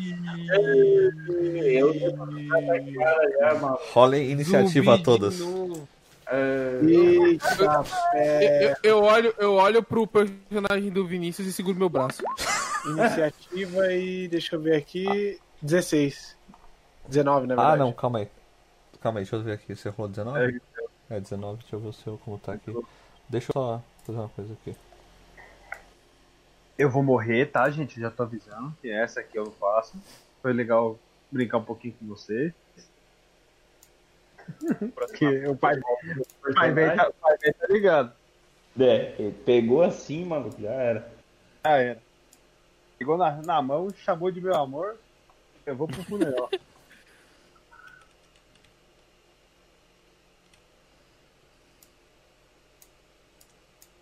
Eu já, mano. Rolem iniciativa Zumbi de todas. novo. Eita, é, Eu, eu olho, eu olho pro personagem do Vinícius e seguro meu braço. iniciativa e deixa eu ver aqui. dezesseis. dezenove, na verdade. Ah, não, calma aí. Calma aí, deixa eu ver aqui. Você rolou dezenove? É, dezenove, deixa eu ver o seu como tá aqui. Deixa eu só fazer uma coisa aqui. Eu vou morrer, tá, gente? Já tô avisando que essa aqui eu não faço. Foi legal brincar um pouquinho com você. Porque o pai, o pai velho tá, o pai velho tá ligado. É, ele pegou assim, mano, já era. Já era. Pegou na, na mão, chamou de meu amor. Eu vou pro funeral.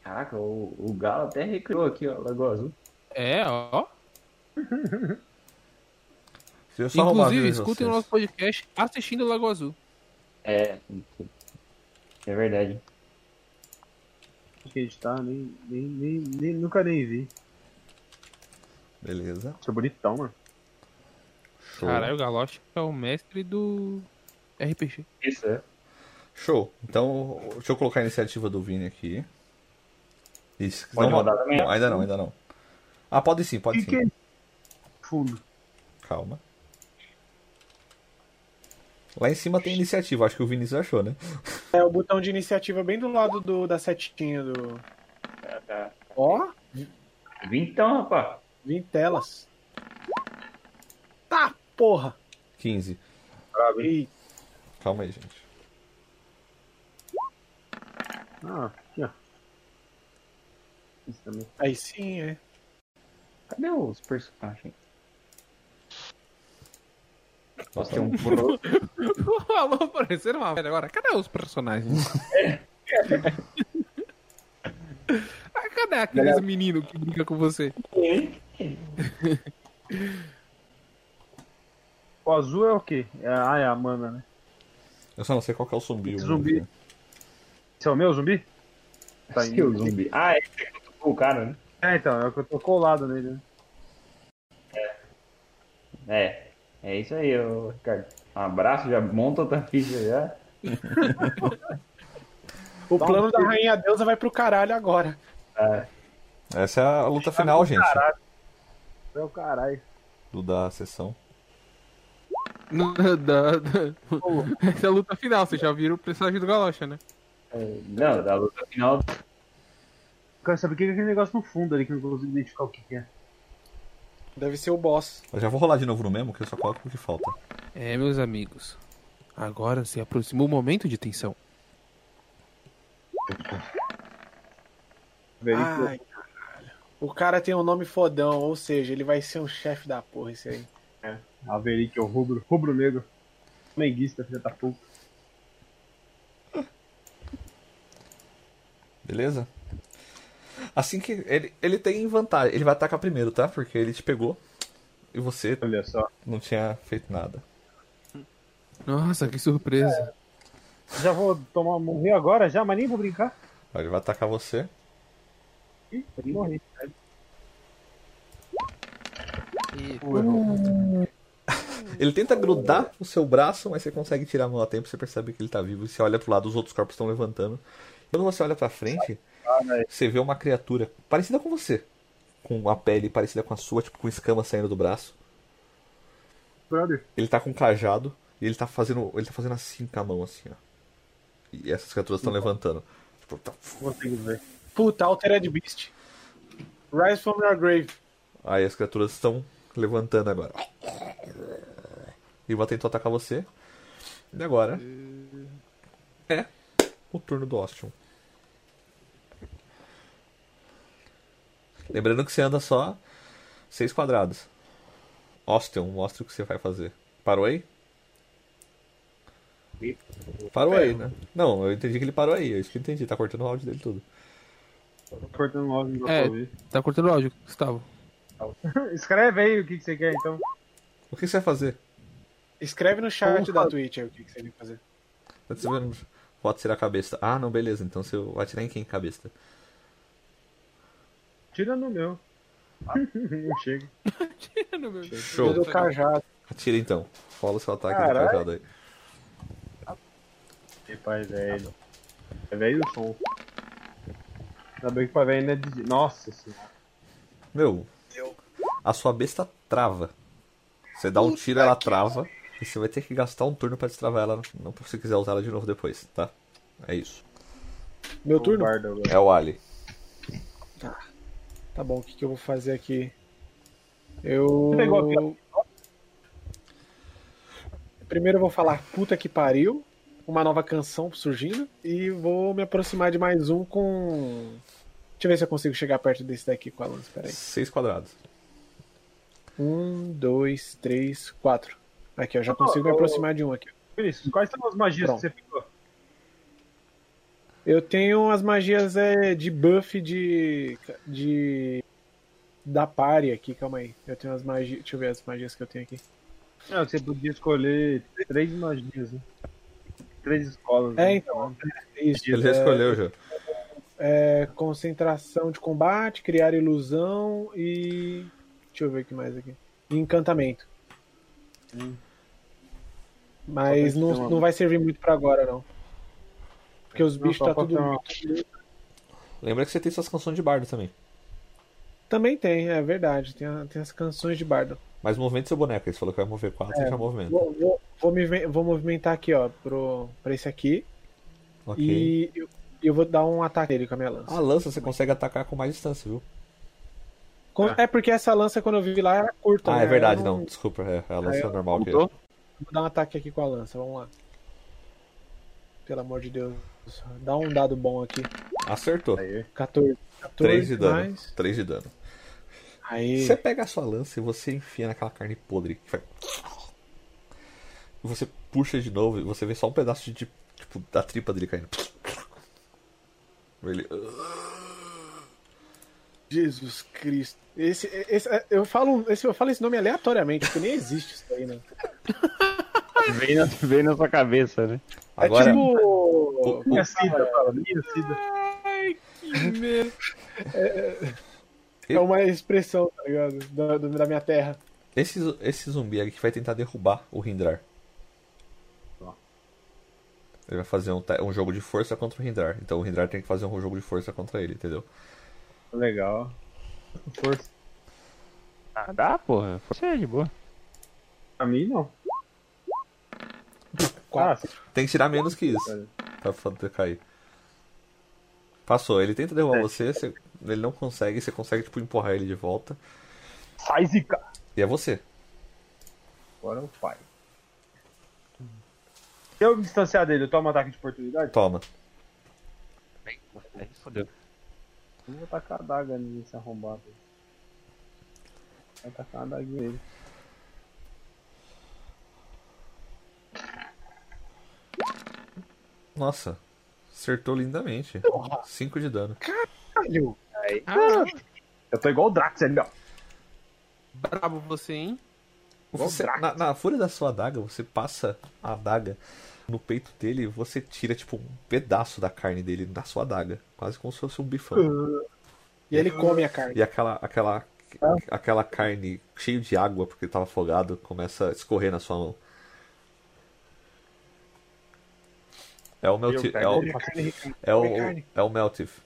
Caraca, o, o Galo até recriou aqui, ó, Lagoa Azul. É, ó. Deixa eu só roubar a Inclusive, vida de escutem o vocês. nosso podcast assistindo o Lagoa Azul. É, é verdade. Que a gente tá, nem, nem, nem, nem- nunca nem vi. Beleza. Isso é bonitão, mano. Show. Caralho, o Galocha é o mestre do R P G. Isso, é. Show. Então, deixa eu colocar a iniciativa do Vini aqui. Isso. Pode Não, rodar também? não, ainda não, ainda não. Ah, pode sim, pode Que sim. que é fundo? Calma. Lá em cima tem iniciativa, acho que o Vinícius achou, né? É o botão de iniciativa bem do lado do, da setinha do. Tá, tá. Ó, Vintão, rapaz. vinte telas. Tá, porra! quinze. Ih, Calma aí, gente. Ah, aqui, ó. Isso também. aí sim, é. Cadê os personagens? Nossa, tem um pro... Alô, parecendo uma velha agora. Cadê os personagens? Ah, cadê aqueles meninos que brincam com você? O azul é o quê? É, ah, é a mana, né? Eu só não sei qual que é o zumbi. Zumbi. Esse é o meu zumbi? Tá Esse é o zumbi. Ah, é que você tocou o cara, né? É, então, é o que eu tô colado nele, né? É. É isso aí, ô, Ricardo. Um abraço, já monta outra ficha já. O plano da Rainha Deusa vai pro caralho agora. Ah, Essa é a luta final, gente. É o caralho. Do da sessão. No- da- da- Essa é a luta final, vocês já viram o personagem do Galocha, né? é, não, da luta final. Quero saber o que é aquele negócio no fundo ali que eu não consigo identificar o que que é. Deve ser o boss. Eu já vou rolar de novo no mesmo, que eu só coloco o que falta. É, meus amigos. Agora se aproximou o momento de tensão. Ai, caralho. O cara tem um nome fodão, ou seja, ele vai ser um chefe da porra, esse aí. Averick, é o rubro, rubro negro. Menguista, filha da puta. Beleza? Assim que. Ele, ele tem vantagem. Ele vai atacar primeiro, tá? Porque ele te pegou. E você Olha só. não tinha feito nada. Nossa, que surpresa. Já vou tomar, morrer agora já, mas nem vou brincar. Ele vai atacar você. Ih, morri. Ele tenta grudar o seu braço, mas você consegue tirar a mão a tempo. Você percebe que ele tá vivo. E você olha pro lado, os outros corpos estão levantando. Quando você olha pra frente, você vê uma criatura parecida com você. Com a pele parecida com a sua, tipo com escamas saindo do braço. Brother. Ele tá com um cajado e ele tá fazendo. Ele tá fazendo assim com a mão, assim, ó. E essas criaturas estão levantando. Tipo, tá... Consigo ver. Puta, Altered Beast. Rise from your grave. Aí as criaturas estão levantando agora. E vai tentar atacar você. E agora é o turno do Ostion. Lembrando que você anda só seis quadrados. Ostion, mostra o que você vai fazer. Parou aí? Parou aí, né? Não, eu entendi que ele parou aí. É isso que eu entendi. Tá cortando o áudio dele tudo. Tô cortando o áudio, não dá É. pra ouvir. Tá cortando o áudio, Gustavo. Escreve aí o que, que você quer, então. O que você vai fazer? Escreve no chat Porra. da Twitch aí o que, que você vai fazer. Tá dizendo, pode tirar a cabeça. Ah, não, beleza. Então você vai atirar em quem cabeça? Tira no meu. Não chega. Show. Do cajado. Atira então. Fala o seu ataque Caralho. do cajado aí. Que pai velho. É velho o som. Ainda bem que pai velho não é de... Nossa senhora. Meu, a sua besta trava. Você dá um tiro, ela trava. E você vai ter que gastar um turno pra destravar ela. Não pra você quiser usar ela de novo depois, tá? É isso. Meu turno? Bardo agora. É o Ali. Tá bom, o que, que eu vou fazer aqui? Eu. Você pegou aqui, Primeiro eu vou falar puta que pariu. Uma nova canção surgindo. E vou me aproximar de mais um com. Deixa eu ver se eu consigo chegar perto desse daqui com a lança. Peraí. Seis quadrados. Um, dois, três, quatro. Aqui, eu já consigo me aproximar de um aqui. Vinícius, quais são as magias Pronto. que você pegou? Eu tenho as magias é, de buff de. de. da party aqui, calma aí. Eu tenho as magias. Deixa eu ver as magias que eu tenho aqui. Não, você podia escolher três magias, né? Três escolas. É, né? então. é Isso. Ele já é, escolheu já. é, concentração de combate, criar ilusão e. Deixa eu ver o que mais aqui. E encantamento. Hum. Mas Só pra ter não, uma- não vai servir muito pra agora, não. Porque os Não, bichos só tá pra tudo. ter uma- Lembra que você tem suas canções de bardo também. Também tem, é verdade. Tem, a- tem as canções de bardo. Mas movimenta seu boneco. Ele falou que vai mover quatro, É, você já movimenta. Vou, vou, vou, me, ve- vou movimentar aqui, ó, pro, pra esse aqui. Ok. E eu, eu vou dar um ataque nele com a minha lança. A lança você consegue atacar com mais distância, viu? Com- é porque essa lança, quando eu vi lá, era curta. Ah, né? é verdade, Eu não. Desculpa, é a lança Aí eu- normal aqui. Voltou? Vou dar um ataque aqui com a lança, vamos lá. Pelo amor de Deus. Dá um dado bom aqui. Acertou. Aí. quatorze. quatorze três de dano. mais. três de dano. Aí. Você pega a sua lança e você enfia naquela carne podre. Que vai... Você puxa de novo e você vê só um pedaço de tipo da tripa dele caindo. Ele... Jesus Cristo. Esse, esse, eu, falo, esse, eu falo esse nome aleatoriamente, porque nem existe isso aí, né? Vem na, vem na sua cabeça, né? Agora, É tipo. Minha Cida, fala, minha Cida. Ai, que merda. É uma expressão, tá ligado? Da, do- da minha terra. esse, zu- esse zumbi aqui vai tentar derrubar o Hindrar. Ele vai fazer um, te- um jogo de força contra o Hindrar. Então o Hindrar tem que fazer um jogo de força contra ele, entendeu? Legal. Força. Ah, dá, porra. Força é de boa. Pra mim, não. Ah, sim. Tem que tirar menos que isso pra poder cair. Passou, ele tenta derrubar É. você, você- ele não consegue, você consegue tipo empurrar ele de volta. Sai, Zica. E é você. Agora é o pai. Se eu me distanciar dele, eu tomo ataque de oportunidade? Toma. Aí fodeu. Eu vou tacar a adaga nesse arrombado. Vai tacar a adaguinha nele. Nossa, acertou lindamente. cinco de dano. Caralho! Ah, Eu tô igual o Drax ali, ó. brabo você, hein? Você- na, na fúria da sua adaga, você passa a adaga no peito dele e você tira tipo um pedaço da carne dele da sua adaga. Quase como se fosse um bifão. E ele come a carne. E aquela, aquela, aquela carne cheia de água, porque ele tava afogado, começa a escorrer na sua mão. É o Meltif. Eu É o, pego Come a carne, Ricardo. é Come a o, carne. é o Meltif.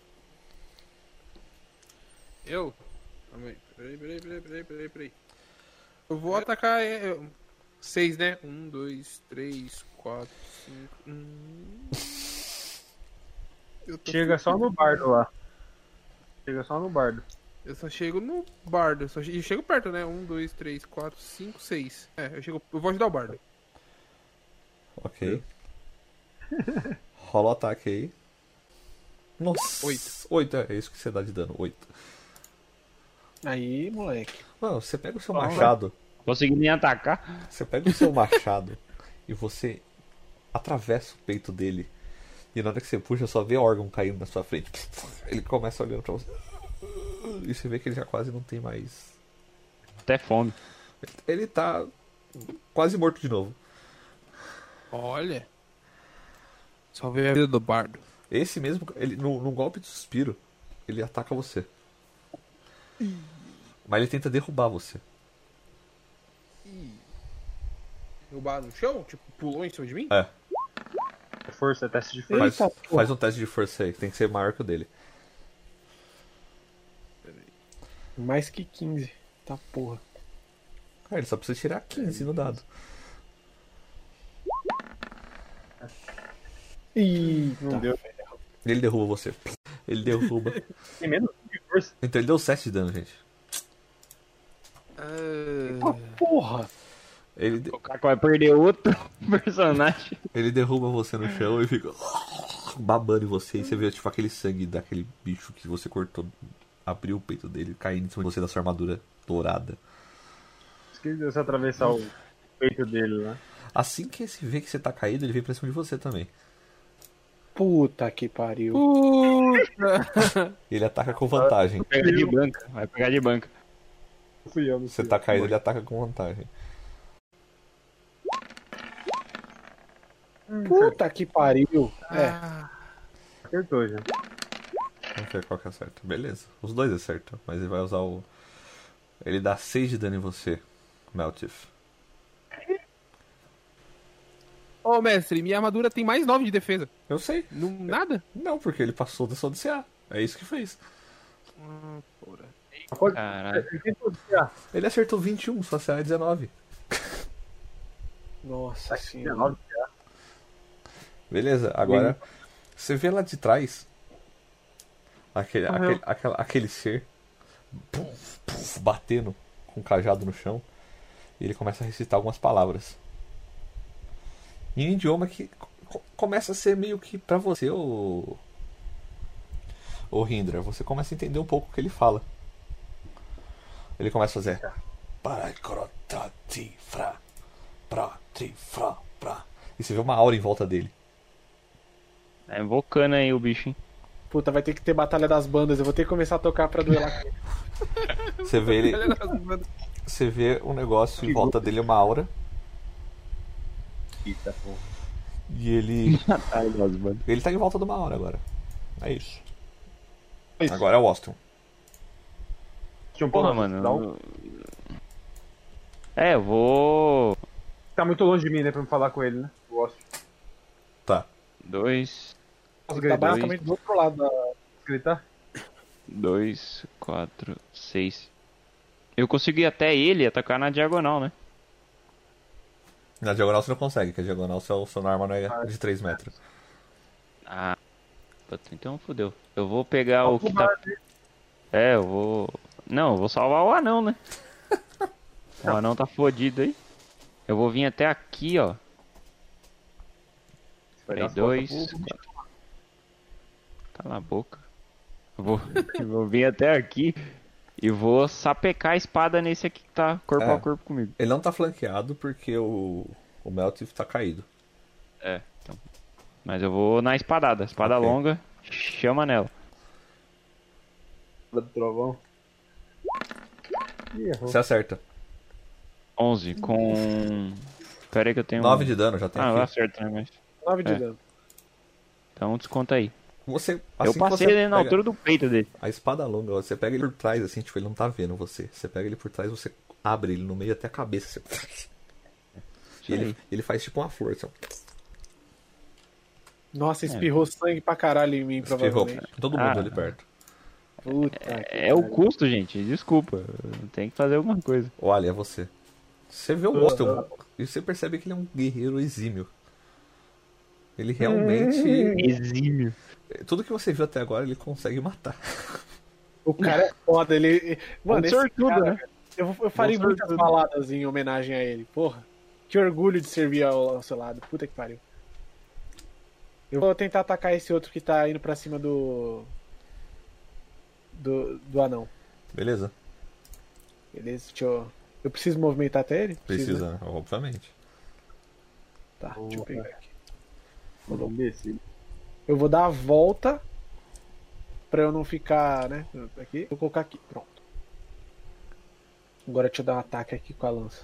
Eu? Calma aí. Peraí, peraí, peraí, peraí, peraí, peraí. Eu vou atacar. É, eu- seis, né? Um, dois, três, quatro, cinco. Hum... Eu tô Chega só no bardo lá. Chega só no bardo. Eu só chego no bardo. Eu, só che- eu chego perto, né? Um, dois, três, quatro, cinco, seis. É, eu chego. Eu vou ajudar o bardo. Ok. Rola o ataque aí. Nossa. Oito. Oito, é isso que você dá de dano. Oito. Aí, moleque. Mano, você pega o seu Ah, machado. Consegui nem atacar. Você pega o seu machado e você atravessa o peito dele. E na hora que você puxa, só vê órgão caindo na sua frente. Ele começa olhando pra você. E você vê que ele já quase não tem mais. Até fome. Ele tá quase morto de novo. Olha. Só veio a vida do bardo. Esse mesmo, ele, no, no golpe de suspiro, ele ataca você. Mas ele tenta derrubar você. Derrubar no chão? Tipo, pulou em cima de mim? É. Força, é teste de força. Faz, Eita, porra. faz um teste de força aí, tem que ser maior que o dele. Mais que quinze. Tá porra. Cara, ele só precisa tirar quinze no dado. Eita. Não deu. Ele derruba você. Ele derruba. Tem menos de força. Então ele deu sete de dano, gente. Ah, Porra! Ele, de- O Caco vai perder outro personagem. ele derruba você no chão e fica babando em você. E você vê tipo aquele sangue daquele bicho que você cortou. Abriu o peito dele, caindo em cima de você da sua armadura dourada. Esqueci de você atravessar o peito dele, né? Assim que ele vê que você tá caído, ele vem pra cima de você também. Puta que pariu. Puta. Ele ataca com vantagem. Vai pegar de banca, vai pegar de banca. Fui eu, não Você fui tá eu. caído, ele ataca com vantagem. Puta que pariu. É. Acertou já. Vamos ver qual que acerta. Beleza. Os dois acertam, mas ele vai usar o... Ele dá seis de dano em você, Meltif. Ô, mestre, minha armadura tem mais nove de defesa. Eu sei. Não, nada? Não, porque ele passou da sua D C A. É isso que fez. Pode... Caralho. Ele tentou desviar. Ele acertou vinte e um, sua C A é dezenove. Nossa senhora. dezenove. Beleza, agora você vê lá de trás aquele, aquele, aquela- aquele ser puf, puf, batendo com o cajado no chão e ele começa a recitar algumas palavras em um idioma que co- começa a ser meio que pra você, ô ô Hindra, você começa a entender um pouco o que ele fala. Ele começa a fazer Parakrotati fra pra tri fra pra e você vê uma aura em volta dele. Tá invocando aí o bicho, hein? Puta, vai ter que ter batalha das bandas. Eu vou ter que começar a tocar pra duelar. Você vê ele, você vê um negócio em volta dele, uma aura, Eita, porra. e ele Ai, das bandas. ele tá em volta de uma aura agora. É isso. Isso. Agora é o Austin. Tinha um Porra, pouco, mano. dá um- eu- É, eu vou. Tá muito longe de mim, né, pra me falar com ele, né? Eu gosto. Tá. Dois. Posso Tá gritar? basicamente do outro lado da. Posso gritar? Dois, quatro, seis. Eu consegui até ele atacar na diagonal, né? Na diagonal você não consegue, porque a diagonal seu, sua arma não é de três metros. Ah. puta, Então fodeu. Eu vou pegar o que tá. É, eu vou. Não, eu vou salvar o anão, né? O anão tá fodido aí. Eu vou vir até aqui, ó. Vai dar Peraí, as dois. costas pro- quatro. Cala a boca. Eu vou, eu vou vir até aqui e vou sapecar a espada nesse aqui que tá corpo É. a corpo comigo. Ele não tá flanqueado porque o, o Meltif tá caído. É, então. Mas eu vou na espadada. Espada Ok. longa, chama nela. do trovão. Ih, errou. Você acerta. onze com. Pera aí que eu tenho. nove de dano, já tem Ah, eu aqui. acerto, né? Mas... nove de É. dano. Então desconta aí. Você, eu assim que passei você ele na pega altura do peito dele. a espada longa, você pega ele por trás, assim, tipo, ele não tá vendo você. Você pega ele por trás, você abre ele no meio até a cabeça. Assim. E ele, aí. ele faz tipo uma flor, assim, ó. Nossa, espirrou sangue pra caralho em mim, Espirrou provavelmente. todo mundo Ah. ali perto. Puta. que É o custo, gente. Desculpa. Tem que fazer alguma coisa. Olha, é você. Você vê o Austin e você percebe que ele é um guerreiro exímio. Ele realmente. Exímio. Tudo que você viu até agora, ele consegue matar. O cara é foda, ele. Mano, Um esse sortudo, cara, né? Eu, eu farei Um muitas sortudo. baladas em homenagem a ele. Porra. Que orgulho de servir ao, ao seu lado. Puta que pariu. Eu vou tentar atacar esse outro que tá indo pra cima do. Do, do anão. Beleza? Beleza? Deixa eu. Eu preciso movimentar até ele? Preciso, Precisa, né? né? Obviamente. Tá, deixa eu pegar aqui. Vamos descer. Eu vou dar a volta pra eu não ficar, né? Aqui. Vou colocar aqui. Pronto. Agora deixa eu dar um ataque aqui com a lança.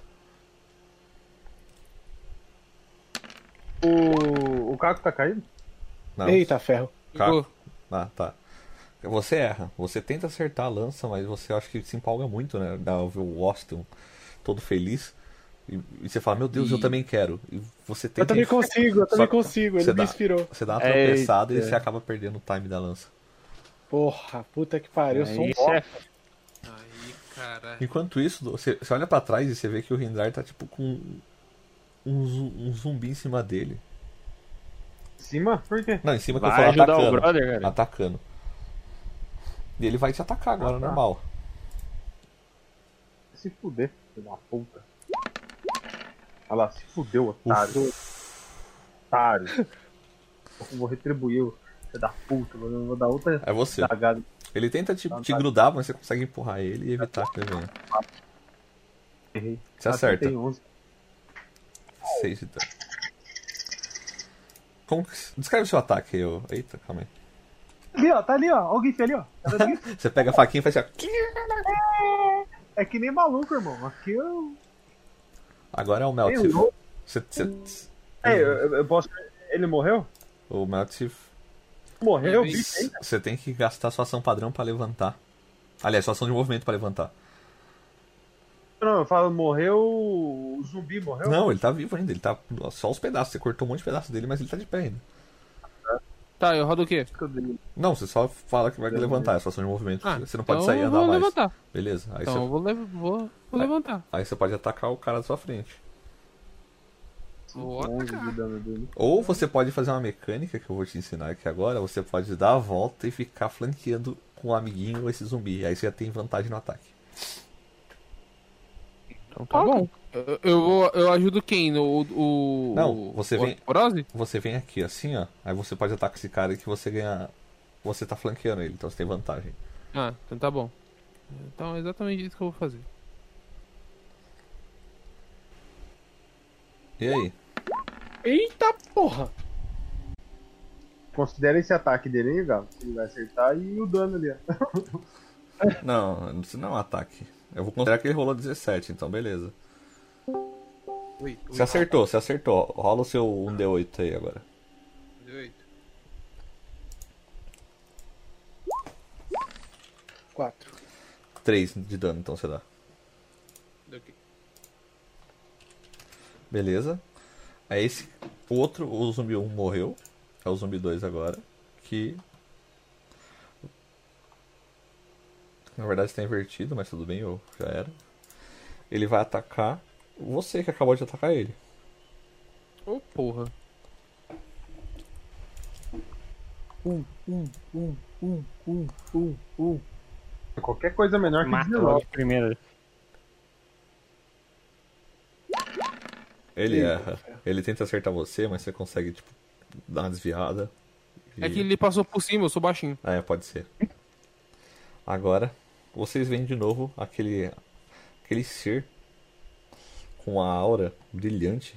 O, o Caco tá caído? Não. Eita, ferro. Caco. Ah, tá. Você erra. Você tenta acertar a lança, mas você acha que se empolga muito, né? Dá ver o Austin todo feliz. E, e você fala, meu Deus, eu E- também quero. E você tenta. Eu também consigo, eu também Só- consigo. Ele você me dá- inspirou. Você dá uma Eita. tropeçada e você acaba perdendo o time da lança. Porra, puta que pariu. Eu sou um Isso é. Aí, cara. Enquanto isso, você, você olha pra trás e você vê que o Rindar tá tipo com um, zu- um zumbi em cima dele. Em cima? Por quê? Não, em cima que eu Vai falo ajudar atacando. o brother, cara. Atacando. E ele vai te atacar agora, Ah, tá. normal. Se fuder, filho da puta. Olha lá, se fudeu, otário. Otário. Eu vou retribuir o filho da puta, eu vou dar outra É você. cagada. Ele tenta te, Tá, te tá. grudar, mas você consegue empurrar ele e evitar que ele venha. Errei. Você acerta. Tem onze. seis de dano. Como que... Descreve o seu ataque aí, ô. Eita, calma aí. Ali, ó, tá ali, ó. Olha o GIF ali, ó. Tá vendo o GIF? Você pega a faquinha e faz assim, ó. É que nem maluco, irmão. Aqui eu. Agora é o Meltif. Eu- Você, você... É, eu, eu posso. Ele morreu? O Meltif. Morreu, É bicho isso. ainda. Você tem que gastar sua ação padrão pra levantar. Aliás, sua ação de movimento pra levantar. Não, eu falo, morreu. O zumbi morreu? Não, ele tá vivo ainda. Ele tá só os pedaços. Você cortou um monte de pedaços dele, mas ele tá de pé ainda. Tá, eu rodo o quê? Não, você só fala que vai levantar. É sua ação de movimento. Ah, você não pode então sair e eu andar vou mais. levantar. Beleza. Aí, Então eu você... vou, lev- vou, vou levantar. Aí você pode atacar o cara da sua frente. Vou onze atacar. de dano dele. Ou você pode fazer uma mecânica que eu vou te ensinar aqui agora. Você pode dar a volta e ficar flanqueando com um amiguinho ou esse zumbi. Aí você já tem vantagem no ataque. Então tá bom. Eu, eu, vou, eu ajudo quem? No, o, o, Não, você o vem- Orose? Você vem aqui assim, ó. Aí você pode atacar esse cara que você ganha. Você tá flanqueando ele, então você tem vantagem. Ah, então tá bom. Então é exatamente isso que eu vou fazer. E aí? Eita porra! Considera esse ataque dele aí, Galo. Se ele vai acertar e o dano ali, ó. Não, isso não é um ataque. Eu vou considerar que ele rolou dezessete, então beleza. Ui, Você acertou, você acertou. Rola o seu um D oito aí agora. Quatro. três de dano, então você dá. Beleza. Aí esse o outro, o zumbi um morreu. É o zumbi dois agora. Que. Na verdade está invertido, mas tudo bem, eu já era. Ele vai atacar você que acabou de atacar ele. Ô porra. Um, um, um, um, um, um, um. Qualquer coisa menor que Mata dezenove. logo primeiro. Ele erra. Ele tenta acertar você, mas você consegue, tipo, dar uma desviada. E... É que ele passou por cima, eu sou baixinho. É, pode ser. Agora, vocês veem de novo aquele aquele ser com a aura brilhante.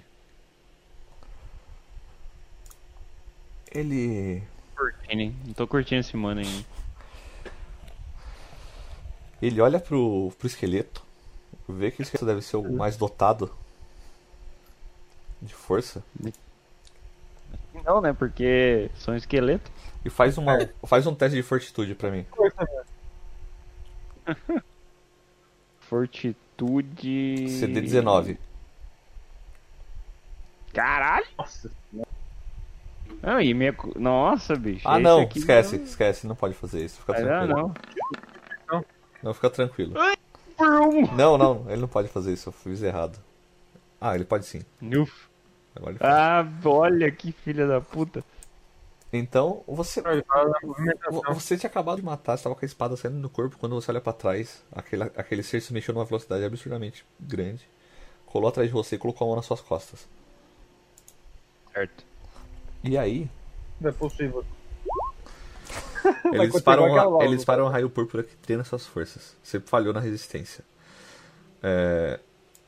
Ele Curtindo, hein? Não tô curtindo esse mano ainda. ele olha pro, pro esqueleto, vê que o esqueleto deve ser o mais dotado de força Não, né? Porque são esqueletos. e faz uma faz um teste de fortitude pra mim. Fortitude. C D dezenove. Caralho! Nossa. Não, e minha. co- Nossa, bicho. Ah, esse não, aqui esquece, não- esquece, não pode fazer isso, fica Ah, tranquilo. não. Não, fica tranquilo. Brum. Não, não, ele não pode fazer isso, eu fiz errado. Ah, ele pode sim. Uf. Agora ele pode. Ah, olha que filha da puta. Então, você Ele fala da vo- movimentação. você tinha acabado de matar, estava com a espada saindo do corpo, quando você olha pra trás, aquele, aquele ser se mexeu numa velocidade absurdamente grande, colou atrás de você e colocou a mão nas suas costas. Certo. E aí, Não é possível. ele continuar dispara, um, aquela ra- logo, ele dispara um raio púrpura que treina suas forças. Você falhou na resistência. É...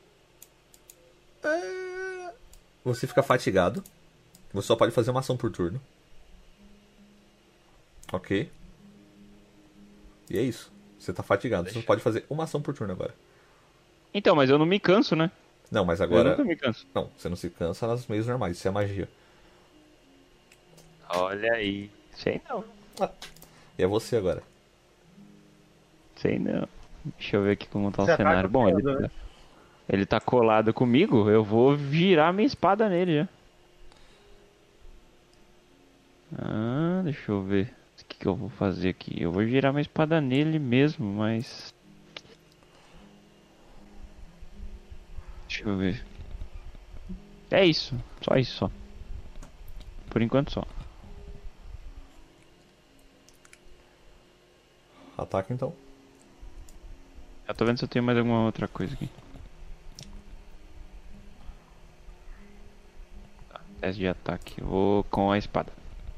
É... Você fica fatigado. Você só pode fazer uma ação por turno. Ok. E é isso. Você tá fatigado. Você só pode fazer uma ação por turno agora. Então, mas eu não me canso, né? Não, mas Eu agora. nunca me canso. Não, você não se cansa nas meios normais. Isso é magia. Olha aí. Sei não. E é você agora. Sei não. Deixa eu ver aqui como tá o Você ataca cenário. Bom, ele primeiro, tá, ele tá colado comigo. Eu vou virar minha espada nele já. Ah, deixa eu ver. O que, que eu vou fazer aqui? Eu vou girar minha espada nele mesmo, mas. Deixa eu ver. É isso. Só isso só. Por enquanto só. Ataca então. Já tô vendo se eu tenho mais alguma outra coisa aqui. Tá, teste de ataque. Eu vou com a espada.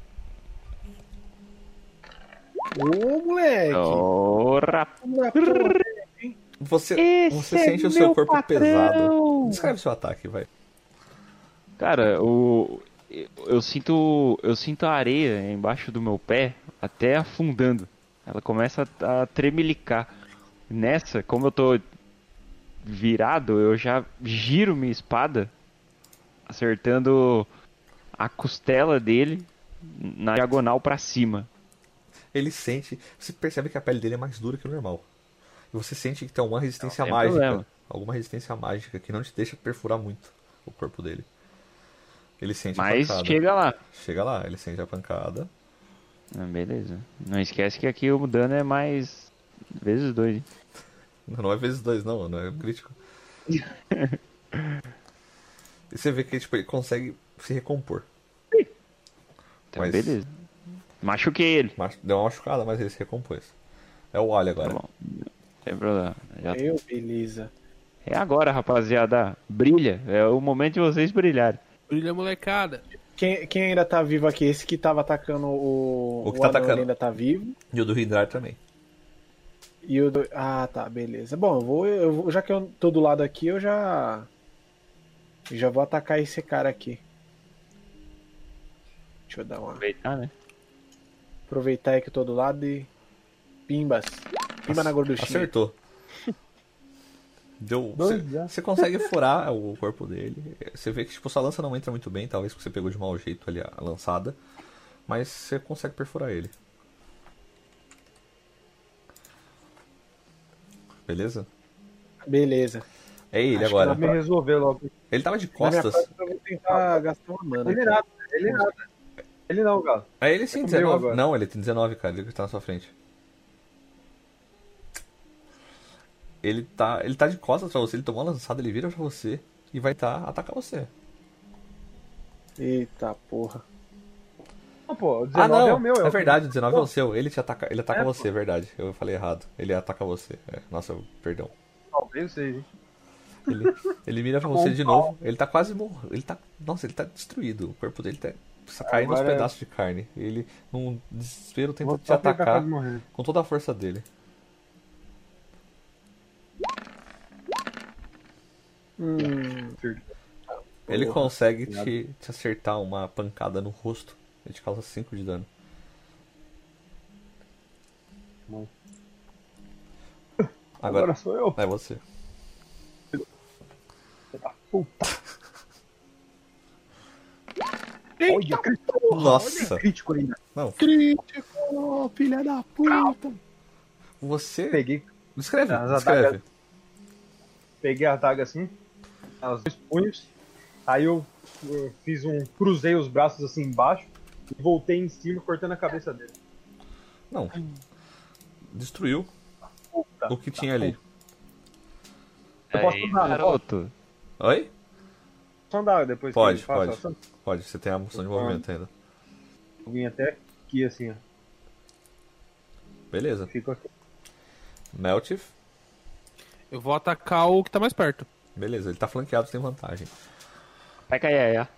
Ô, moleque! Ora! Você, Esse você é sente o seu meu corpo patrão! pesado. Descreve seu ataque, vai. Cara, o eu, eu sinto eu sinto a areia embaixo do meu pé até afundando. Ela começa a, a tremelicar. Nessa, como eu tô virado, eu já giro minha espada, acertando a costela dele na diagonal pra cima. Ele sente. Você percebe que a pele dele é mais dura que o normal. E você sente que tem alguma resistência Não tem mágica. problema. Alguma resistência mágica que não te deixa perfurar muito o corpo dele. Ele sente a Mas pancada. chega lá. Chega lá, ele sente a pancada. Ah, beleza. Não esquece que aqui o dano é mais vezes dois, hein? Não, não é vezes dois, não, não é crítico. E você vê que tipo, ele consegue se recompor. Então, Mas- beleza. Machuquei ele. Mas deu uma machucada, mas ele se recompôs. É o alho Tá agora. bom. Sem problema. Já- Meu, beleza. É agora, rapaziada. Brilha. É o momento de vocês brilharem. Brilha, molecada. Quem, quem ainda tá vivo aqui? Esse que tava atacando o. O que o tá anão, atacando. ele ainda tá vivo. E o do Hindrar também. E o do... Ah, tá, beleza. Bom, eu vou, eu vou. Já que eu tô do lado aqui, eu já. Já vou atacar esse cara aqui. Deixa eu dar uma. Aproveitar, né? Aproveitar aí que eu tô do lado e. Pimbas. Pimba na gorduchinha. Acertou. Deu. Dois Você, já. você consegue furar o corpo dele. Você vê que tipo, sua lança não entra muito bem, talvez porque você pegou de mau jeito ali a lançada. Mas você consegue perfurar ele. Beleza? Beleza. É ele Acho que agora. Pra me resolver logo. Ele tava de Na minha costas. próxima eu vou tentar gastar uma mana. Ele aqui. nada, ele nada. Ele não, Galo. É ele sim, É o meu dezenove. agora. Não, ele tem dezenove, cara. Ele que tá na sua frente. Ele tá, ele tá de costas pra você, ele tomou uma lançada, ele vira pra você e vai tá, atacar você. Eita porra. Não, pô, o Ah, dezenove não, é o meu. é o verdade, o dezenove é Pô. o seu. Ele te ataca, ele ataca É, você, é verdade. Eu falei errado. Ele ataca você. É, nossa, perdão. Talvez seja, hein? Ele, ele mira pra você de novo. Ele tá quase morrendo. Ele tá, nossa, ele tá destruído. O corpo dele tá caindo aos Agora é- pedaços de carne. Ele, num desespero, tenta Vou te só ficar atacar quase morrendo. com toda a força dele. Hum, Ele Porra, consegue te, te acertar uma pancada no rosto. Ele te causa cinco de dano. Bom. Agora, Agora sou eu. é você. Puta. Olha, crítico. Nossa. Olha, crítico ainda. Não, crítico, filha da puta. você. Peguei, Descreve, As descreve. adagas. peguei a adaga assim, os dois punhos. Aí eu, eu fiz um. Cruzei os braços assim embaixo e voltei em cima, cortando a cabeça dele. Não. Destruiu Puta. o que tinha ali. Eu posso Aí, andar, não garoto. Oi? Só andar depois Pode, que eu faço pode. ação. Pode, você tem a moção de movimento ainda. Eu vim até aqui assim, ó. Beleza. Fico aqui. Meltif. Eu vou atacar o que tá mais perto. Beleza, ele tá flanqueado, sem vantagem. Vai cair aí, ó.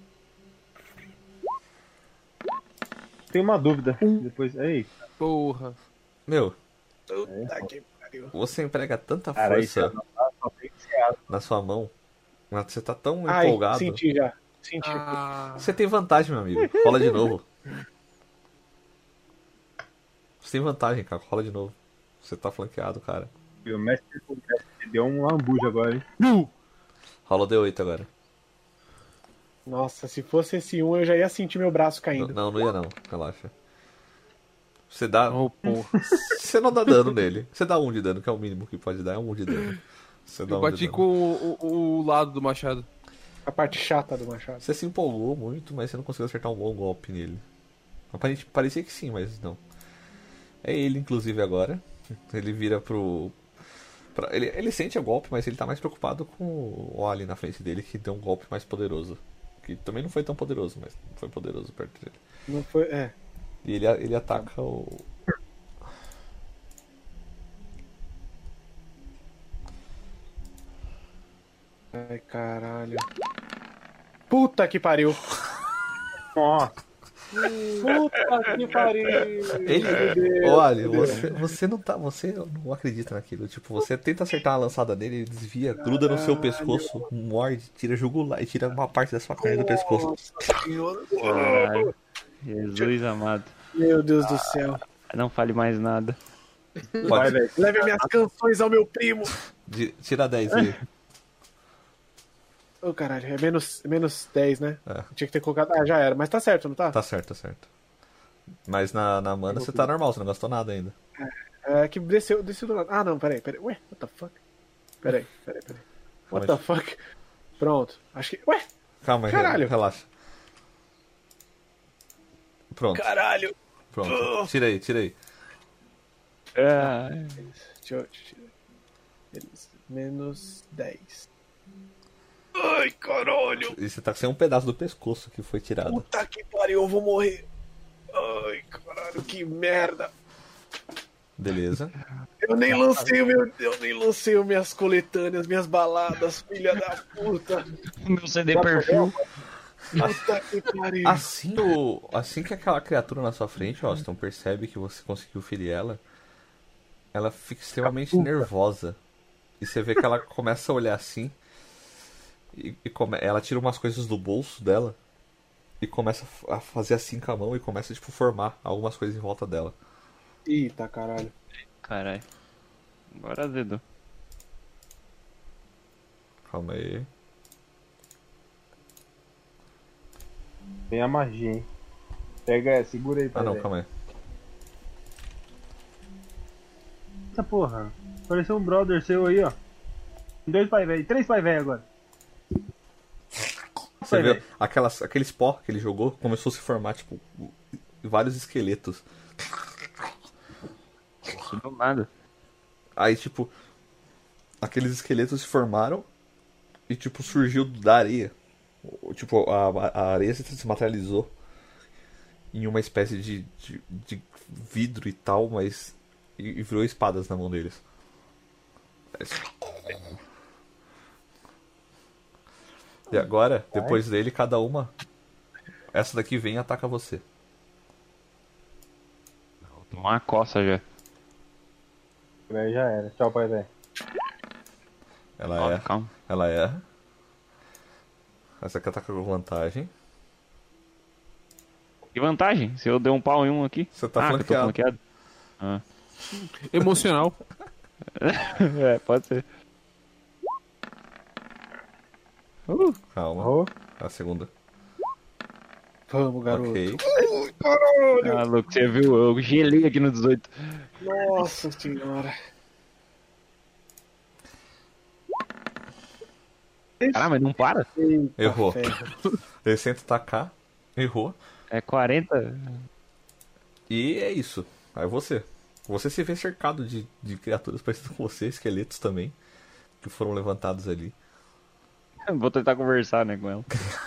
Tem uma dúvida. Depois. Ei, Porra. Meu, Puta que pariu. você emprega tanta cara, isso força só tem que ser asa. na sua mão. Mas você tá tão Ai, empolgado. senti já. Senti. Ah, Você tem vantagem, meu amigo. Rola de novo. Você tem vantagem, cara. Rola de novo. Você tá flanqueado, cara. O mestre deu um lambuja agora, hein? Rola o D oito agora. Nossa, se fosse esse um, eu já ia sentir meu braço Não, caindo. não, não ia não. Relaxa. Você dá. oh, porra. Você não dá dano nele. Você dá um de dano, que é o mínimo que pode dar. É um de dano. Você dá Eu um de bati dano. com o, o- o lado do machado. A parte chata do machado. Você se empolgou muito, mas você não conseguiu acertar um bom golpe nele. Aparentemente, parecia que sim, mas não. É ele, inclusive, agora. Ele vira pro. pra- ele, ele sente o golpe, mas ele tá mais preocupado com o Ali na frente dele, que deu um golpe mais poderoso. Que também não foi tão poderoso, mas foi poderoso perto dele. Não foi. É. E ele, ele ataca o. Ai, caralho. Puta que pariu. Nossa. Puta que pariu. Ele, olha, você, você não tá, você não acredita naquilo. Tipo, você tenta acertar a lançada dele, ele desvia, gruda no seu pescoço, morde, tira jugular e tira uma parte da sua carne do pescoço. Caralho. Jesus amado. Meu Deus do céu. Não fale mais nada. Pode, Leve minhas canções ao meu primo. de- tira dez aí. Ô, caralho, é menos, menos dez, né? É. Tinha que ter colocado. Ah, já era. Mas tá certo, não tá? Tá certo, tá certo. Mas na, na mana você tá normal, você não gastou nada ainda. É que desceu, desceu do lado. Ah, não, peraí, peraí. Ué, what the fuck? Peraí, peraí, peraí. What the fuck? Pronto. Acho que. Ué, Calma aí, Caralho. relaxa. Pronto, caralho. pronto. Tira aí, tira aí. Ah, Deixa eu. Deixa eu... Beleza. Menos dez. Ai, caralho. E você tá sem um pedaço do pescoço que foi tirado. Puta que pariu, eu vou morrer. Ai, caralho, que merda. Beleza. Eu nem lancei o meu. Eu nem lancei as minhas coletâneas, minhas baladas, filha da puta. meu C D perfil. Puta que pariu. Assim, o, assim que aquela criatura na sua frente, Austin, percebe que você conseguiu ferir ela, ela fica extremamente nervosa. E você vê que ela começa a olhar assim. E, e come, ela tira umas coisas do bolso dela. E começa a fazer assim com a mão e começa tipo, formar algumas coisas em volta dela. Eita, caralho. Caralho. Agora dedo. Calma aí. Tem a magia, hein? Pega, segura aí, Ah pai, não, velho. calma aí. Essa porra. Pareceu um brother seu aí, ó. Dois pai velho, três pai velho agora. Você Pai vê velho. aquelas, aquele pó que ele jogou começou a se formar, tipo, vários esqueletos. Do nada. Aí, tipo, aqueles esqueletos se formaram e, tipo, surgiu da areia. O- Tipo, a, a areia se se materializou em uma espécie de, de, de vidro e tal, mas. E, e virou espadas na mão deles. E agora, depois dele, cada uma. Essa daqui vem e ataca você. Vou tomar uma coça já. Velho, já era. Tchau, pai velho. Ela Ó, é. calma. Ela erra. Essa aqui ataca com vantagem. Que vantagem? Se eu der um pau em um aqui. Você tá ah, que eu tô flanqueado. flanqueado. Emocional. É, pode ser. Uh, Calma. Oh, A segunda. Vamos, garoto. Ok. ah, louco, você viu? Eu gelei aqui no dezoito. Nossa senhora. Caramba, mas não para? Eita, Errou. ferro. Ele tenta atacar. Errou. É quarenta? E é isso. Aí você. Você se vê cercado de, de criaturas parecidas com você, esqueletos também. Que foram levantados ali. Vou tentar conversar, né, com ela.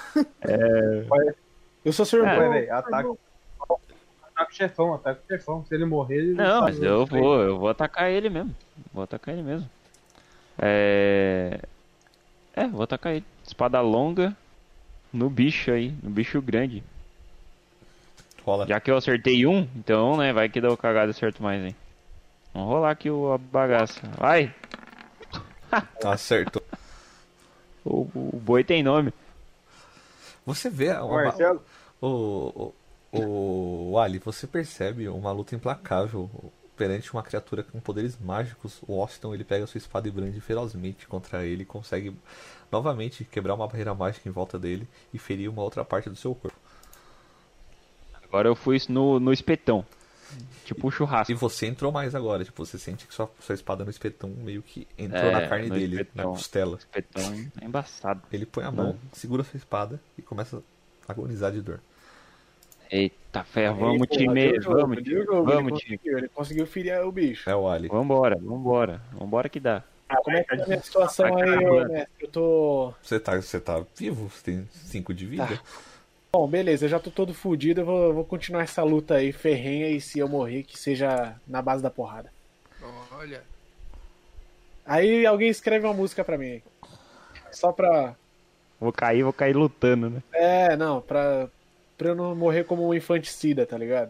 Eu sou seu É, irmão. pai velho, ataca. Ataca o chefão, ataca o chefão. Se ele morrer, ele Não, tá mas no- eu vou, eu vou atacar ele mesmo. Vou atacar ele mesmo. É. É, vou atacar ele. Espada longa no bicho aí, no bicho grande. Rola. Já que eu acertei um, então, né, vai que dá o cagado e acerto mais, hein. Vamos rolar aqui o, a bagaça. Vai! Acertou. O, o boi tem nome. Você vê Ô, uma, Marcelo, o, o, o Ali, você percebe uma luta implacável perante uma criatura com poderes mágicos. O Austin, ele pega sua espada e brande ferozmente contra ele e consegue novamente quebrar uma barreira mágica em volta dele e ferir uma outra parte do seu corpo. Agora eu fui no, no espetão. Tipo um churrasco. E você entrou mais agora, tipo, você sente que sua, sua espada no espetão meio que entrou É, na carne no dele, espetão. na costela. Espetão é embaçado. Ele põe a mão, segura sua espada e começa a agonizar de dor. Eita ferro, vamos Eita, time, deu jogo, vamos deu time, jogo, vamos ele time. conseguiu, ele conseguiu ferir o bicho. É o Ali. Vambora, vambora, vambora que dá. Como é que tá a minha situação Vai, aí, cara, ô, mano. mestre? Eu tô. Você tá, você tá vivo, você tem cinco de vida. Tá. Bom, beleza, eu já tô todo fudido, eu vou, vou continuar essa luta aí, ferrenha, e se eu morrer, que seja na base da porrada. Olha. Aí alguém escreve uma música pra mim aí. Só pra. Vou cair, vou cair lutando, né? É, não, pra. pra eu não morrer como um infanticida, tá ligado?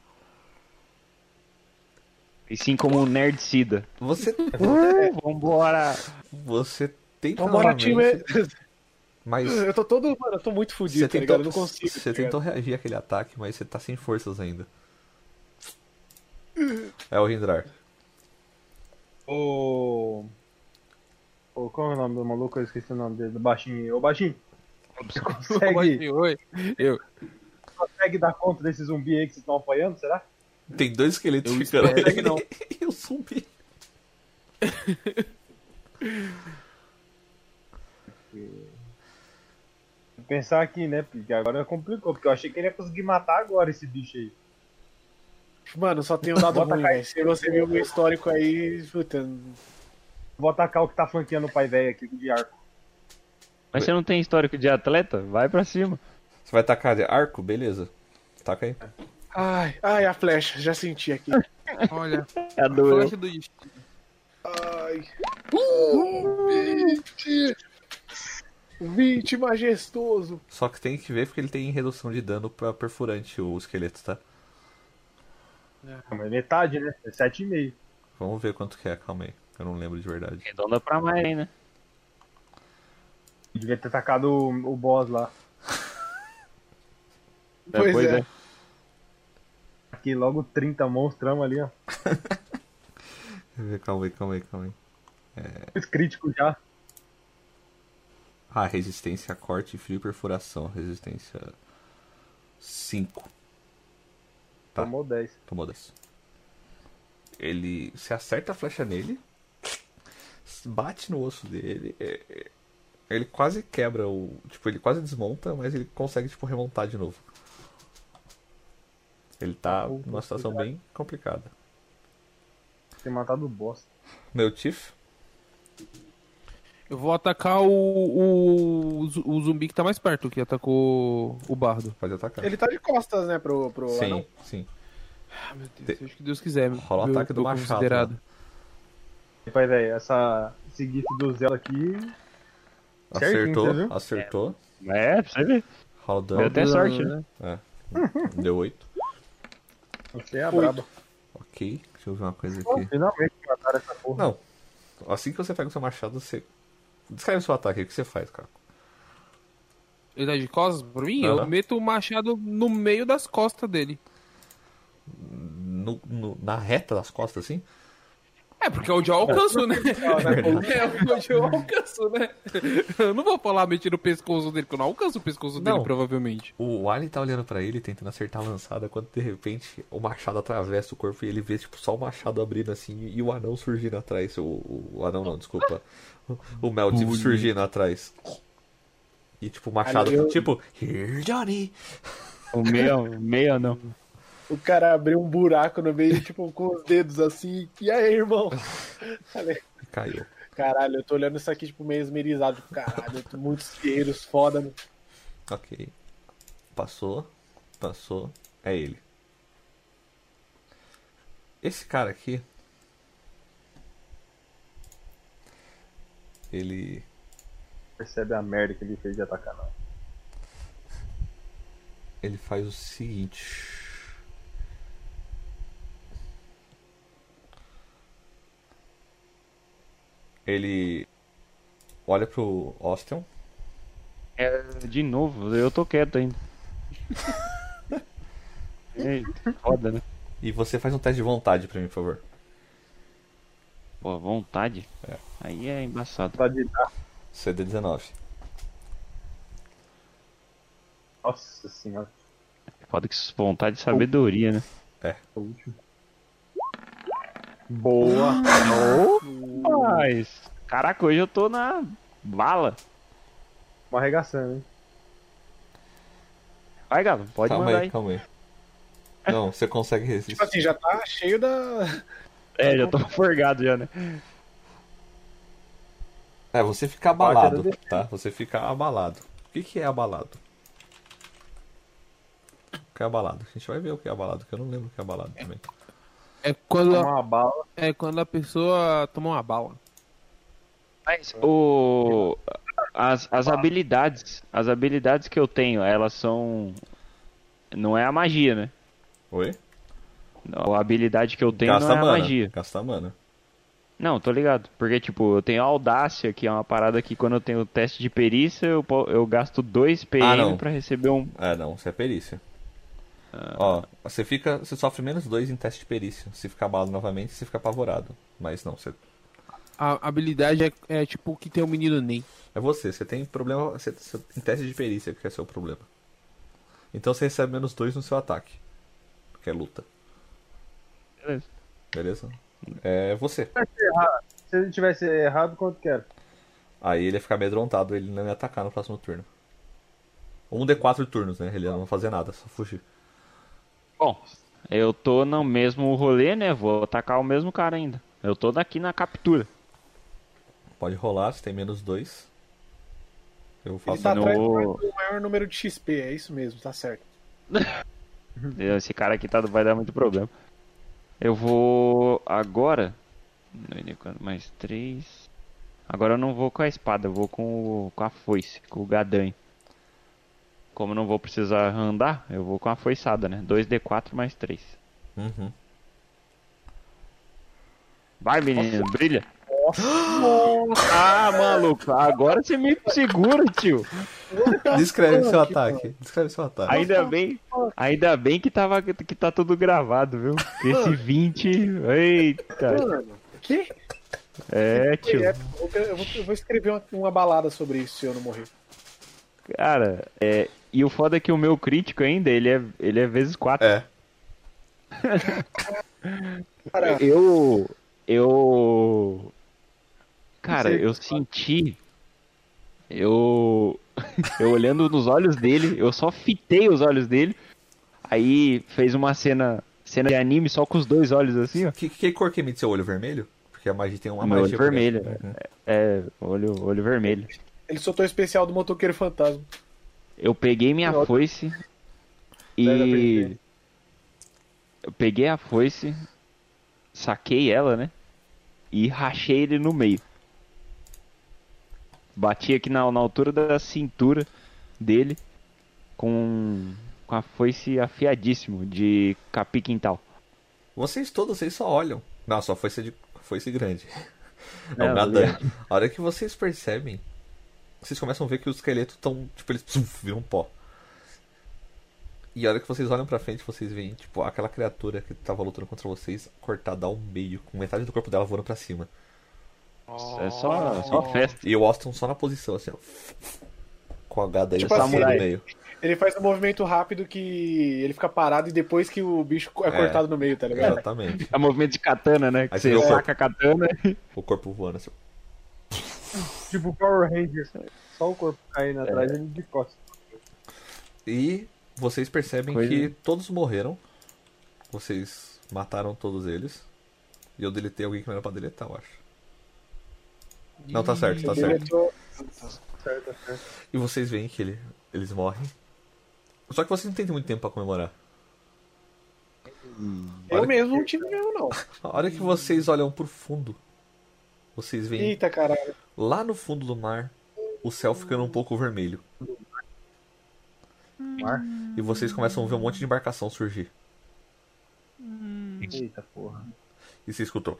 E sim como um nerdcida. Você, Uh, vambora! você tenta Vambora, time. novamente, mas Eu tô todo. Mano, eu tô muito você fudido, tá tentou, ligado? Eu não consigo. você tá ligado? tentou reagir àquele ataque, mas você tá sem forças ainda. É o Rindrar. O. o qual é o nome do maluco? Eu esqueci o nome dele, do baixinho. Ô baixinho, você consegue, Oi, eu. consegue dar conta desse zumbi aí que vocês estão apoiando, será? Tem dois esqueletos Eu ficando espero que não. e o zumbi. Vou pensar aqui, né? Porque agora complicou, porque eu achei que ele ia conseguir matar agora esse bicho aí. Mano, só tenho dado Bota ruim, a velho. Se você viu o meu histórico aí, puta. Vou atacar o que tá flanqueando o pai velho aqui de arco. Mas você não tem histórico de atleta? Vai pra cima. Você vai tacar de arco? Beleza. Taca aí. Ai, ai, a flecha, já senti aqui. Olha, É doeu. flecha do destino. Ai. Uh, vinte! vinte majestoso! Só que tem que ver porque ele tem redução de dano pra perfurante o esqueleto, tá? Mas é metade, né? É sete e meio. Vamos ver quanto que é, calma aí. Eu não lembro de verdade. Redonda pra mais, hein, né? Devia ter tacado o, o boss lá. Pois Pois é. é. Aqui logo trinta monstrão ali, ó. Calma aí, calma aí, calma aí. Os críticos já. Ah, resistência a corte, frio e perfuração. Resistência cinco. Tá. Tomou dez. Tomou dez. Ele. Você acerta a flecha nele, bate no osso dele. é- é- Ele quase quebra o. Tipo, ele quase desmonta, mas ele consegue, tipo, remontar de novo. Ele tá Oh, numa situação bem complicada. Ter matado o boss. Meu Tiff? Eu vou atacar o, o, o zumbi que tá mais perto, que atacou o bardo. Pode atacar. Ele tá de costas, né, pro, pro Sim, anão. sim. Ah, meu Deus, seja o que Deus quiser. Rola o meu- ataque do meu machado, considerado. E, pai velho, essa, esse gif do Zelo aqui. Certinho, Acertou, você viu? acertou. É, pra você ver. Rola o Deu dano. até sorte, né? É. Deu oito. Você é a braba. Ok, deixa eu ver uma coisa Oh, aqui. finalmente mataram essa porra. Não. Assim que você pega o seu machado, você. Descreve o seu ataque aí, o que você faz, cara? Ele tá de costas pra mim? Aham. Eu meto o machado no meio das costas dele. No, no- na reta das costas, assim? É, porque é onde eu alcanço, né? É onde eu alcanço, né? Eu não vou falar mexer no pescoço dele, porque eu não alcanço o pescoço dele, Não. provavelmente. O Alien tá olhando pra ele, tentando acertar a lançada, quando de repente o machado atravessa o corpo e ele vê, tipo, só o machado abrindo assim e o anão surgindo atrás. O, o, o anão não, desculpa. O, o Mel, tipo, surgindo atrás. E, tipo, o machado, eu- tipo, Here, Johnny! O meio, meio não. O cara abriu um buraco no meio, tipo, com os dedos assim. E aí, irmão? Falei, E caiu. caralho, eu tô olhando isso aqui, tipo, meio esmerizado. Tipo, caralho, eu tô muitos guerreiros foda. Né? Ok. Passou. Passou. É ele. Esse cara aqui. Ele. Percebe a merda que ele fez de atacar, não. Ele faz o seguinte. Ele olha pro Austin. É, de novo, eu tô quieto ainda. Eita, foda, né? E você faz um teste de vontade pra mim, por favor. Pô, vontade? É. Aí é embaçado. Tá de dar. C D dezenove. Nossa senhora. Foda que vontade de sabedoria, né? O último. Boa. Mas, caraca, hoje eu tô na bala. Uma arregaçando, hein? Vai, Galo, pode calma mandar aí, aí. calma aí. Não, você consegue resistir. Tipo assim, já tá cheio da. É, já tô forgado já, né? É, você fica abalado, tá? Você fica abalado. O que, que é abalado? O que é abalado? A gente vai ver o que é abalado, que eu não lembro o que é abalado também. É quando, a, Uma bala. é quando a pessoa toma uma bala. Mas o as, as habilidades, as habilidades que eu tenho, elas são não é a magia, né? Oi? A habilidade que eu tenho Gasta não é a mana. magia. Gasta mana. Não, tô ligado. Porque, tipo, eu tenho a audácia, que é uma parada que quando eu tenho teste de perícia, eu, po- eu gasto dois P M Ah, não. pra receber um. É, não, isso é perícia. Ah. Ó, você fica. Você sofre menos dois em teste de perícia. Se ficar abalado novamente, você fica apavorado. Mas não, você. A habilidade é, é tipo o que tem o menino Ney. É você, você tem problema. Você, você tem teste de perícia, que é seu problema. Então você recebe menos dois no seu ataque. Que é luta. Beleza. Beleza? É você. Se ele tivesse errado, quanto que era? Aí ele ia ficar amedrontado, ele não ia atacar no próximo turno. Um D quatro turnos, né? Ele ia não fazer nada, só fugir. Bom, eu tô no mesmo rolê, né? Vou atacar o mesmo cara ainda. Eu tô daqui na captura. Pode rolar, você tem menos dois. Eu Ele faço tá no- atrás do maior número de X P, é isso mesmo, tá certo. Esse cara aqui tá, vai dar muito problema. Eu vou agora. Mais três. Agora eu não vou com a espada, eu vou com, o- com a foice, com o gadanho. Como eu não vou precisar andar, eu vou com a foiçada, né? dois D quatro mais três. Uhum. Vai, menino, brilha. Ah, maluco, agora você me segura, tio. Descreve seu fuck, ataque. Descreve seu ataque. Ainda bem, ainda bem que, tava, que tá tudo gravado, viu? Esse vinte. Eita. Mano, que? É, tio. É, eu, vou, eu vou escrever uma, uma balada sobre isso se eu não morrer. Cara, é. E o foda é que o meu crítico ainda, ele é, ele é vezes quatro. É. Cara, Eu. Eu. Cara, Sei. eu senti. Eu. Eu olhando nos olhos dele, eu só fitei os olhos dele. Aí fez uma cena. Cena de anime só com os dois olhos assim, ó. Que, que cor que emite seu olho vermelho? Porque a magia tem uma Meu olho magia. por vermelho. dentro. Uhum. É, olho, olho vermelho. ele soltou o especial do motoqueiro fantasma. Eu peguei minha Outra. foice Pega pra e. ele. Eu peguei a foice, saquei ela, né? E rachei ele no meio. Bati aqui na, na altura da cintura dele com, com a foice afiadíssimo de capim quintal. Vocês todos, vocês só olham. Não, só foi de foice grande. Não, Não, nada. A hora que vocês percebem, vocês começam a ver que os esqueletos estão, tipo, eles psuf, viram pó. E a hora que vocês olham pra frente, vocês veem, tipo, aquela criatura que tava lutando contra vocês cortada ao meio, com metade do corpo dela voando pra cima. É só, só festa. E o Austin só na posição, assim, ó. Com a H dez Tipo assim assim, no ele- meio. Ele faz um movimento rápido que ele fica parado e depois que o bicho é cortado no meio, tá ligado? Exatamente. É movimento de katana, né? Que Aí você você vê o saca a katana. O corpo voando, assim. Tipo Power Rangers. Só o corpo caindo atrás e ele de costas. E vocês percebem Coisa- que todos morreram. Vocês mataram todos eles. E eu deletei alguém que não era pra deletar, eu acho. Não, tá certo, tá Ele certo. entrou- Certo, certo. E vocês veem que ele, eles morrem. Só que vocês não têm muito tempo pra comemorar. Eu Olha- mesmo não tive mesmo, não. A hora que vocês olham pro fundo, vocês veem Eita, caralho. lá no fundo do mar o céu ficando um pouco vermelho. Mar? E vocês começam a ver um monte de embarcação surgir. Eita porra. E você escutou.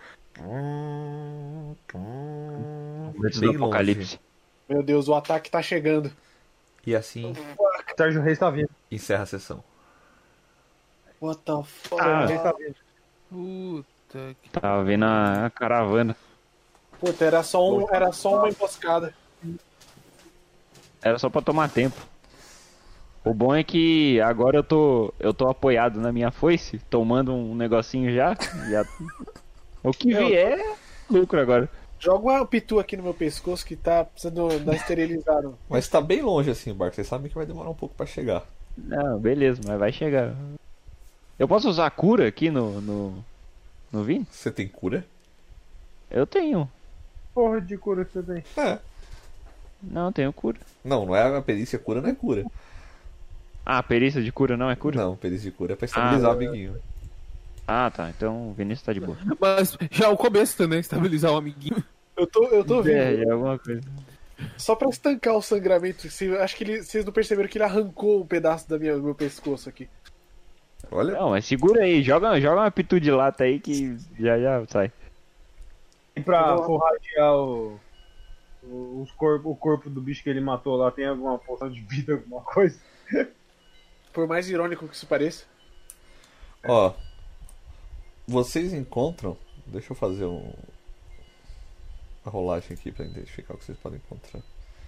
Antes do Bem longe. apocalipse. Meu Deus, o ataque tá chegando. E assim Sérgio Reis tá vindo. encerra a sessão. What the fuck? Ah. Sérgio Reis tá vindo. Puta que. Tava vendo a, a caravana. Puta, era só, um, era só uma emboscada. Era só pra tomar tempo. O bom é que agora eu tô, eu tô apoiado na minha foice, tomando um negocinho já. já... O que Meu, vier é lucro agora. Joga uma pitu aqui no meu pescoço que tá precisando dar esterilizado. Mas tá bem longe assim, Bart. Vocês sabem que vai demorar um pouco pra chegar. Não, beleza, mas vai chegar. Eu posso usar a cura aqui no, no, no Vini? Você tem cura? Eu tenho. Porra de cura que você tem. É. Não, eu tenho cura. Não, não é a perícia cura, não é cura. Ah, perícia de cura não é cura? Não, perícia de cura é pra estabilizar Ah, o amiguinho. Ah, tá. Então o Vinícius tá de boa. Mas já é o começo, né? Estabilizar o amiguinho. Eu tô, eu tô É, vivo. é alguma coisa. Só pra estancar o sangramento, se- acho que ele- vocês não perceberam que ele arrancou um pedaço da minha- do meu pescoço aqui. Olha, Não, mas segura aí, joga, joga uma pitu de lata aí que já já sai. E pra forragear o, o, os corpo, o corpo do bicho que ele matou lá, tem alguma poção de vida, alguma coisa? Por mais irônico que isso pareça. ó. Vocês encontram. Deixa eu fazer um. Uma rolagem aqui pra identificar o que vocês podem encontrar.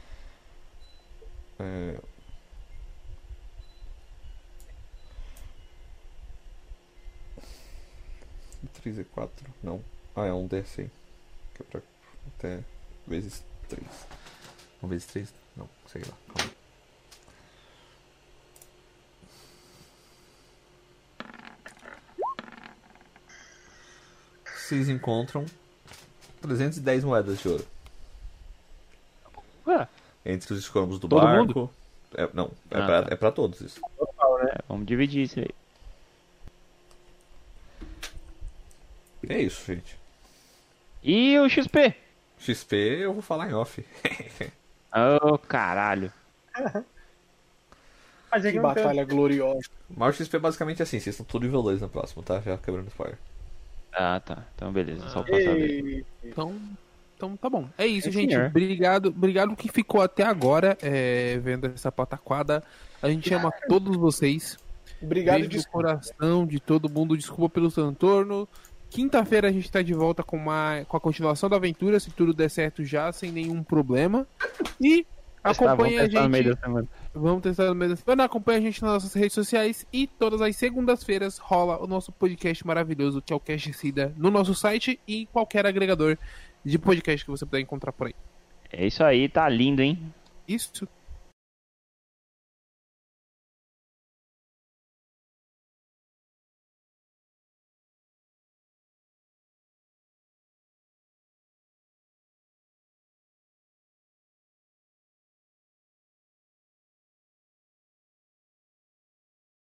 É... três e quatro, não. Ah, é um D cem. Que é pra até vezes três. Um vezes três? Não, sei lá, calma. Vocês encontram trezentas e dez moedas de ouro. Ué, Entre os escombros do Todo barco. mundo? É, não, é, Ah, pra, tá. é pra todos isso. é, vamos dividir isso aí. É isso, gente. E o X P? X P eu vou falar em off. Ô, caralho. Mas é Que que não tem- batalha gloriosa. Mas o X P é basicamente assim, vocês estão tudo nível dois no próximo, tá? Já quebrando spoiler. Ah, tá. Então beleza, só pra saber. E- Então, então tá bom. É isso, É, gente. senhor. Obrigado, obrigado que ficou até agora é, vendo essa pataquada. A gente ama todos vocês. Obrigado, Beijo no desculpa. coração de todo mundo. Desculpa pelo transtorno. Quinta-feira a gente tá de volta com, uma, com a continuação da aventura, se tudo der certo já, sem nenhum problema. E Testar, acompanhe vamos a testar no meio gente. da semana. Vamos testar no meio da semana. Acompanhe a gente nas nossas redes sociais. E todas as segundas-feiras rola o nosso podcast maravilhoso, que é o Cast Cida, no nosso site e em qualquer agregador de podcast que você puder encontrar por aí. É isso aí, tá lindo, hein? Isso.